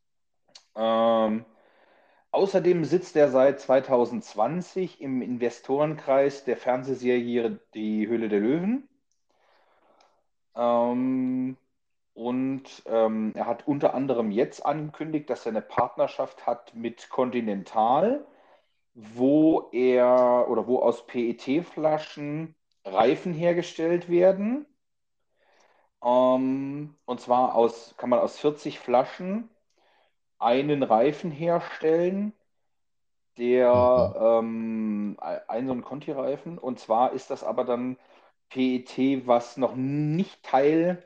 Außerdem sitzt er seit 2020 im Investorenkreis der Fernsehserie Die Höhle der Löwen. Er hat unter anderem jetzt angekündigt, dass er eine Partnerschaft hat mit Continental, wo aus PET-Flaschen Reifen hergestellt werden. Und zwar kann man aus 40 Flaschen einen Reifen herstellen, ein so ein Conti-Reifen. Und zwar ist das aber dann PET, was noch nicht Teil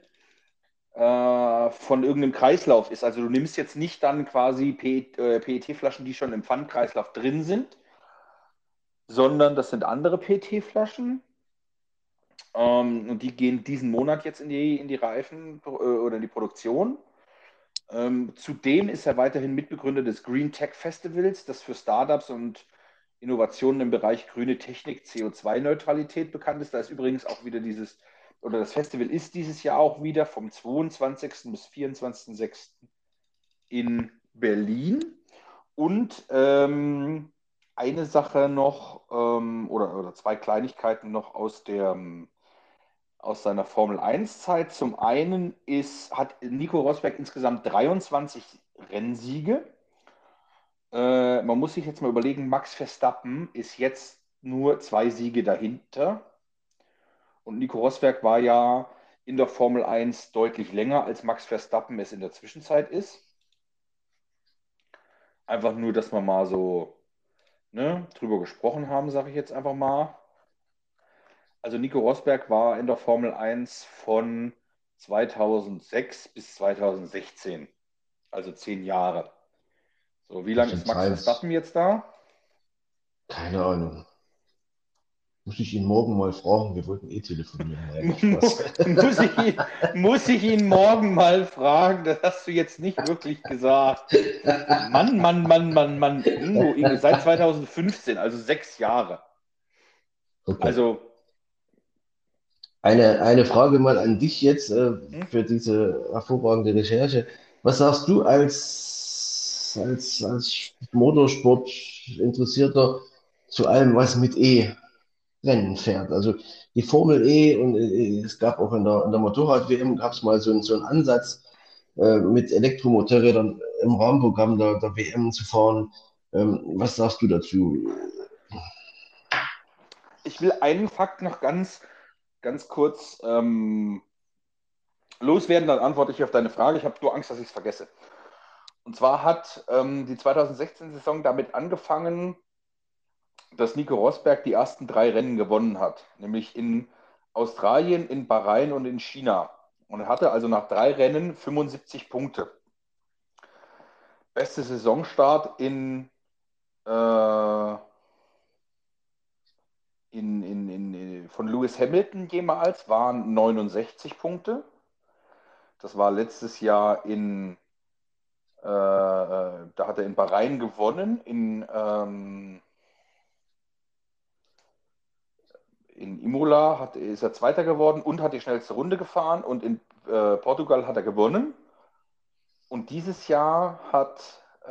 von irgendeinem Kreislauf ist. Also du nimmst jetzt nicht dann quasi PET-Flaschen, die schon im Pfandkreislauf drin sind, sondern das sind andere PET-Flaschen. Und die gehen diesen Monat jetzt in die Reifen oder in die Produktion. Zudem ist er weiterhin Mitbegründer des Green Tech Festivals, das für Startups und Innovationen im Bereich grüne Technik, CO2-Neutralität bekannt ist. Da ist übrigens auch wieder das Festival ist dieses Jahr auch wieder vom 22. bis 24.06. in Berlin. Und eine Sache noch, oder zwei Kleinigkeiten noch aus seiner Formel-1-Zeit. Zum einen hat Nico Rosberg insgesamt 23 Rennsiege. Man muss sich jetzt mal überlegen, Max Verstappen ist jetzt nur 2 Siege dahinter. Und Nico Rosberg war ja in der Formel 1 deutlich länger, als Max Verstappen es in der Zwischenzeit ist. Einfach nur, dass wir mal so drüber gesprochen haben, sage ich jetzt einfach mal. Also Nico Rosberg war in der Formel 1 von 2006 bis 2016, also 10 Jahre. So, wie Das lange ist sind Max Zeit, Verstappen jetzt da? keine Ahnung. Muss ich ihn morgen mal fragen? Wir wollten telefonieren. Nein, Mu- Spaß. muss ich ihn morgen mal fragen? Das hast du jetzt nicht wirklich gesagt. Mann, Mann, Mann, Mann, Mann. Ingo, seit 2015, also 6 Jahre. Okay. Also, Eine Frage mal an dich jetzt hm? für diese hervorragende Recherche. Was sagst du als Motorsport-Interessierter zu allem, was mit E-Rennen fährt? Also die Formel E und es gab auch in der Motorrad-WM gab es mal so einen Ansatz, mit Elektromotorrädern im Rahmenprogramm der WM zu fahren. Was sagst du dazu? Ich will einen Fakt noch ganz kurz loswerden, dann antworte ich auf deine Frage. Ich habe nur Angst, dass ich es vergesse. Und zwar hat die 2016-Saison damit angefangen, dass Nico Rosberg die ersten 3 Rennen gewonnen hat, nämlich in Australien, in Bahrain und in China. Und er hatte also nach 3 Rennen 75 Punkte. Beste Saisonstart äh, von Lewis Hamilton jemals waren 69 Punkte. Das war letztes Jahr da hat er in Bahrain gewonnen, in Imola ist er Zweiter geworden und hat die schnellste Runde gefahren und in Portugal hat er gewonnen. Und dieses Jahr hat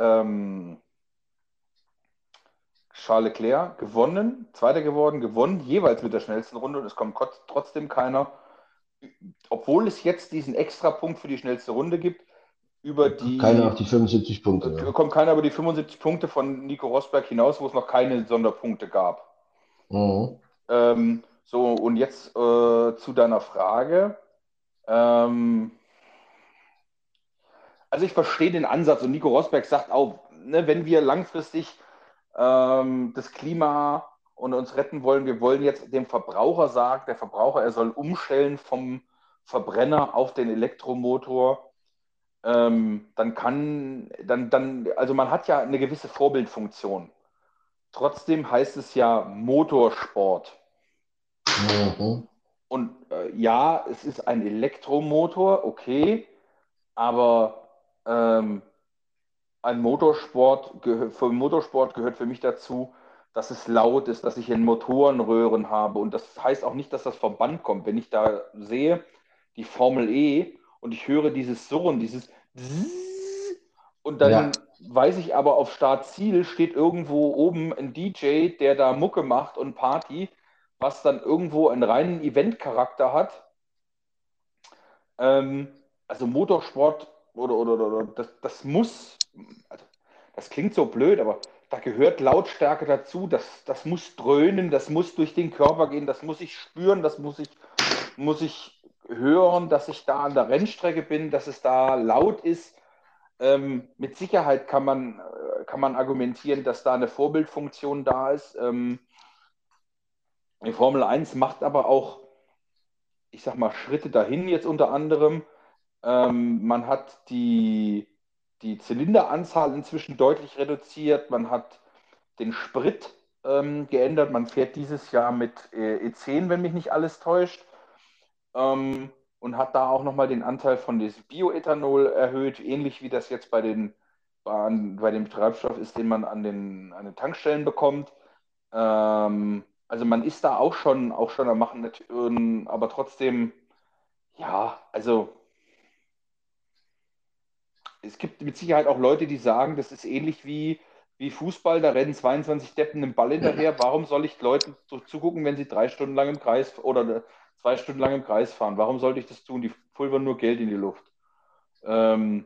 Charles Leclerc gewonnen, Zweiter geworden, gewonnen, jeweils mit der schnellsten Runde und es kommt trotzdem keiner, obwohl es jetzt diesen Extrapunkt für die schnellste Runde gibt, Keiner auf die 75 Punkte. Ja. kommt keiner über die 75 Punkte von Nico Rosberg hinaus, wo es noch keine Sonderpunkte gab. Mhm. So, und jetzt zu deiner Frage. Ähm, also ich verstehe den Ansatz und Nico Rosberg sagt auch, ne, wenn wir langfristig das Klima und uns retten wollen, wir wollen jetzt dem Verbraucher sagen, der Verbraucher, er soll umstellen vom Verbrenner auf den Elektromotor. Also man hat ja eine gewisse Vorbildfunktion. Trotzdem heißt es ja Motorsport. Mhm. Und ja, es ist ein Elektromotor, okay, aber Für Motorsport gehört für mich dazu, dass es laut ist, dass ich Motorenröhren habe. Und das heißt auch nicht, dass das vom Band kommt. Wenn ich da sehe, die Formel E und ich höre dieses Surren, dieses Zzzz, und Ja, dann weiß ich aber, auf Start-Ziel steht irgendwo oben ein DJ, der da Mucke macht und Party, was dann irgendwo einen reinen Event-Charakter hat. Ähm, also Motorsport oder das muss, also das klingt so blöd, aber da gehört Lautstärke dazu, das muss dröhnen, das muss durch den Körper gehen, das muss ich spüren, muss ich hören, dass ich da an der Rennstrecke bin, dass es da laut ist. Mit Sicherheit kann man argumentieren, dass da eine Vorbildfunktion da ist. Die Formel 1 macht aber auch, ich sag mal, Schritte dahin jetzt unter anderem. Man hat die Zylinderanzahl inzwischen deutlich reduziert. Man hat den Sprit geändert. Man fährt dieses Jahr mit E10, wenn mich nicht alles täuscht. Und hat da auch nochmal den Anteil von diesem Bioethanol erhöht, ähnlich wie das jetzt bei dem Treibstoff ist, den man an den Tankstellen bekommt. Also man ist da auch schon am Machen, aber trotzdem, ja, also es gibt mit Sicherheit auch Leute, die sagen, das ist ähnlich wie Fußball, da rennen 22 Deppen einen Ball hinterher. Warum soll ich Leuten zugucken, wenn sie 3 Stunden lang im Kreis oder 2 Stunden lang im Kreis fahren? Warum sollte ich das tun? Die pulvern nur Geld in die Luft. Ähm,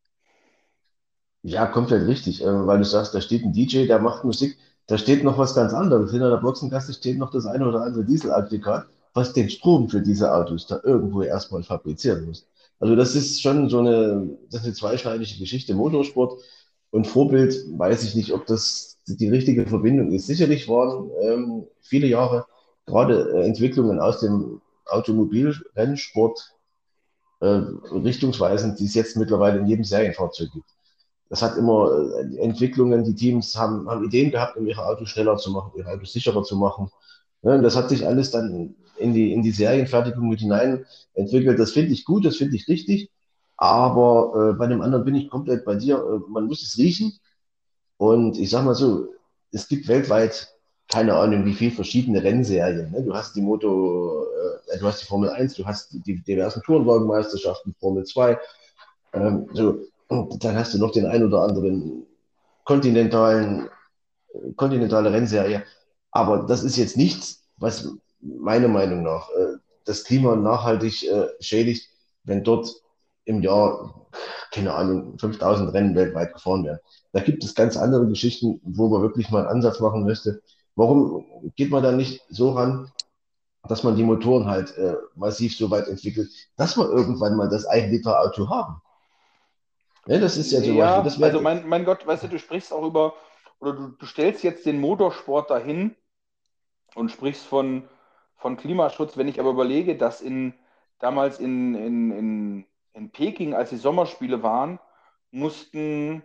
ja, komplett richtig, weil du sagst, da steht ein DJ, der macht Musik, da steht noch was ganz anderes. Hinter der Boxengasse steht noch das eine oder andere Dieselaggregat, was den Strom für diese Autos da irgendwo erstmal fabrizieren muss. Also das ist schon das ist eine zweischneidige Geschichte. Motorsport und Vorbild, weiß ich nicht, ob das die richtige Verbindung ist. Sicherlich waren viele Jahre gerade Entwicklungen aus dem Automobilrennsport richtungsweisend, die es jetzt mittlerweile in jedem Serienfahrzeug gibt. Das hat immer Entwicklungen, die Teams haben Ideen gehabt, um ihre Autos schneller zu machen, ihre Autos sicherer zu machen. Ja, und das hat sich alles dann in die Serienfertigung mit hinein entwickelt. Das finde ich gut, das finde ich richtig. Aber bei dem anderen bin ich komplett bei dir. Man muss es riechen. Und ich sag mal so, es gibt weltweit keine Ahnung, wie viele verschiedene Rennserien. Ne? Du hast die Formel 1, du hast die diversen Tourenwagenmeisterschaften, Formel 2. So, und dann hast du noch den ein oder anderen kontinentalen, kontinentale Rennserie. Aber das ist jetzt nichts, was meiner Meinung nach das Klima nachhaltig schädigt, wenn dort im Jahr, keine Ahnung, 5000 Rennen weltweit gefahren werden. Da gibt es ganz andere Geschichten, wo man wirklich mal einen Ansatz machen müsste. Warum geht man da nicht so ran, dass man die Motoren halt massiv so weit entwickelt, dass wir irgendwann mal das 1 Liter Auto haben? Ja, das ist ja zum Beispiel, ja, also mein Gott, weißt du, du sprichst auch über, oder du stellst jetzt den Motorsport dahin und sprichst von Klimaschutz. Wenn ich aber überlege, dass damals in Peking, als die Sommerspiele waren, mussten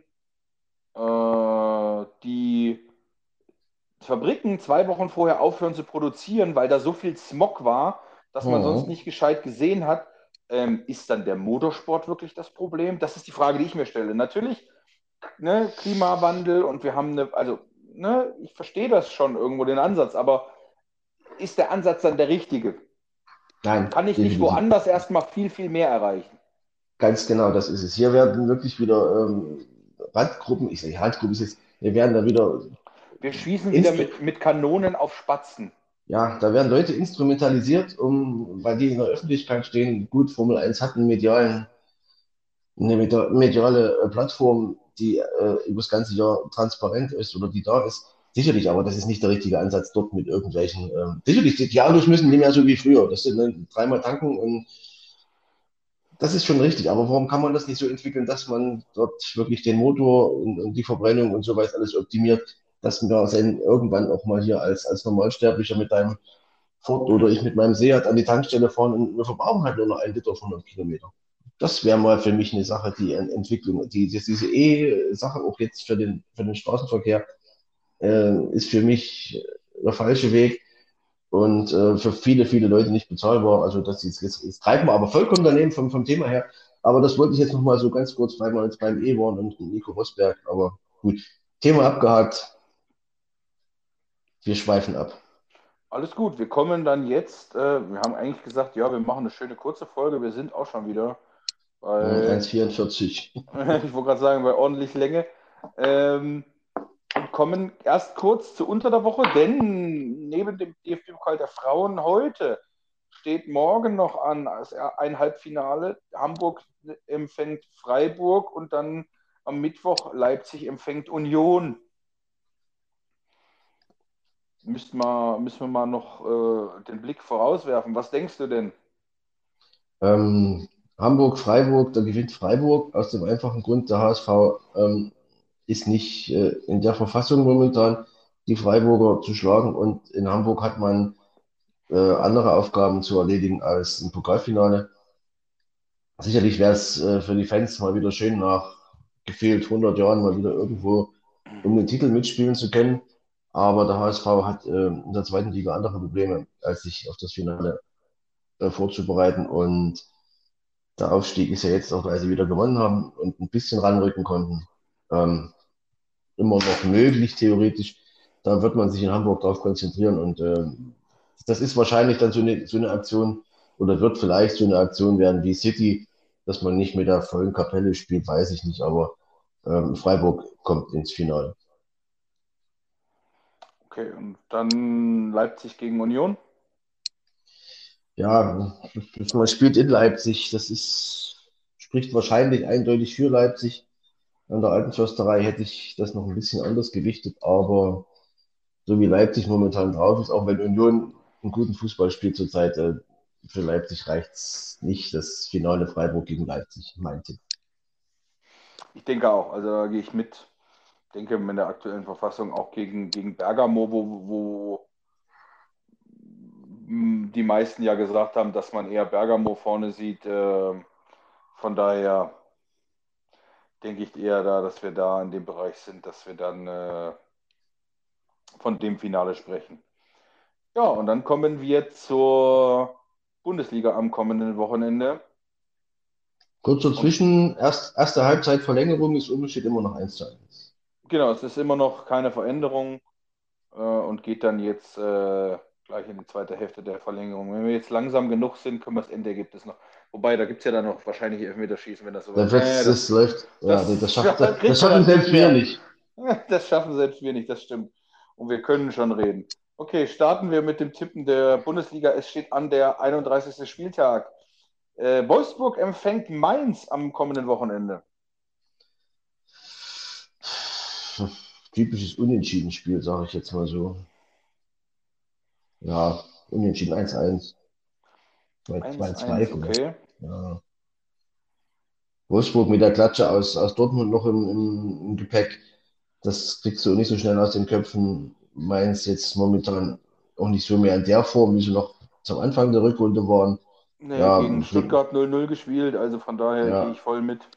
die Fabriken 2 Wochen vorher aufhören zu produzieren, weil da so viel Smog war, dass man sonst Mhm. nicht gescheit gesehen hat. Ist dann der Motorsport wirklich das Problem? Das ist die Frage, die ich mir stelle. Natürlich, ne, Klimawandel und wir haben also, ne, ich verstehe das schon irgendwo, den Ansatz, aber ist der Ansatz dann der richtige? Nein, Kann ich nicht definitiv. woanders erstmal viel mehr erreichen? Ganz genau, das ist es. Hier werden wirklich wieder Randgruppen, ich sage Randgruppen ist jetzt, hier werden da wieder Wir schießen wieder Instru mit Kanonen auf Spatzen. ja, da werden Leute instrumentalisiert, weil die in der Öffentlichkeit stehen. Gut, Formel 1 hat eine mediale Plattform, die über das ganze Jahr transparent ist oder die da ist. Sicherlich, aber das ist nicht der richtige Ansatz dort mit irgendwelchen. Sicherlich, die Autos müssen nicht mehr so wie früher. Das sind dreimal tanken und das ist schon richtig, aber warum kann man das nicht so entwickeln, dass man dort wirklich den Motor und die Verbrennung und so weiter alles optimiert, dass wir dann irgendwann auch mal hier als Normalsterblicher mit deinem Ford oder ich mit meinem Seat an die Tankstelle fahren und wir verbrauchen halt nur noch 1 Liter auf 100 Kilometer. Das wäre mal für mich eine Sache, die Entwicklung, diese E-Sache auch jetzt für den Straßenverkehr ist für mich der falsche Weg und für viele Leute nicht bezahlbar. Also das treiben wir aber vollkommen daneben vom Thema her. Aber das wollte ich jetzt nochmal so ganz kurz, weil wir jetzt beim E waren und Nico Rosberg. Aber gut, Thema abgehakt. Wir schweifen ab. Alles gut, wir kommen dann jetzt, wir haben eigentlich gesagt, ja, wir machen eine schöne kurze Folge, wir sind auch schon wieder bei, 1,44. ich wollte gerade sagen, bei ordentlich Länge. Ähm, und kommen erst kurz zu unter der Woche, denn neben dem DFB-Pokal der Frauen heute steht morgen noch an als ein Halbfinale. Hamburg empfängt Freiburg und dann am Mittwoch Leipzig empfängt Union. Müssen wir mal noch den Blick vorauswerfen. Was denkst du denn? Ähm, Hamburg-Freiburg, da gewinnt Freiburg aus dem einfachen Grund, der HSV ist nicht in der Verfassung momentan, die Freiburger zu schlagen. Und in Hamburg hat man andere Aufgaben zu erledigen als im Pokalfinale. Sicherlich wäre es für die Fans mal wieder schön, nach gefehlt 100 Jahren mal wieder irgendwo um den Titel mitspielen zu können. Aber der HSV hat in der zweiten Liga andere Probleme, als sich auf das Finale vorzubereiten. Und der Aufstieg ist ja jetzt auch, weil sie wieder gewonnen haben und ein bisschen ranrücken konnten, ähm, immer noch möglich, theoretisch. Da wird man sich in Hamburg darauf konzentrieren. Und das ist wahrscheinlich dann so eine Aktion oder wird vielleicht so eine Aktion werden wie City, dass man nicht mit der vollen Kapelle spielt, weiß ich nicht. Aber Freiburg kommt ins Finale. Okay, und dann Leipzig gegen Union. Ja, man spielt in Leipzig. Spricht wahrscheinlich eindeutig für Leipzig. An der alten Försterei hätte ich das noch ein bisschen anders gewichtet, aber so wie Leipzig momentan drauf ist, auch wenn Union einen guten Fußball spielt zurzeit, für Leipzig reicht es nicht. Das Finale Freiburg gegen Leipzig, mein Tipp. Ich denke auch, also da gehe ich mit. Ich denke mit der aktuellen Verfassung auch gegen Bergamo, wo die meisten ja gesagt haben, dass man eher Bergamo vorne sieht. Von daher denke ich eher da, dass wir da in dem Bereich sind, dass wir dann von dem Finale sprechen. Ja, und dann kommen wir zur Bundesliga am kommenden Wochenende. Kurz Und dazwischen, erste Halbzeit Verlängerung ist Unterschied immer noch 1:1. genau, es ist immer noch keine Veränderung und geht dann jetzt gleich in die zweite Hälfte der Verlängerung. Wenn wir jetzt langsam genug sind, können wir das Endergebnis noch. Wobei, da gibt es ja dann noch wahrscheinlich Elfmeterschießen, wenn das so. Nee, Das läuft, ja, das das kriegen wir schaffen dann nicht selbst wir mehr. nicht. Das schaffen selbst wir nicht, das stimmt. Und wir können schon reden. Okay, starten wir mit dem Tippen der Bundesliga. Es steht an der 31. Spieltag. Wolfsburg empfängt Mainz am kommenden Wochenende. Typisches Unentschieden-Spiel, sage ich jetzt mal so. Ja, Unentschieden 1:1, 2:2 1-1, vielleicht. okay. Ja. Wolfsburg mit der Klatsche aus Dortmund noch im Gepäck. Das kriegst du nicht so schnell aus den Köpfen. Mainz jetzt momentan auch nicht so mehr in der Form, wie sie noch zum Anfang der Rückrunde waren. Nee, Ja, gegen Stuttgart 0-0 gespielt, also von daher gehe ja, ich voll mit.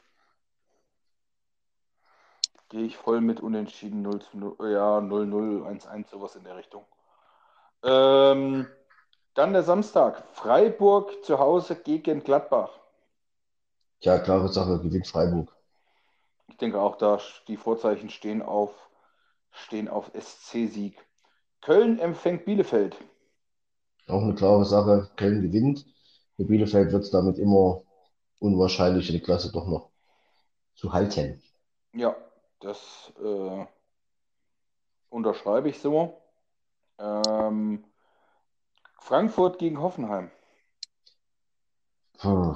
Gehe ich voll mit Unentschieden 0-0, ja, 0-0, 1-1, sowas in der Richtung. Ähm, dann der Samstag. Freiburg zu Hause gegen Gladbach. ja, klare Sache, gewinnt Freiburg. Ich denke auch, da die Vorzeichen stehen auf SC-Sieg. Köln empfängt Bielefeld. Auch eine klare Sache, Köln gewinnt. Für Bielefeld wird es damit immer unwahrscheinlicher, die Klasse doch noch zu halten. Ja, das unterschreibe ich so. Ähm, Frankfurt gegen Hoffenheim. Puh.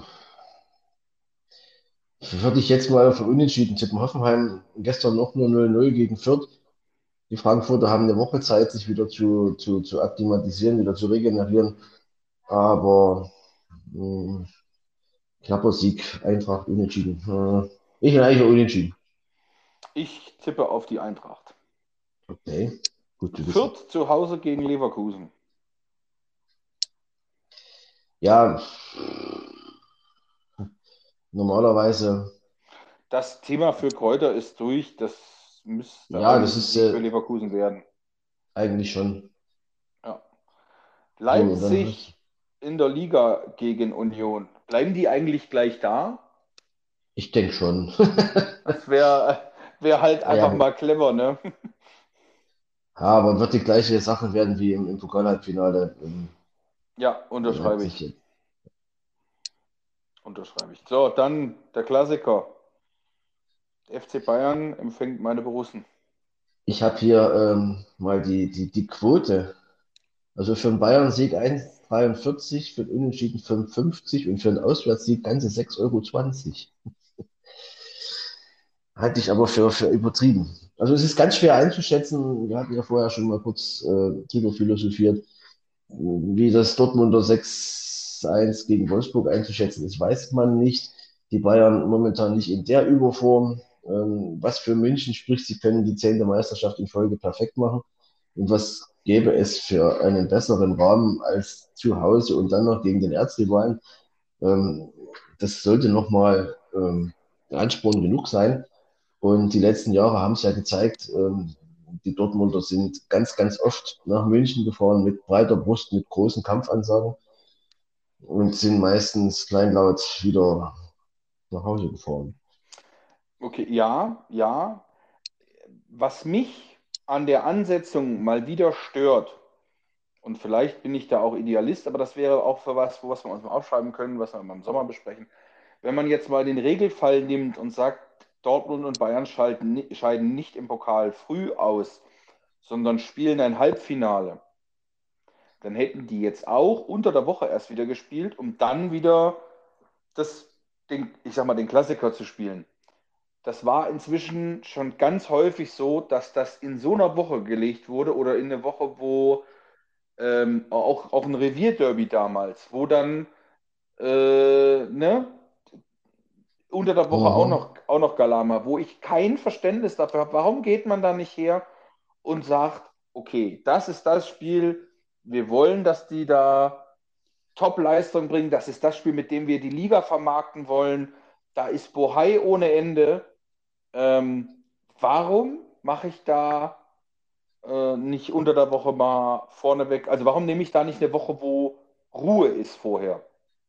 Würde ich jetzt mal für Unentschieden tippen. Hoffenheim gestern noch nur 0:0 gegen Fürth. Die Frankfurter haben eine Woche Zeit, sich wieder zu akklimatisieren, wieder zu regenerieren. Aber mh, knapper Sieg, Eintracht, Unentschieden. Ich bin eigentlich unentschieden. Ich tippe auf die Eintracht. Okay, gut zu wissen. Fürth zu Hause gegen Leverkusen. Ja, normalerweise, Das Thema für Kräuter ist durch. Das müsste ja, das eigentlich ein ist Sieg für Leverkusen werden. eigentlich schon Ja. so. Und dann hast Leipzig in der Liga gegen Union. Bleiben die eigentlich gleich da? Ich denke schon. Das wär halt Ja, einfach mal clever, ne? aber wird die gleiche Sache werden wie im Pokal-Halbfinale Ja, in unterschreibe ich. Leipzig. Unterschreibe ich. So, dann der Klassiker. Der FC Bayern empfängt meine Borussen. Ich habe hier mal die Quote. Also für einen Bayern-Sieg 1,43, für den Unentschieden 5,50 und für einen Auswärtssieg ganze 6,20 Euro. Halte ich aber für übertrieben. Also es ist ganz schwer einzuschätzen. Wir hatten ja vorher schon mal kurz drüber philosophiert, wie das Dortmunder 6:1 gegen Wolfsburg einzuschätzen ist, weiß man nicht. Die Bayern momentan nicht in der Überform. Was für München spricht, sie können die 10. Meisterschaft in Folge perfekt machen. Und was gäbe es für einen besseren Rahmen als zu Hause und dann noch gegen den Erzrivalen? Ähm, Das sollte nochmal Ansporn genug sein. Und die letzten Jahre haben es ja gezeigt, die Dortmunder sind ganz, ganz oft nach München gefahren mit breiter Brust, mit großen Kampfansagen und sind meistens kleinlaut wieder nach Hause gefahren. Okay, ja, ja. Was mich an der Ansetzung mal wieder stört, und vielleicht bin ich da auch Idealist, aber das wäre auch für was, was wir uns mal aufschreiben können, was wir mal im Sommer besprechen. Wenn man jetzt mal den Regelfall nimmt und sagt, Dortmund und Bayern scheiden nicht im Pokal früh aus, sondern spielen ein Halbfinale, dann hätten die jetzt auch unter der Woche erst wieder gespielt, um dann wieder ich sag mal, den Klassiker zu spielen. Das war inzwischen schon ganz häufig so, dass das in so einer Woche gelegt wurde oder in eine Woche, wo auch ein Revierderby damals, wo dann ne, unter der Woche Mhm. auch noch Galama, wo ich kein Verständnis dafür habe. Warum geht man da nicht her und sagt, okay, das ist das Spiel, wir wollen, dass die da Top-Leistung bringen, das ist das Spiel, mit dem wir die Liga vermarkten wollen, da ist Bohai ohne Ende. Warum mache ich da nicht unter der Woche mal vorneweg, also warum nehme ich da nicht eine Woche, wo Ruhe ist vorher?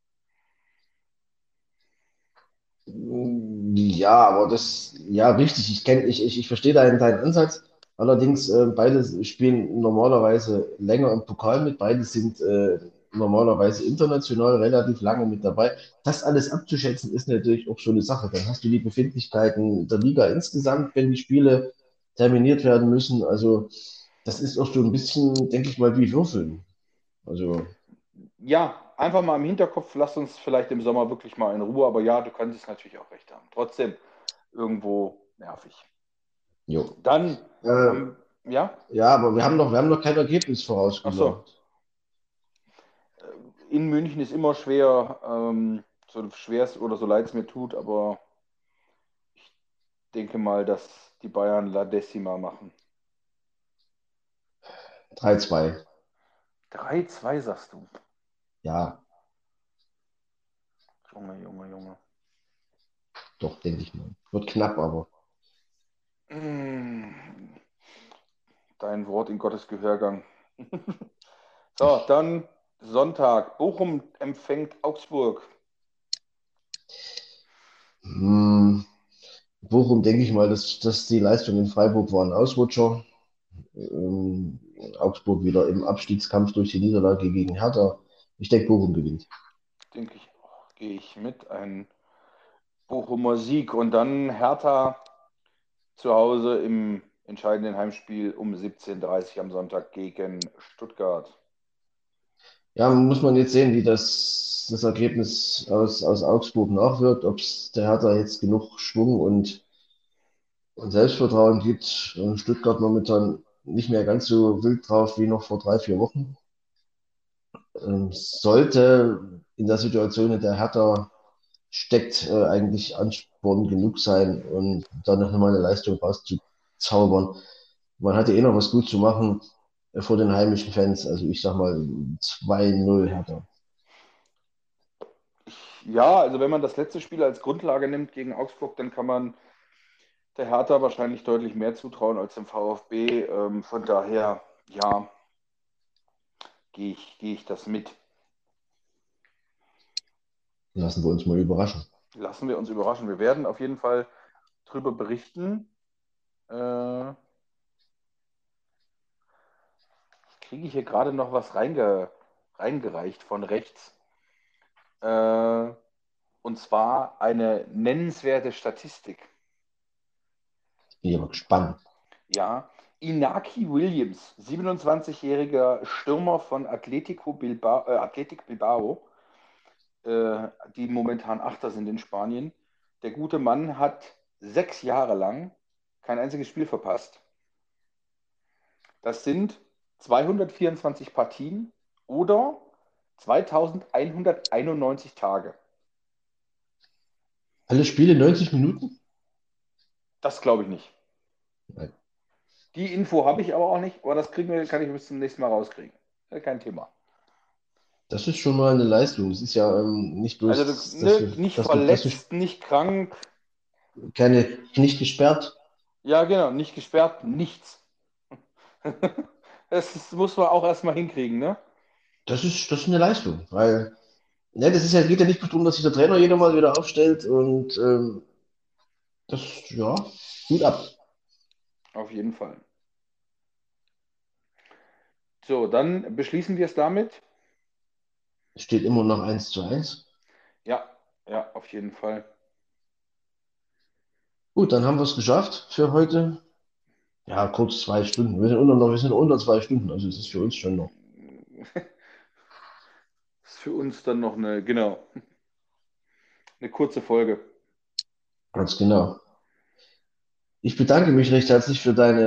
Ja, aber das, ja, richtig, ich verstehe deinen Ansatz. Allerdings, beide spielen normalerweise länger im Pokal mit, beide sind normalerweise international relativ lange mit dabei. Das alles abzuschätzen, ist natürlich auch schon eine Sache. Dann hast du die Befindlichkeiten der Liga insgesamt, wenn die Spiele terminiert werden müssen. Also, das ist auch so ein bisschen, denke ich mal, wie Würfeln. Also, Ja, einfach mal im Hinterkopf, lass uns vielleicht im Sommer wirklich mal in Ruhe, aber ja, du könntest natürlich auch recht haben. Trotzdem irgendwo nervig. jo. Dann Äh, haben, ja, ja, aber wir haben noch kein Ergebnis ach so, vorausgesagt. in München ist immer schwer, so schwer es oder so leid es mir tut, aber ich denke mal, dass die Bayern La Decima machen. 3:2. 3-2 sagst du. Ja, Junge, Junge, Junge. doch, denke ich mal. Wird knapp, aber Mm, Dein Wort in Gottes Gehörgang. So, dann Sonntag. Bochum empfängt Augsburg. hm, Bochum denke ich mal, dass die Leistung in Freiburg war ein Ausrutscher. Augsburg wieder im Abstiegskampf durch die Niederlage gegen Hertha. Ich denke, Bochum gewinnt. Denke ich auch. Gehe ich mit. Ein Bochumer Sieg. Und dann Hertha zu Hause im entscheidenden Heimspiel um 17:30 am Sonntag gegen Stuttgart. Ja, muss man jetzt sehen, wie das Ergebnis aus Augsburg nachwirkt, ob es der Hertha jetzt genug Schwung und Selbstvertrauen gibt. Stuttgart momentan nicht mehr ganz so wild drauf wie noch vor 3, 4 Wochen. Sollte in der Situation, in der Hertha steckt, eigentlich Ansporn genug sein und dann noch mal eine Leistung rauszuzaubern. Man hatte eh noch was gut zu machen vor den heimischen Fans. Also ich sag mal 2:0 Hertha. Ja, also wenn man das letzte Spiel als Grundlage nimmt gegen Augsburg, dann kann man der Hertha wahrscheinlich deutlich mehr zutrauen als dem VfB. Von daher, ja, gehe ich das mit. Lassen wir uns mal überraschen. Lassen wir uns überraschen. Wir werden auf jeden Fall drüber berichten. Kriege ich hier gerade noch was reingereicht von rechts. Und zwar eine nennenswerte Statistik. Bin ich aber gespannt. Ja, Inaki Williams, 27-jähriger Stürmer von Athletic Bilbao, die momentan Achter sind in Spanien. Der gute Mann hat 6 Jahre lang kein einziges Spiel verpasst. Das sind 224 Partien oder 2191 Tage. Alle Spiele 90 Minuten? Das glaube ich nicht. Nein. Die Info habe ich aber auch nicht, aber kann ich bis zum nächsten Mal rauskriegen. Kein Thema. Das ist schon mal eine Leistung. Es ist ja nicht Also bloß, ne, nicht dass du verletzt, nicht krank. nicht gesperrt. Ja, genau, nicht gesperrt, nichts. Muss man auch erstmal hinkriegen, ne? Das ist eine Leistung, weil ne, das ist ja, geht ja nicht darum, dass sich der Trainer jeder mal wieder aufstellt und das, ja, Hut ab. Auf jeden Fall. So, dann beschließen wir es damit. Es steht immer noch 1:1. Ja, ja, auf jeden Fall. Gut, dann haben wir es geschafft für heute. Ja, kurz 2 Stunden. Wir sind unter 2 Stunden, also es ist für uns schon noch. Ist für uns dann noch genau, eine kurze Folge. Ganz genau. Ich bedanke mich recht herzlich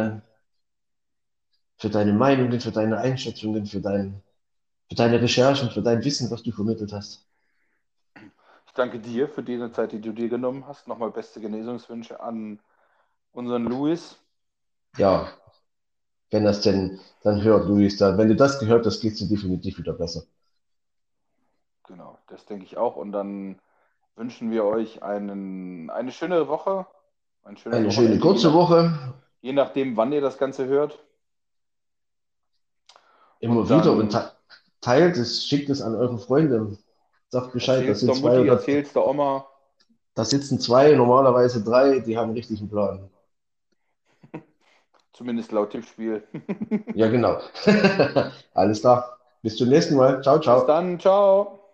für deine Meinungen, für deine Einschätzungen, für deine Recherchen, für dein Wissen, was du vermittelt hast. Ich danke dir für diese Zeit, die du dir genommen hast. Nochmal beste Genesungswünsche an unseren Luis. Ja, wenn das denn dann hört, Luis, dann, wenn du das gehört hast, geht's dir definitiv wieder besser. Genau, das denke ich auch. Und dann wünschen wir euch eine schöne Woche, ein schönes Eine schöne Wochenende, kurze Woche, je nachdem, wann ihr das Ganze hört. immer Und wieder und dann teilt es, schickt es an eure Freunde. Sagt Bescheid, erzählt's der Mutti, erzählt's der Oma, da sitzen zwei, normalerweise drei, die haben einen richtigen Plan. zumindest laut Tippspiel. Ja, genau. Alles klar. Bis zum nächsten Mal. Ciao, Bis ciao. dann, ciao.